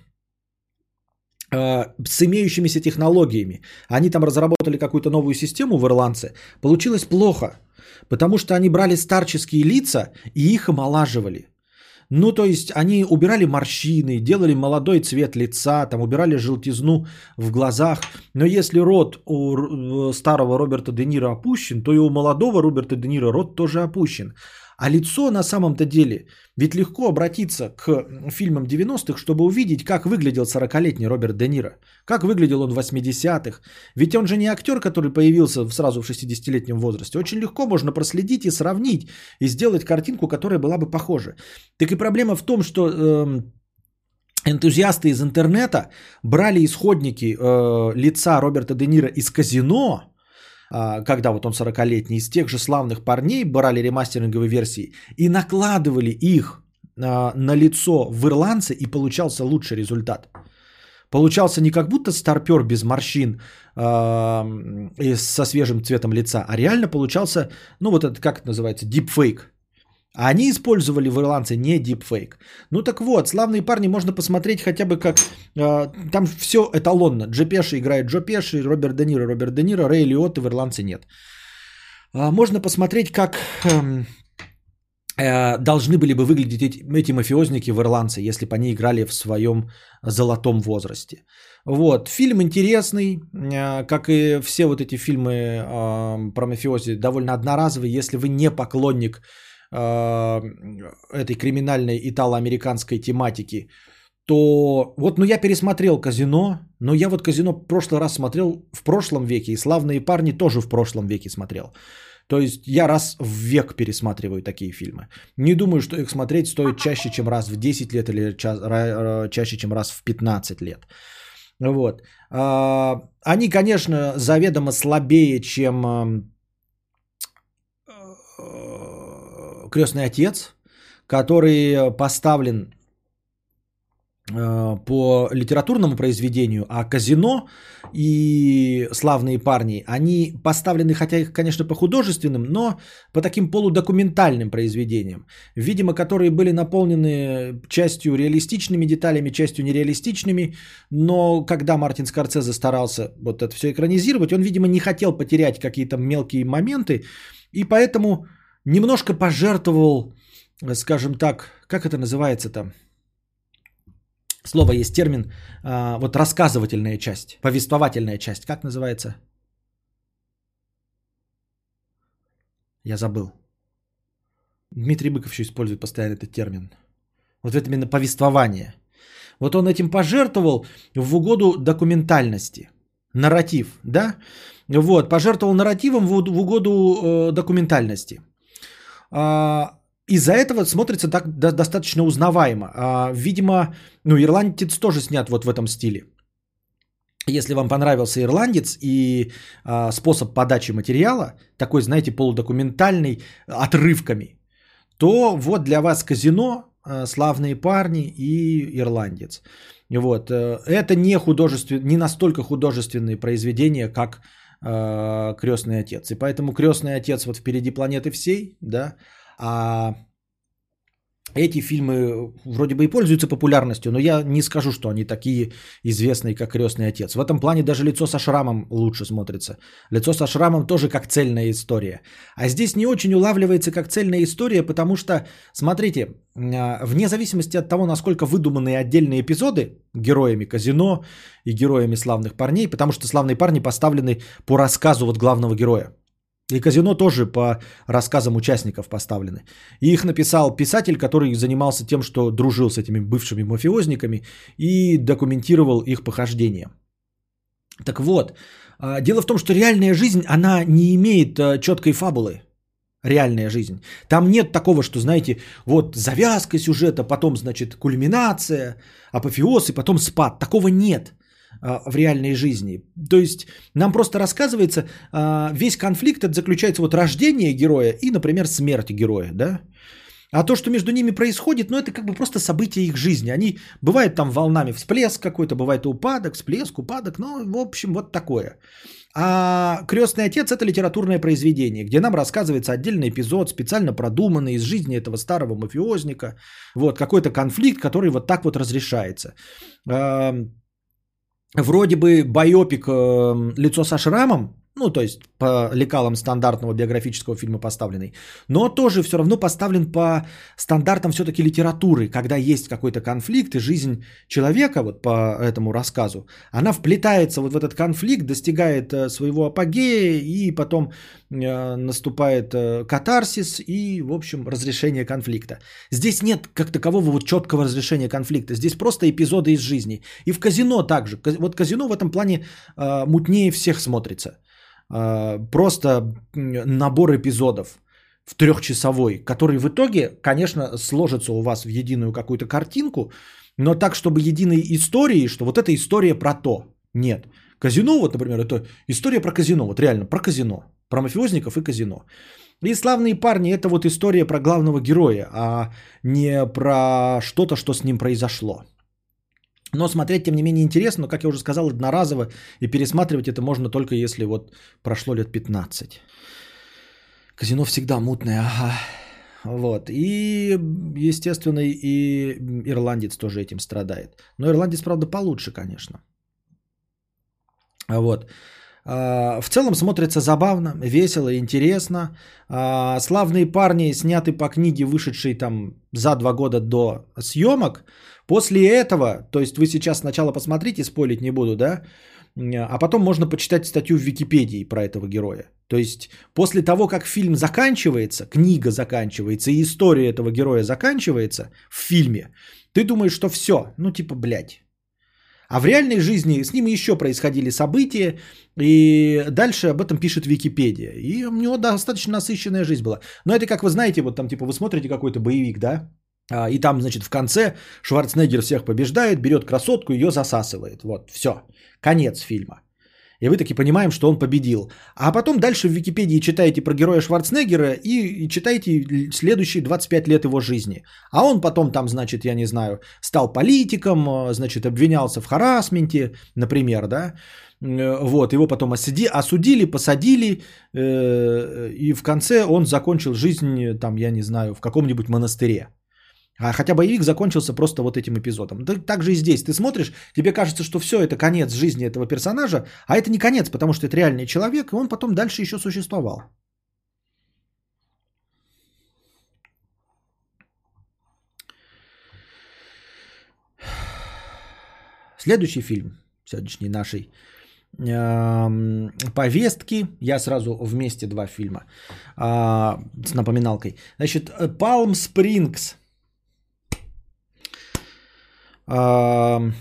с имеющимися технологиями. Они там разработали какую-то новую систему в «Ирландце». Получилось плохо, потому что они брали старческие лица и их омолаживали. Ну, то есть они убирали морщины, делали молодой цвет лица, там убирали желтизну в глазах. Но если рот у старого Роберта Де Ниро опущен, то и у молодого Роберта Де Ниро рот тоже опущен. А лицо на самом-то деле, ведь легко обратиться к фильмам девяностых, чтобы увидеть, как выглядел сорокалетний Роберт Де Ниро. Как выглядел он в восьмидесятых. Ведь он же не актер, который появился сразу в шестидесятилетнем возрасте. Очень легко можно проследить и сравнить, и сделать картинку, которая была бы похожа. Так и проблема в том, что э, энтузиасты из интернета брали исходники э, лица Роберта Де Ниро из «Казино», когда вот он сорокалетний, из тех же «Славных парней» брали ремастеринговые версии и накладывали их на лицо в «Ирландце», и получался лучший результат. Получался не как будто старпер без морщин э, со свежим цветом лица, а реально получался, ну вот это как это называется, дипфейк. А они использовали в «Ирландце» не дипфейк. Ну так вот, «Славные парни» можно посмотреть хотя бы как... Э, там все эталонно. Джо Пеши играет Джо Пеши, Роберт Де Ниро, Роберт Де Ниро, Рэй Лиотта в «Ирландце» нет. Э, можно посмотреть, как э, э, должны были бы выглядеть эти, эти мафиозники в «Ирландце», если бы они играли в своем золотом возрасте. Вот. Фильм интересный, э, как и все вот эти фильмы э, про мафиози, довольно одноразовый. Если вы не поклонник этой криминальной итало-американской тематики, то вот, ну я пересмотрел «Казино», но я вот «Казино» в прошлый раз смотрел в прошлом веке, и «Славные парни» тоже в прошлом веке смотрел. То есть я раз в век пересматриваю такие фильмы. Не думаю, что их смотреть стоит чаще, чем раз в десять лет или ча- чаще, чем раз в пятнадцать лет. Вот. Они, конечно, заведомо слабее, чем «Крестный отец», который поставлен по литературному произведению, а «Казино» и «Славные парни», они поставлены, хотя их, конечно, по художественным, но по таким полудокументальным произведениям, видимо, которые были наполнены частью реалистичными деталями, частью нереалистичными, но когда Мартин Скорсезе старался вот это все экранизировать, он, видимо, не хотел потерять какие-то мелкие моменты, и поэтому немножко пожертвовал, скажем так, как это называется там, слово есть термин, а, вот рассказывательная часть, повествовательная часть, как называется? Я забыл. Дмитрий Быков еще использует постоянно этот термин. Вот это именно повествование. Вот он этим пожертвовал в угоду документальности. Нарратив, да? Вот, пожертвовал нарративом в угоду э, документальности. А, Из-за этого смотрится так достаточно узнаваемо. Видимо, ну, «Ирландец» тоже снят вот в этом стиле. Если вам понравился «Ирландец» и а, способ подачи материала, такой, знаете, полудокументальный, отрывками, то вот для вас «Казино», «Славные парни» и «Ирландец». Вот. Это не, художествен... не настолько художественные произведения, как а, «Крестный отец». И поэтому «Крестный отец» вот впереди планеты всей, да, а эти фильмы вроде бы и пользуются популярностью, но я не скажу, что они такие известные, как «Крестный отец». В этом плане даже «Лицо со шрамом» лучше смотрится. «Лицо со шрамом» тоже как цельная история. А здесь не очень улавливается как цельная история, потому что, смотрите, вне зависимости от того, насколько выдуманные отдельные эпизоды героями «Казино» и героями «Славных парней», потому что «Славные парни» поставлены по рассказу вот главного героя. И «Казино» тоже по рассказам участников поставлены. И их написал писатель, который занимался тем, что дружил с этими бывшими мафиозниками и документировал их похождения. Так вот, дело в том, что реальная жизнь, она не имеет четкой фабулы. Реальная жизнь. Там нет такого, что, знаете, вот завязка сюжета, потом, значит, кульминация, апофеоз и потом спад. Такого нет в реальной жизни. То есть нам просто рассказывается, весь конфликт это заключается вот рождение героя и, например, смерть героя, да? А то, что между ними происходит, ну это как бы просто события их жизни. Они бывают там волнами всплеск какой-то, бывает упадок, всплеск, упадок, ну в общем вот такое. А «Крестный отец» это литературное произведение, где нам рассказывается отдельный эпизод, специально продуманный из жизни этого старого мафиозника. Вот какой-то конфликт, который вот так вот разрешается. Вроде бы байопик «Лицо со шрамом», ну, то есть по лекалам стандартного биографического фильма поставленный, но тоже все равно поставлен по стандартам все-таки литературы, когда есть какой-то конфликт и жизнь человека, вот по этому рассказу, она вплетается вот в этот конфликт, достигает своего апогея и потом наступает катарсис и, в общем, разрешение конфликта. Здесь нет как такового вот четкого разрешения конфликта, здесь просто эпизоды из жизни. И в «Казино» также. Вот «Казино» в этом плане мутнее всех смотрится. Просто набор эпизодов в трехчасовой, который в итоге, конечно, сложится у вас в единую какую-то картинку, но так, чтобы единой истории, что вот эта история про то. Нет. «Казино», вот, например, это история про казино, вот реально про казино, про мафиозников и казино. И «Славные парни» это вот история про главного героя, а не про что-то, что с ним произошло. Но смотреть, тем не менее, интересно, но, как я уже сказал, одноразово, и пересматривать это можно только если вот прошло лет пятнадцать. «Казино» всегда мутное, ага. Вот. И, естественно, и «Ирландец» тоже этим страдает. Но «Ирландец», правда, получше, конечно. Вот. В целом смотрится забавно, весело, интересно. «Славные парни» сняты по книге, вышедшей там за два года до съемок. После этого, то есть вы сейчас сначала посмотрите, спойлить не буду, да, а потом можно почитать статью в Википедии про этого героя. То есть после того, как фильм заканчивается, книга заканчивается и история этого героя заканчивается в фильме, ты думаешь, что все, ну типа, блядь. А в реальной жизни с ним еще происходили события, и дальше об этом пишет Википедия. И у него достаточно насыщенная жизнь была. Но это, как вы знаете, вот там типа вы смотрите какой-то боевик, да? И там, значит, в конце Шварценеггер всех побеждает, берет красотку, ее засасывает. Вот, все, конец фильма. И вы таки понимаем, что он победил. А потом дальше в Википедии читаете про героя Шварценеггера и, и читаете следующие двадцать пять лет его жизни. А он потом там, значит, я не знаю, стал политиком, значит, обвинялся в харассменте, например, да. Вот, его потом осуди, осудили, посадили, э, и в конце он закончил жизнь, там, я не знаю, в каком-нибудь монастыре. А хотя боевик закончился просто вот этим эпизодом. Так же и здесь. Ты смотришь, тебе кажется, что все, это конец жизни этого персонажа, а это не конец, потому что это реальный человек, и он потом дальше еще существовал. Следующий фильм сегодняшней нашей э, повестки. Я сразу вместе два фильма э, с напоминалкой. Значит, Palm Springs. Palm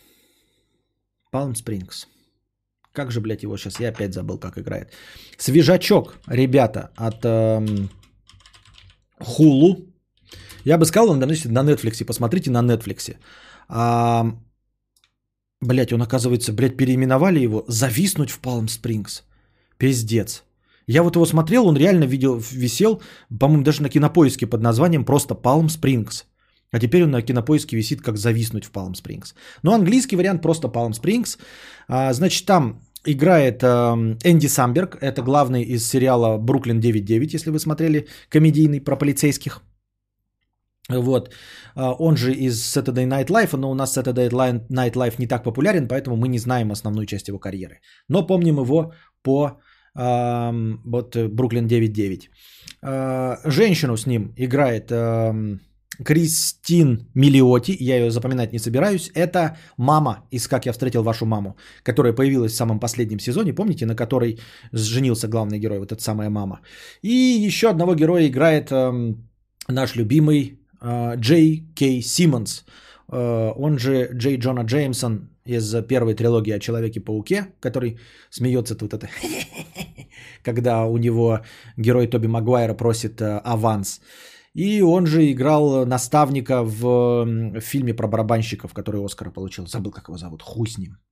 Springs. Как же, блядь, его сейчас? Я опять забыл, как играет. Свежачок, ребята, от эм, Hulu. Я бы сказал, он на Netflix. Посмотрите на Netflix. А, блядь, он, оказывается, блядь, переименовали его. Зависнуть в Palm Springs. Пиздец. Я вот его смотрел, он реально видел, висел, по-моему, даже на Кинопоиске под названием просто Palm Springs. А теперь он на Кинопоиске висит, как зависнуть в Palm Springs. Но английский вариант просто Palm Springs. А, значит, там играет а, Энди Самберг. Это главный из сериала «Бруклин девять девять», если вы смотрели, комедийный про полицейских. Вот. А, он же из Saturday Night Live, но у нас Saturday Night Live не так популярен, поэтому мы не знаем основную часть его карьеры. Но помним его по а, вот, «Бруклин девять девять». А, женщину с ним играет... А, Кристин Миллиотти, я ее запоминать не собираюсь, это мама из «Как я встретил вашу маму», которая появилась в самом последнем сезоне, помните, на которой женился главный герой, вот эта самая мама. И еще одного героя играет э, наш любимый э, Джей Кей Симмонс, э, он же Джей Джона Джеймсон из первой трилогии о Человеке-пауке, который смеется тут это, когда у него герой Тоби Магуайра просит э, аванс. И он же играл наставника в фильме про барабанщиков, который Оскара получил. Забыл, как его зовут. Хуй с ним.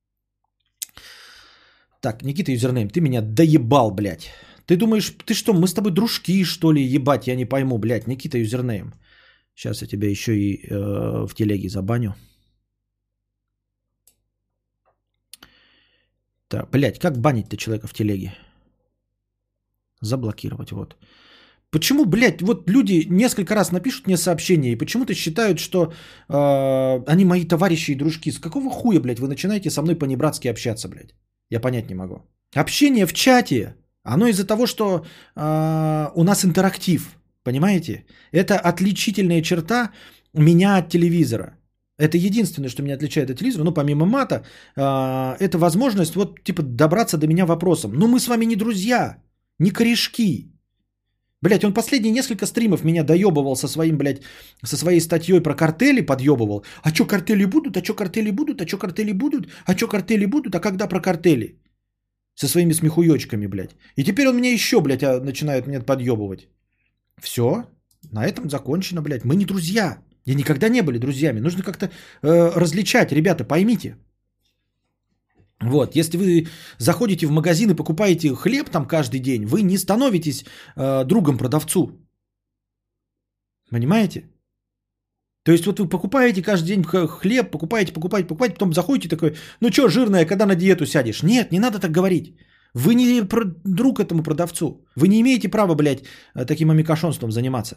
Так, Никита Юзернейм, ты меня доебал, блядь. Ты думаешь, ты что, мы с тобой дружки, что ли, ебать? Я не пойму, блядь. Никита Юзернейм. Сейчас я тебя еще и э, в телеге забаню. Так, блядь, как банить-то человека в телеге? Заблокировать, вот. Почему, блядь, вот люди несколько раз напишут мне сообщения и почему-то считают, что э, они мои товарищи и дружки. С какого хуя, блядь, вы начинаете со мной по-небратски общаться, блядь? Я понять не могу. Общение в чате, оно из-за того, что э, у нас интерактив, понимаете? Это отличительная черта меня от телевизора. Это единственное, что меня отличает от телевизора, ну, помимо мата, э, это возможность вот, типа, добраться до меня вопросом. Ну, мы с вами не друзья, не корешки. Блять, он последние несколько стримов меня доебывал со своим, блядь, со своей статьей про картели, подъебывал. А чё картели будут? А чё картели будут? А чё картели будут? А чё картели будут? А когда про картели? Со своими смехуёчками, блядь. И теперь он меня еще, блядь, начинает меня подъебывать. Все, на этом закончено, блядь. Мы не друзья. И никогда не были друзьями. Нужно как-то э, различать, ребята, поймите. Вот, если вы заходите в магазин и покупаете хлеб там каждый день, вы не становитесь э, другом продавцу. Понимаете? То есть вот вы покупаете каждый день хлеб, покупаете, покупаете, покупаете, потом заходите такой, ну что, жирная, когда на диету сядешь? Нет, не надо так говорить. Вы не друг этому продавцу. Вы не имеете права, блядь, таким амикошонством заниматься.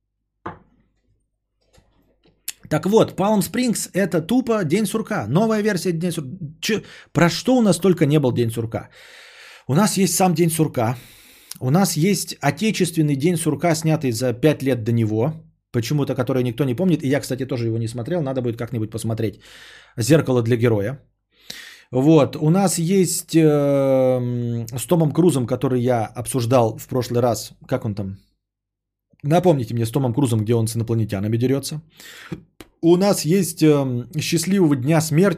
Так вот, Palm Springs – это тупо День сурка. Новая версия День сурка. Че, про что у нас только не был День сурка? У нас есть сам День сурка. У нас есть отечественный День сурка, снятый за пять лет до него. Почему-то, который никто не помнит. И я, кстати, тоже его не смотрел. Надо будет как-нибудь посмотреть. «Зеркало для героя». Вот. У нас есть э, с Томом Крузом, который я обсуждал в прошлый раз. Как он там? Напомните мне, с Томом Крузом, где он с инопланетянами дерется. У нас есть э, «Счастливого дня смерти»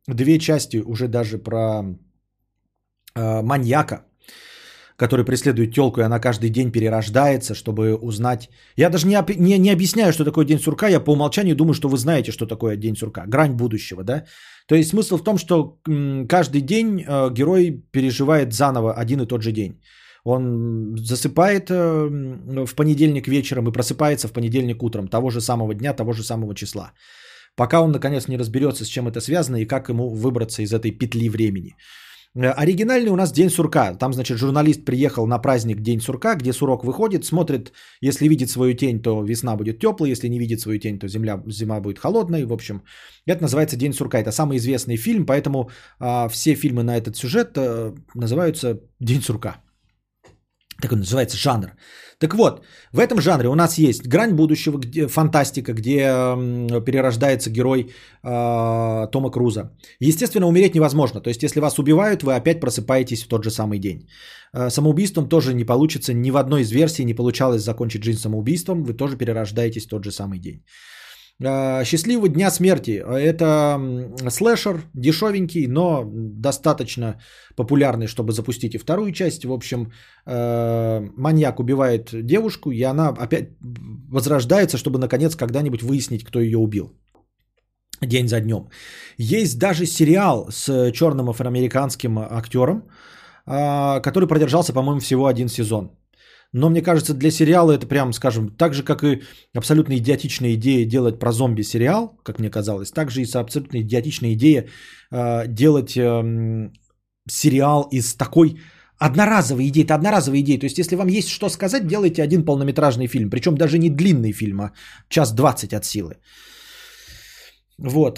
две части уже даже про э, маньяка, который преследует телку, и она каждый день перерождается, чтобы узнать. Я даже не, не, не объясняю, что такое день сурка, я по умолчанию думаю, что вы знаете, что такое день сурка. Грань будущего, да? То есть смысл в том, что м, каждый день э, герой переживает заново один и тот же день. Он засыпает э, в понедельник вечером и просыпается в понедельник утром того же самого дня, того же самого числа. Пока он наконец не разберется, с чем это связано и как ему выбраться из этой петли времени. Оригинальный у нас день сурка. Там, значит, журналист приехал на праздник День сурка, где сурок выходит, смотрит, если видит свою тень, то весна будет теплой, если не видит свою тень, то земля, зима будет холодной. В общем, это называется День сурка. Это самый известный фильм, поэтому а, все фильмы на этот сюжет а, называются День сурка. Так он называется, жанр. Так вот, в этом жанре у нас есть грань будущего, где, фантастика, где э, перерождается герой э, Тома Круза. Естественно, умереть невозможно. То есть, если вас убивают, вы опять просыпаетесь в тот же самый день. Э, самоубийством тоже не получится. Ни в одной из версий не получалось закончить жизнь самоубийством. Вы тоже перерождаетесь в тот же самый день. Счастливого дня смерти. Это слэшер, дешевенький, но достаточно популярный, чтобы запустить и вторую часть. В общем, маньяк убивает девушку, и она опять возрождается, чтобы наконец когда-нибудь выяснить, кто ее убил. День за днем. Есть даже сериал с черным афроамериканским актером, который продержался, по-моему, всего один сезон. Но мне кажется, для сериала это прям, скажем, так же, как и абсолютно идиотичная идея делать про зомби сериал, как мне казалось, так же и абсолютно идиотичная идея э, делать э, сериал из такой одноразовой идеи. Это одноразовая идея. То есть, если вам есть что сказать, делайте один полнометражный фильм. Причем даже не длинный фильм, а час двадцать от силы. Вот.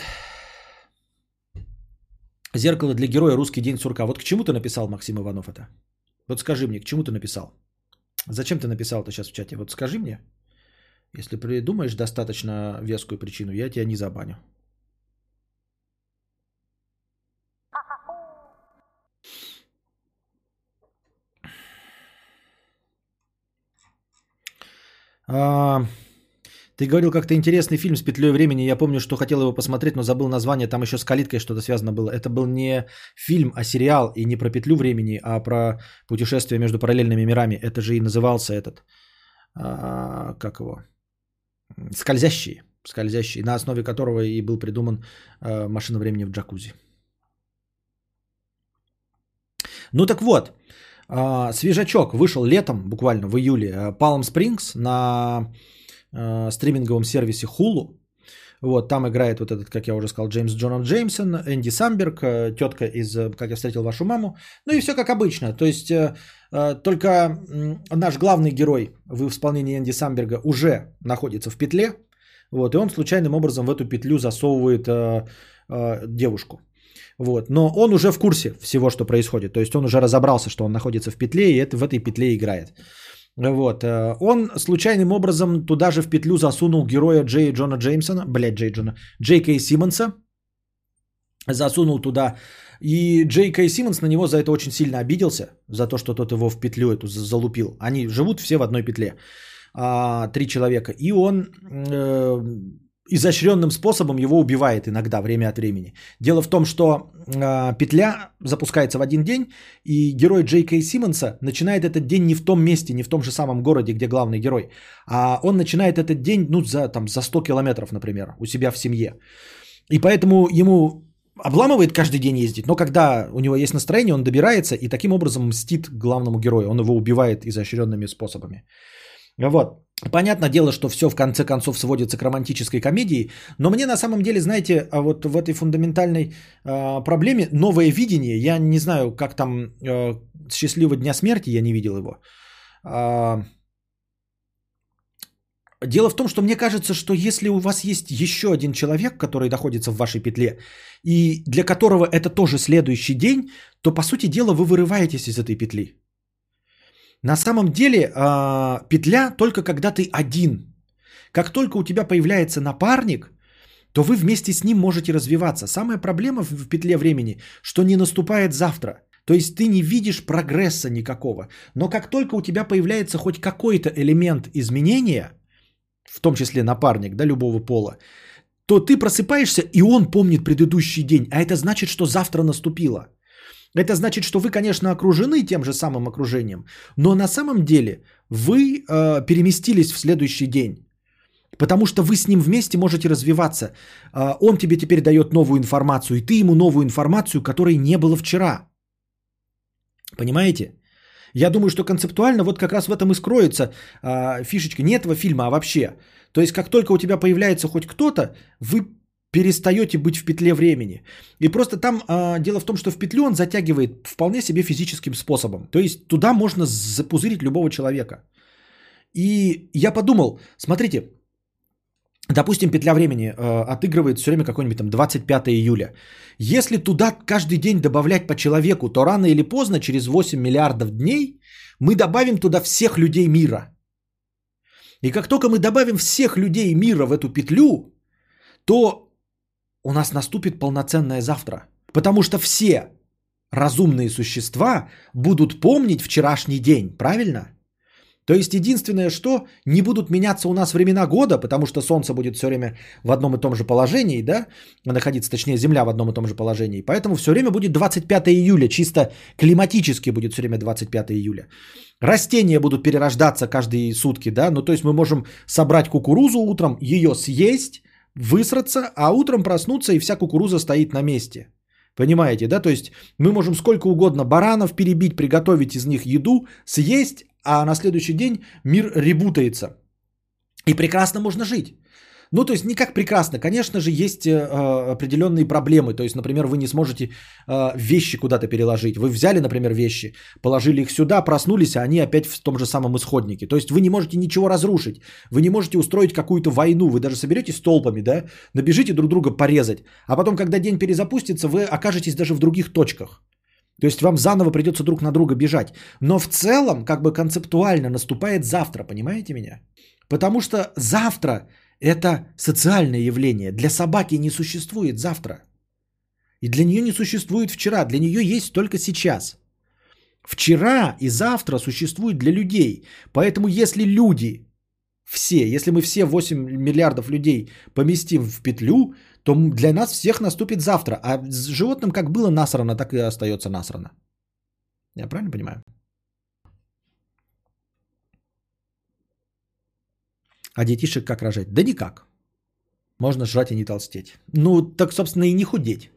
Зеркало для героя, русский день сурка. Вот к чему ты написал, Максим Иванов, это? Вот скажи мне, к чему ты написал? Зачем ты написал это сейчас в чате? Вот скажи мне. Если придумаешь достаточно вескую причину, я тебя не забаню. А, ты говорил, как-то интересный фильм с петлей времени. Я помню, что хотел его посмотреть, но забыл название. Там еще с калиткой что-то связано было. Это был не фильм, а сериал. И не про петлю времени, а про путешествие между параллельными мирами. Это же и назывался этот... А, как его? Скользящий. Скользящий. На основе которого и был придуман а, машина времени в джакузи. Ну так вот. А, свежачок вышел летом, буквально в июле. Palm Springs на... стриминговом сервисе Hulu. Вот, там играет вот этот, как я уже сказал, Джеймс Джонатан Джеймсон, Энди Самберг, тетка из «Как я встретил вашу маму». Ну и все как обычно. То есть только наш главный герой в исполнении Энди Самберга уже находится в петле. Вот, и он случайным образом в эту петлю засовывает девушку. Вот, но он уже в курсе всего, что происходит. То есть он уже разобрался, что он находится в петле, и это в этой петле играет. Вот. Он случайным образом туда же в петлю засунул героя Джей Джона Джеймсона, блядь, Джей Джона, Джей Кей Симмонса, засунул туда, и Джей Кей Симмонс на него за это очень сильно обиделся, за то, что тот его в петлю эту залупил. Они живут все в одной петле, а, три человека, и он э, изощренным способом его убивает иногда, время от времени. Дело в том, что э, петля запускается в один день, и герой Джей Кей Симмонса начинает этот день не в том месте, не в том же самом городе, где главный герой, а он начинает этот день, ну, за, там, за сто километров, например, у себя в семье. И поэтому ему обламывает каждый день ездить, но когда у него есть настроение, он добирается и таким образом мстит главному герою. Он его убивает изощренными способами. Вот. Понятное дело, что все в конце концов сводится к романтической комедии, но мне на самом деле, знаете, вот в этой фундаментальной э, проблеме новое видение, я не знаю, как там э, «Счастливого дня смерти», я не видел его. Э, дело в том, что мне кажется, что если у вас есть еще один человек, который находится в вашей петле, и для которого это тоже следующий день, то, по сути дела, вы вырываетесь из этой петли. На самом деле э, петля только когда ты один. Как только у тебя появляется напарник, то вы вместе с ним можете развиваться. Самая проблема в, в петле времени, что не наступает завтра. То есть ты не видишь прогресса никакого. Но как только у тебя появляется хоть какой-то элемент изменения, в том числе напарник, да, любого пола, то ты просыпаешься, и он помнит предыдущий день. А это значит, что завтра наступило. Это значит, что вы, конечно, окружены тем же самым окружением, но на самом деле вы э, переместились в следующий день. Потому что вы с ним вместе можете развиваться. Э, он тебе теперь дает новую информацию, и ты ему новую информацию, которой не было вчера. Понимаете? Я думаю, что концептуально вот как раз в этом и скроется э, фишечка не этого фильма, а вообще. То есть, как только у тебя появляется хоть кто-то, вы перестаете быть в петле времени. И просто там э, дело в том, что в петлю он затягивает вполне себе физическим способом. То есть, туда можно запузырить любого человека. И я подумал, смотрите, допустим, петля времени э, отыгрывает все время какой-нибудь там двадцать пятое июля. Если туда каждый день добавлять по человеку, то рано или поздно, через восемь миллиардов дней, мы добавим туда всех людей мира. И как только мы добавим всех людей мира в эту петлю, то у нас наступит полноценное завтра. Потому что все разумные существа будут помнить вчерашний день, правильно? То есть единственное, что не будут меняться у нас времена года, потому что Солнце будет все время в одном и том же положении, да, находиться, точнее, Земля в одном и том же положении. Поэтому все время будет двадцать пятое июля, чисто климатически будет все время двадцать пятое июля. Растения будут перерождаться каждые сутки, да, ну то есть мы можем собрать кукурузу утром, ее съесть, высраться, а утром проснуться, и вся кукуруза стоит на месте. Понимаете, да? То есть мы можем сколько угодно баранов перебить, приготовить из них еду, съесть, а на следующий день мир ребутается. И прекрасно можно жить. Ну, то есть не как прекрасно. Конечно же, есть э, определенные проблемы. То есть, например, вы не сможете э, вещи куда-то переложить. Вы взяли, например, вещи, положили их сюда, проснулись, а они опять в том же самом исходнике. То есть вы не можете ничего разрушить. Вы не можете устроить какую-то войну. Вы даже соберетесь толпами, да, набежите друг друга порезать. А потом, когда день перезапустится, вы окажетесь даже в других точках. То есть вам заново придется друг на друга бежать. Но в целом, как бы концептуально наступает завтра, понимаете меня? Потому что завтра... Это социальное явление. Для собаки не существует завтра. И для нее не существует вчера. Для нее есть только сейчас. Вчера и завтра существуют для людей. Поэтому если люди, все, если мы все восемь миллиардов людей поместим в петлю, то для нас всех наступит завтра. А с животным как было насрано, так и остается насрано. Я правильно понимаю? А детишек как рожать? Да никак. Можно жрать и не толстеть. Ну, так, собственно, и не худеть.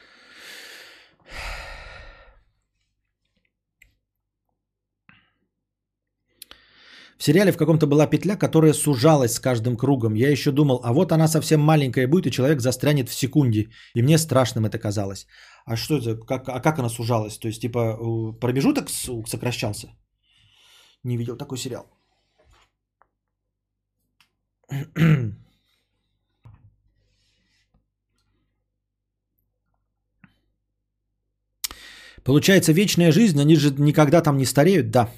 В сериале в каком-то была петля, которая сужалась с каждым кругом. Я еще думал, а вот она совсем маленькая будет, и человек застрянет в секунде. И мне страшным это казалось. А что это? Как, а как она сужалась? То есть, типа, промежуток сокращался? Не видел такой сериал. Получается, вечная жизнь, они же никогда там не стареют, да.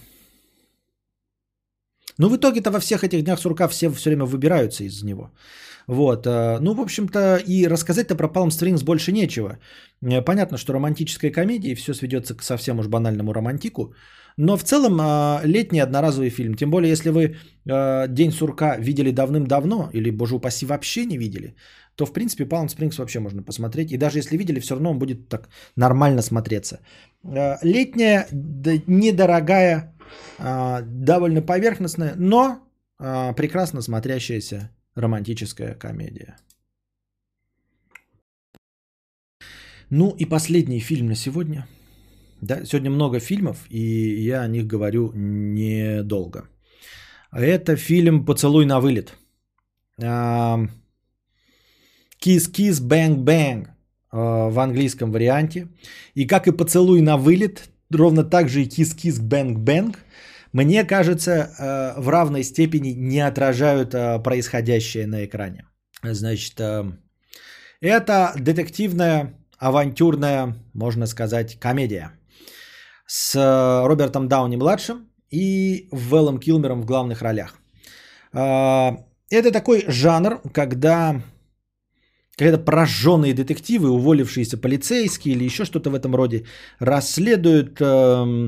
Но в итоге-то во всех этих днях сурка все все время выбираются из него. Вот. Ну, в общем-то, и рассказать-то про Palm Springs больше нечего. Понятно, что романтическая комедия, и все сведется к совсем уж банальному романтику. Но в целом летний одноразовый фильм. Тем более, если вы День сурка видели давным-давно, или, боже упаси, вообще не видели, то, в принципе, Palm Springs вообще можно посмотреть. И даже если видели, все равно он будет так нормально смотреться. Летняя, недорогая, довольно поверхностная, но прекрасно смотрящаяся романтическая комедия. Ну и последний фильм на сегодня. Да, сегодня много фильмов, и я о них говорю недолго. Это фильм «Поцелуй на вылет». «Kiss-Kiss, Bang-Bang» в английском варианте. И как и «Поцелуй на вылет», ровно так же и «Kiss-Kiss, Bang-Bang», мне кажется, в равной степени не отражают происходящее на экране. Значит, это детективная, авантюрная, можно сказать, комедия с Робертом Дауни-младшим и Вэлом Килмером в главных ролях. Это такой жанр, когда, когда прожженные детективы, уволившиеся полицейские или еще что-то в этом роде, расследуют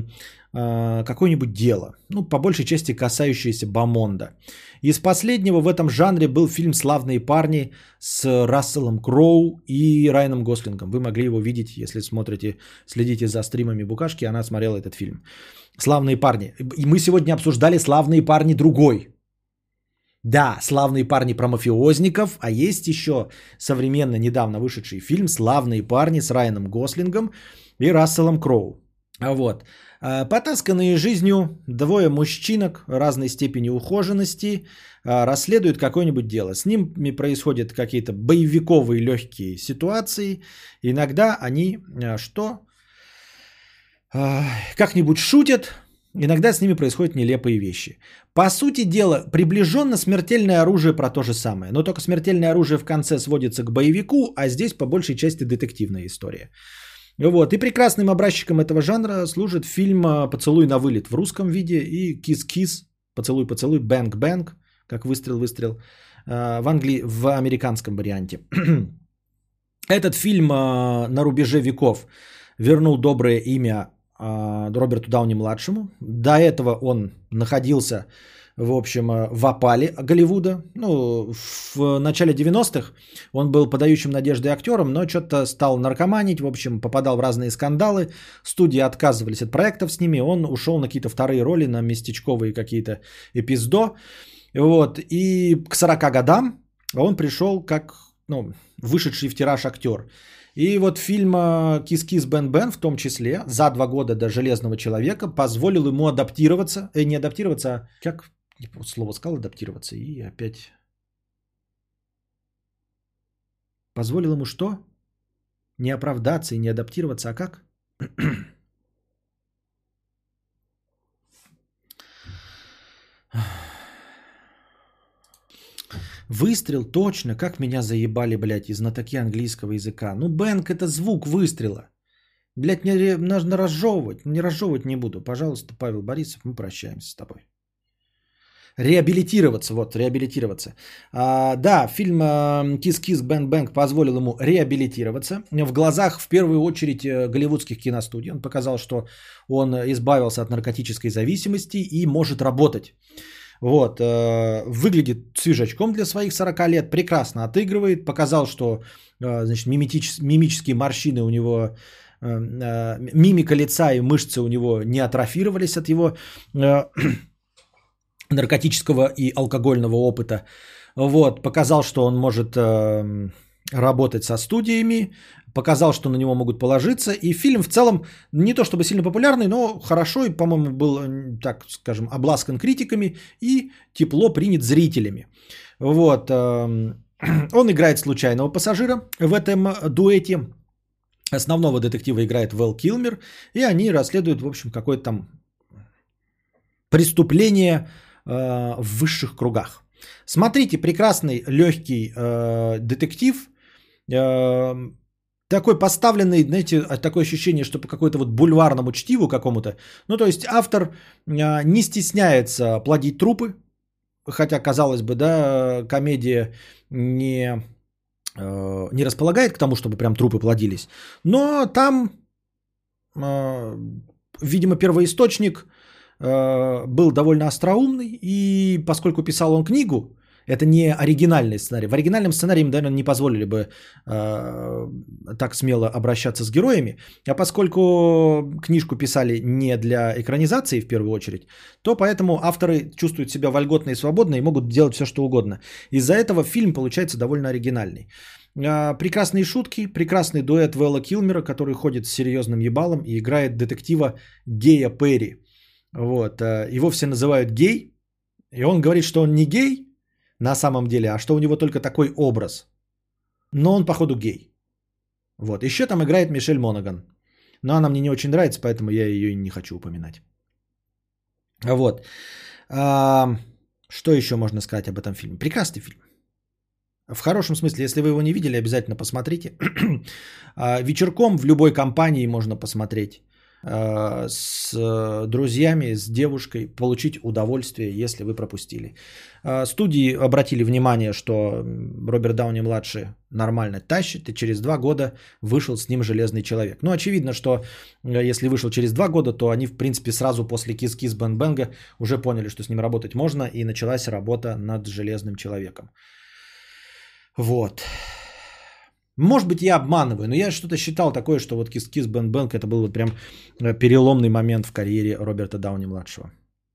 э, какое-нибудь дело. Ну, по большей части касающееся Бамонда. Из последнего в этом жанре был фильм «Славные парни» с Расселом Кроу и Райаном Гослингом. Вы могли его видеть, если смотрите, следите за стримами Букашки. Она смотрела этот фильм. «Славные парни». И мы сегодня обсуждали «Славные парни» другой. Да, «Славные парни» про мафиозников, а есть еще современно недавно вышедший фильм «Славные парни» с Райаном Гослингом и Расселом Кроу. Вот. Потасканные жизнью двое мужчинок разной степени ухоженности расследуют какое-нибудь дело. С ними происходят какие-то боевиковые легкие ситуации. Иногда они что? Как-нибудь шутят. Иногда с ними происходят нелепые вещи. По сути дела, приближенно смертельное оружие про то же самое. Но только смертельное оружие в конце сводится к боевику, а здесь по большей части детективная история. Вот. И прекрасным образчиком этого жанра служит фильм «Поцелуй на вылет» в русском виде и «Кис-кис», «Поцелуй-поцелуй», «Бэнк-бэнк», как «Выстрел-выстрел» в, англи... в американском варианте. Этот фильм на рубеже веков вернул доброе имя Роберту Дауни-младшему. До этого он находился, в общем, в опале Голливуда. Ну, в начале девяностых он был подающим надежды актером, но что-то стал наркоманить, в общем, попадал в разные скандалы. Студии отказывались от проектов с ними. Он ушел на какие-то вторые роли, на местечковые какие-то эпиздо. Вот. И к сорока годам он пришел как, ну, вышедший в тираж актер. И вот фильм «Кис-кис Бен-Бен» в том числе за два года до «Железного человека» позволил ему адаптироваться, э, не адаптироваться, а как слово сказал адаптироваться и опять позволил ему что? Не оправдаться и не адаптироваться, а как? Выстрел, точно, как меня заебали, блядь, и знатоки английского языка. Ну, бэнк это звук выстрела. Блядь, мне нужно разжевывать. Не разжевывать не буду. Пожалуйста, Павел Борисов, мы прощаемся с тобой. Реабилитироваться, вот, реабилитироваться. А, да, фильм «Кис-кис Бэнк-бэнк» позволил ему реабилитироваться. В глазах, в первую очередь, голливудских киностудий. Он показал, что он избавился от наркотической зависимости и может работать. Вот, э, выглядит свежачком для своих сорока лет, прекрасно отыгрывает, показал, что э, значит, мимитич, мимические морщины у него, э, э, мимика лица и мышцы у него не атрофировались от его э, наркотического и алкогольного опыта. Вот, показал, что он может э, работать со студиями, показал, что на него могут положиться. И фильм в целом не то чтобы сильно популярный, но хорошо и, по-моему, был, так скажем, обласкан критиками и тепло принят зрителями. Вот. Он играет случайного пассажира в этом дуэте. Основного детектива играет Вэл Килмер. И они расследуют, в общем, какое-то там преступление в высших кругах. Смотрите, прекрасный, легкий детектив. Такой поставленный, знаете, такое ощущение, что по какой-то вот бульварному чтиву какому-то. Ну, то есть автор не стесняется плодить трупы, хотя, казалось бы, да, комедия не, не располагает к тому, чтобы прям трупы плодились. Но там, видимо, первоисточник был довольно остроумный, и поскольку писал он книгу, это не оригинальный сценарий. В оригинальном сценарии им, наверное, не позволили бы э, так смело обращаться с героями. А поскольку книжку писали не для экранизации в первую очередь, то поэтому авторы чувствуют себя вольготно и свободно и могут делать все, что угодно. Из-за этого фильм получается довольно оригинальный. Э, прекрасные шутки, прекрасный дуэт Вэлла Килмера, который ходит с серьезным ебалом и играет детектива Гея Перри. Вот. Э, его все называют гей, и он говорит, что он не гей, на самом деле, а что у него только такой образ. Но он, походу, гей. Вот. Еще там играет Мишель Монаган. Но она мне не очень нравится, поэтому я ее и не хочу упоминать. Вот. А, что еще можно сказать об этом фильме? Прекрасный фильм. В хорошем смысле, если вы его не видели, обязательно посмотрите. Вечерком в любой компании можно посмотреть. э, с э, друзьями, с девушкой, получить удовольствие, если вы пропустили. Э, студии обратили внимание, что Роберт Дауни-младший нормально тащит, и через два года вышел с ним Железный человек. Ну, очевидно, что э, если вышел через два года, то они, в принципе, сразу после Kiss Kiss Bang Bang уже поняли, что с ним работать можно, и началась работа над Железным человеком. Вот. Может быть, я обманываю, но я что-то считал такое, что вот Kiss Kiss Bang Bang это был вот прям переломный момент в карьере Роберта Дауни-младшего.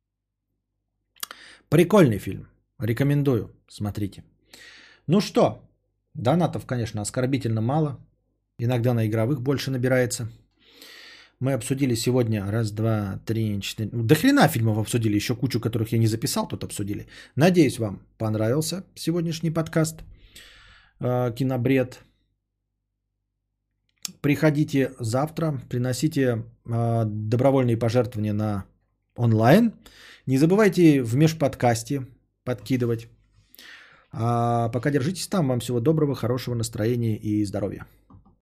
Прикольный фильм. Рекомендую. Смотрите. Ну что, донатов, конечно, оскорбительно мало. Иногда на игровых больше набирается. Мы обсудили сегодня раз, два, три, четыре... До хрена фильмов обсудили. Еще кучу, которых я не записал, тут обсудили. Надеюсь, вам понравился сегодняшний подкаст. Кинобред. Приходите завтра, приносите э, добровольные пожертвования на онлайн. Не забывайте в межподкасте подкидывать. А пока держитесь там. Вам всего доброго, хорошего настроения и здоровья.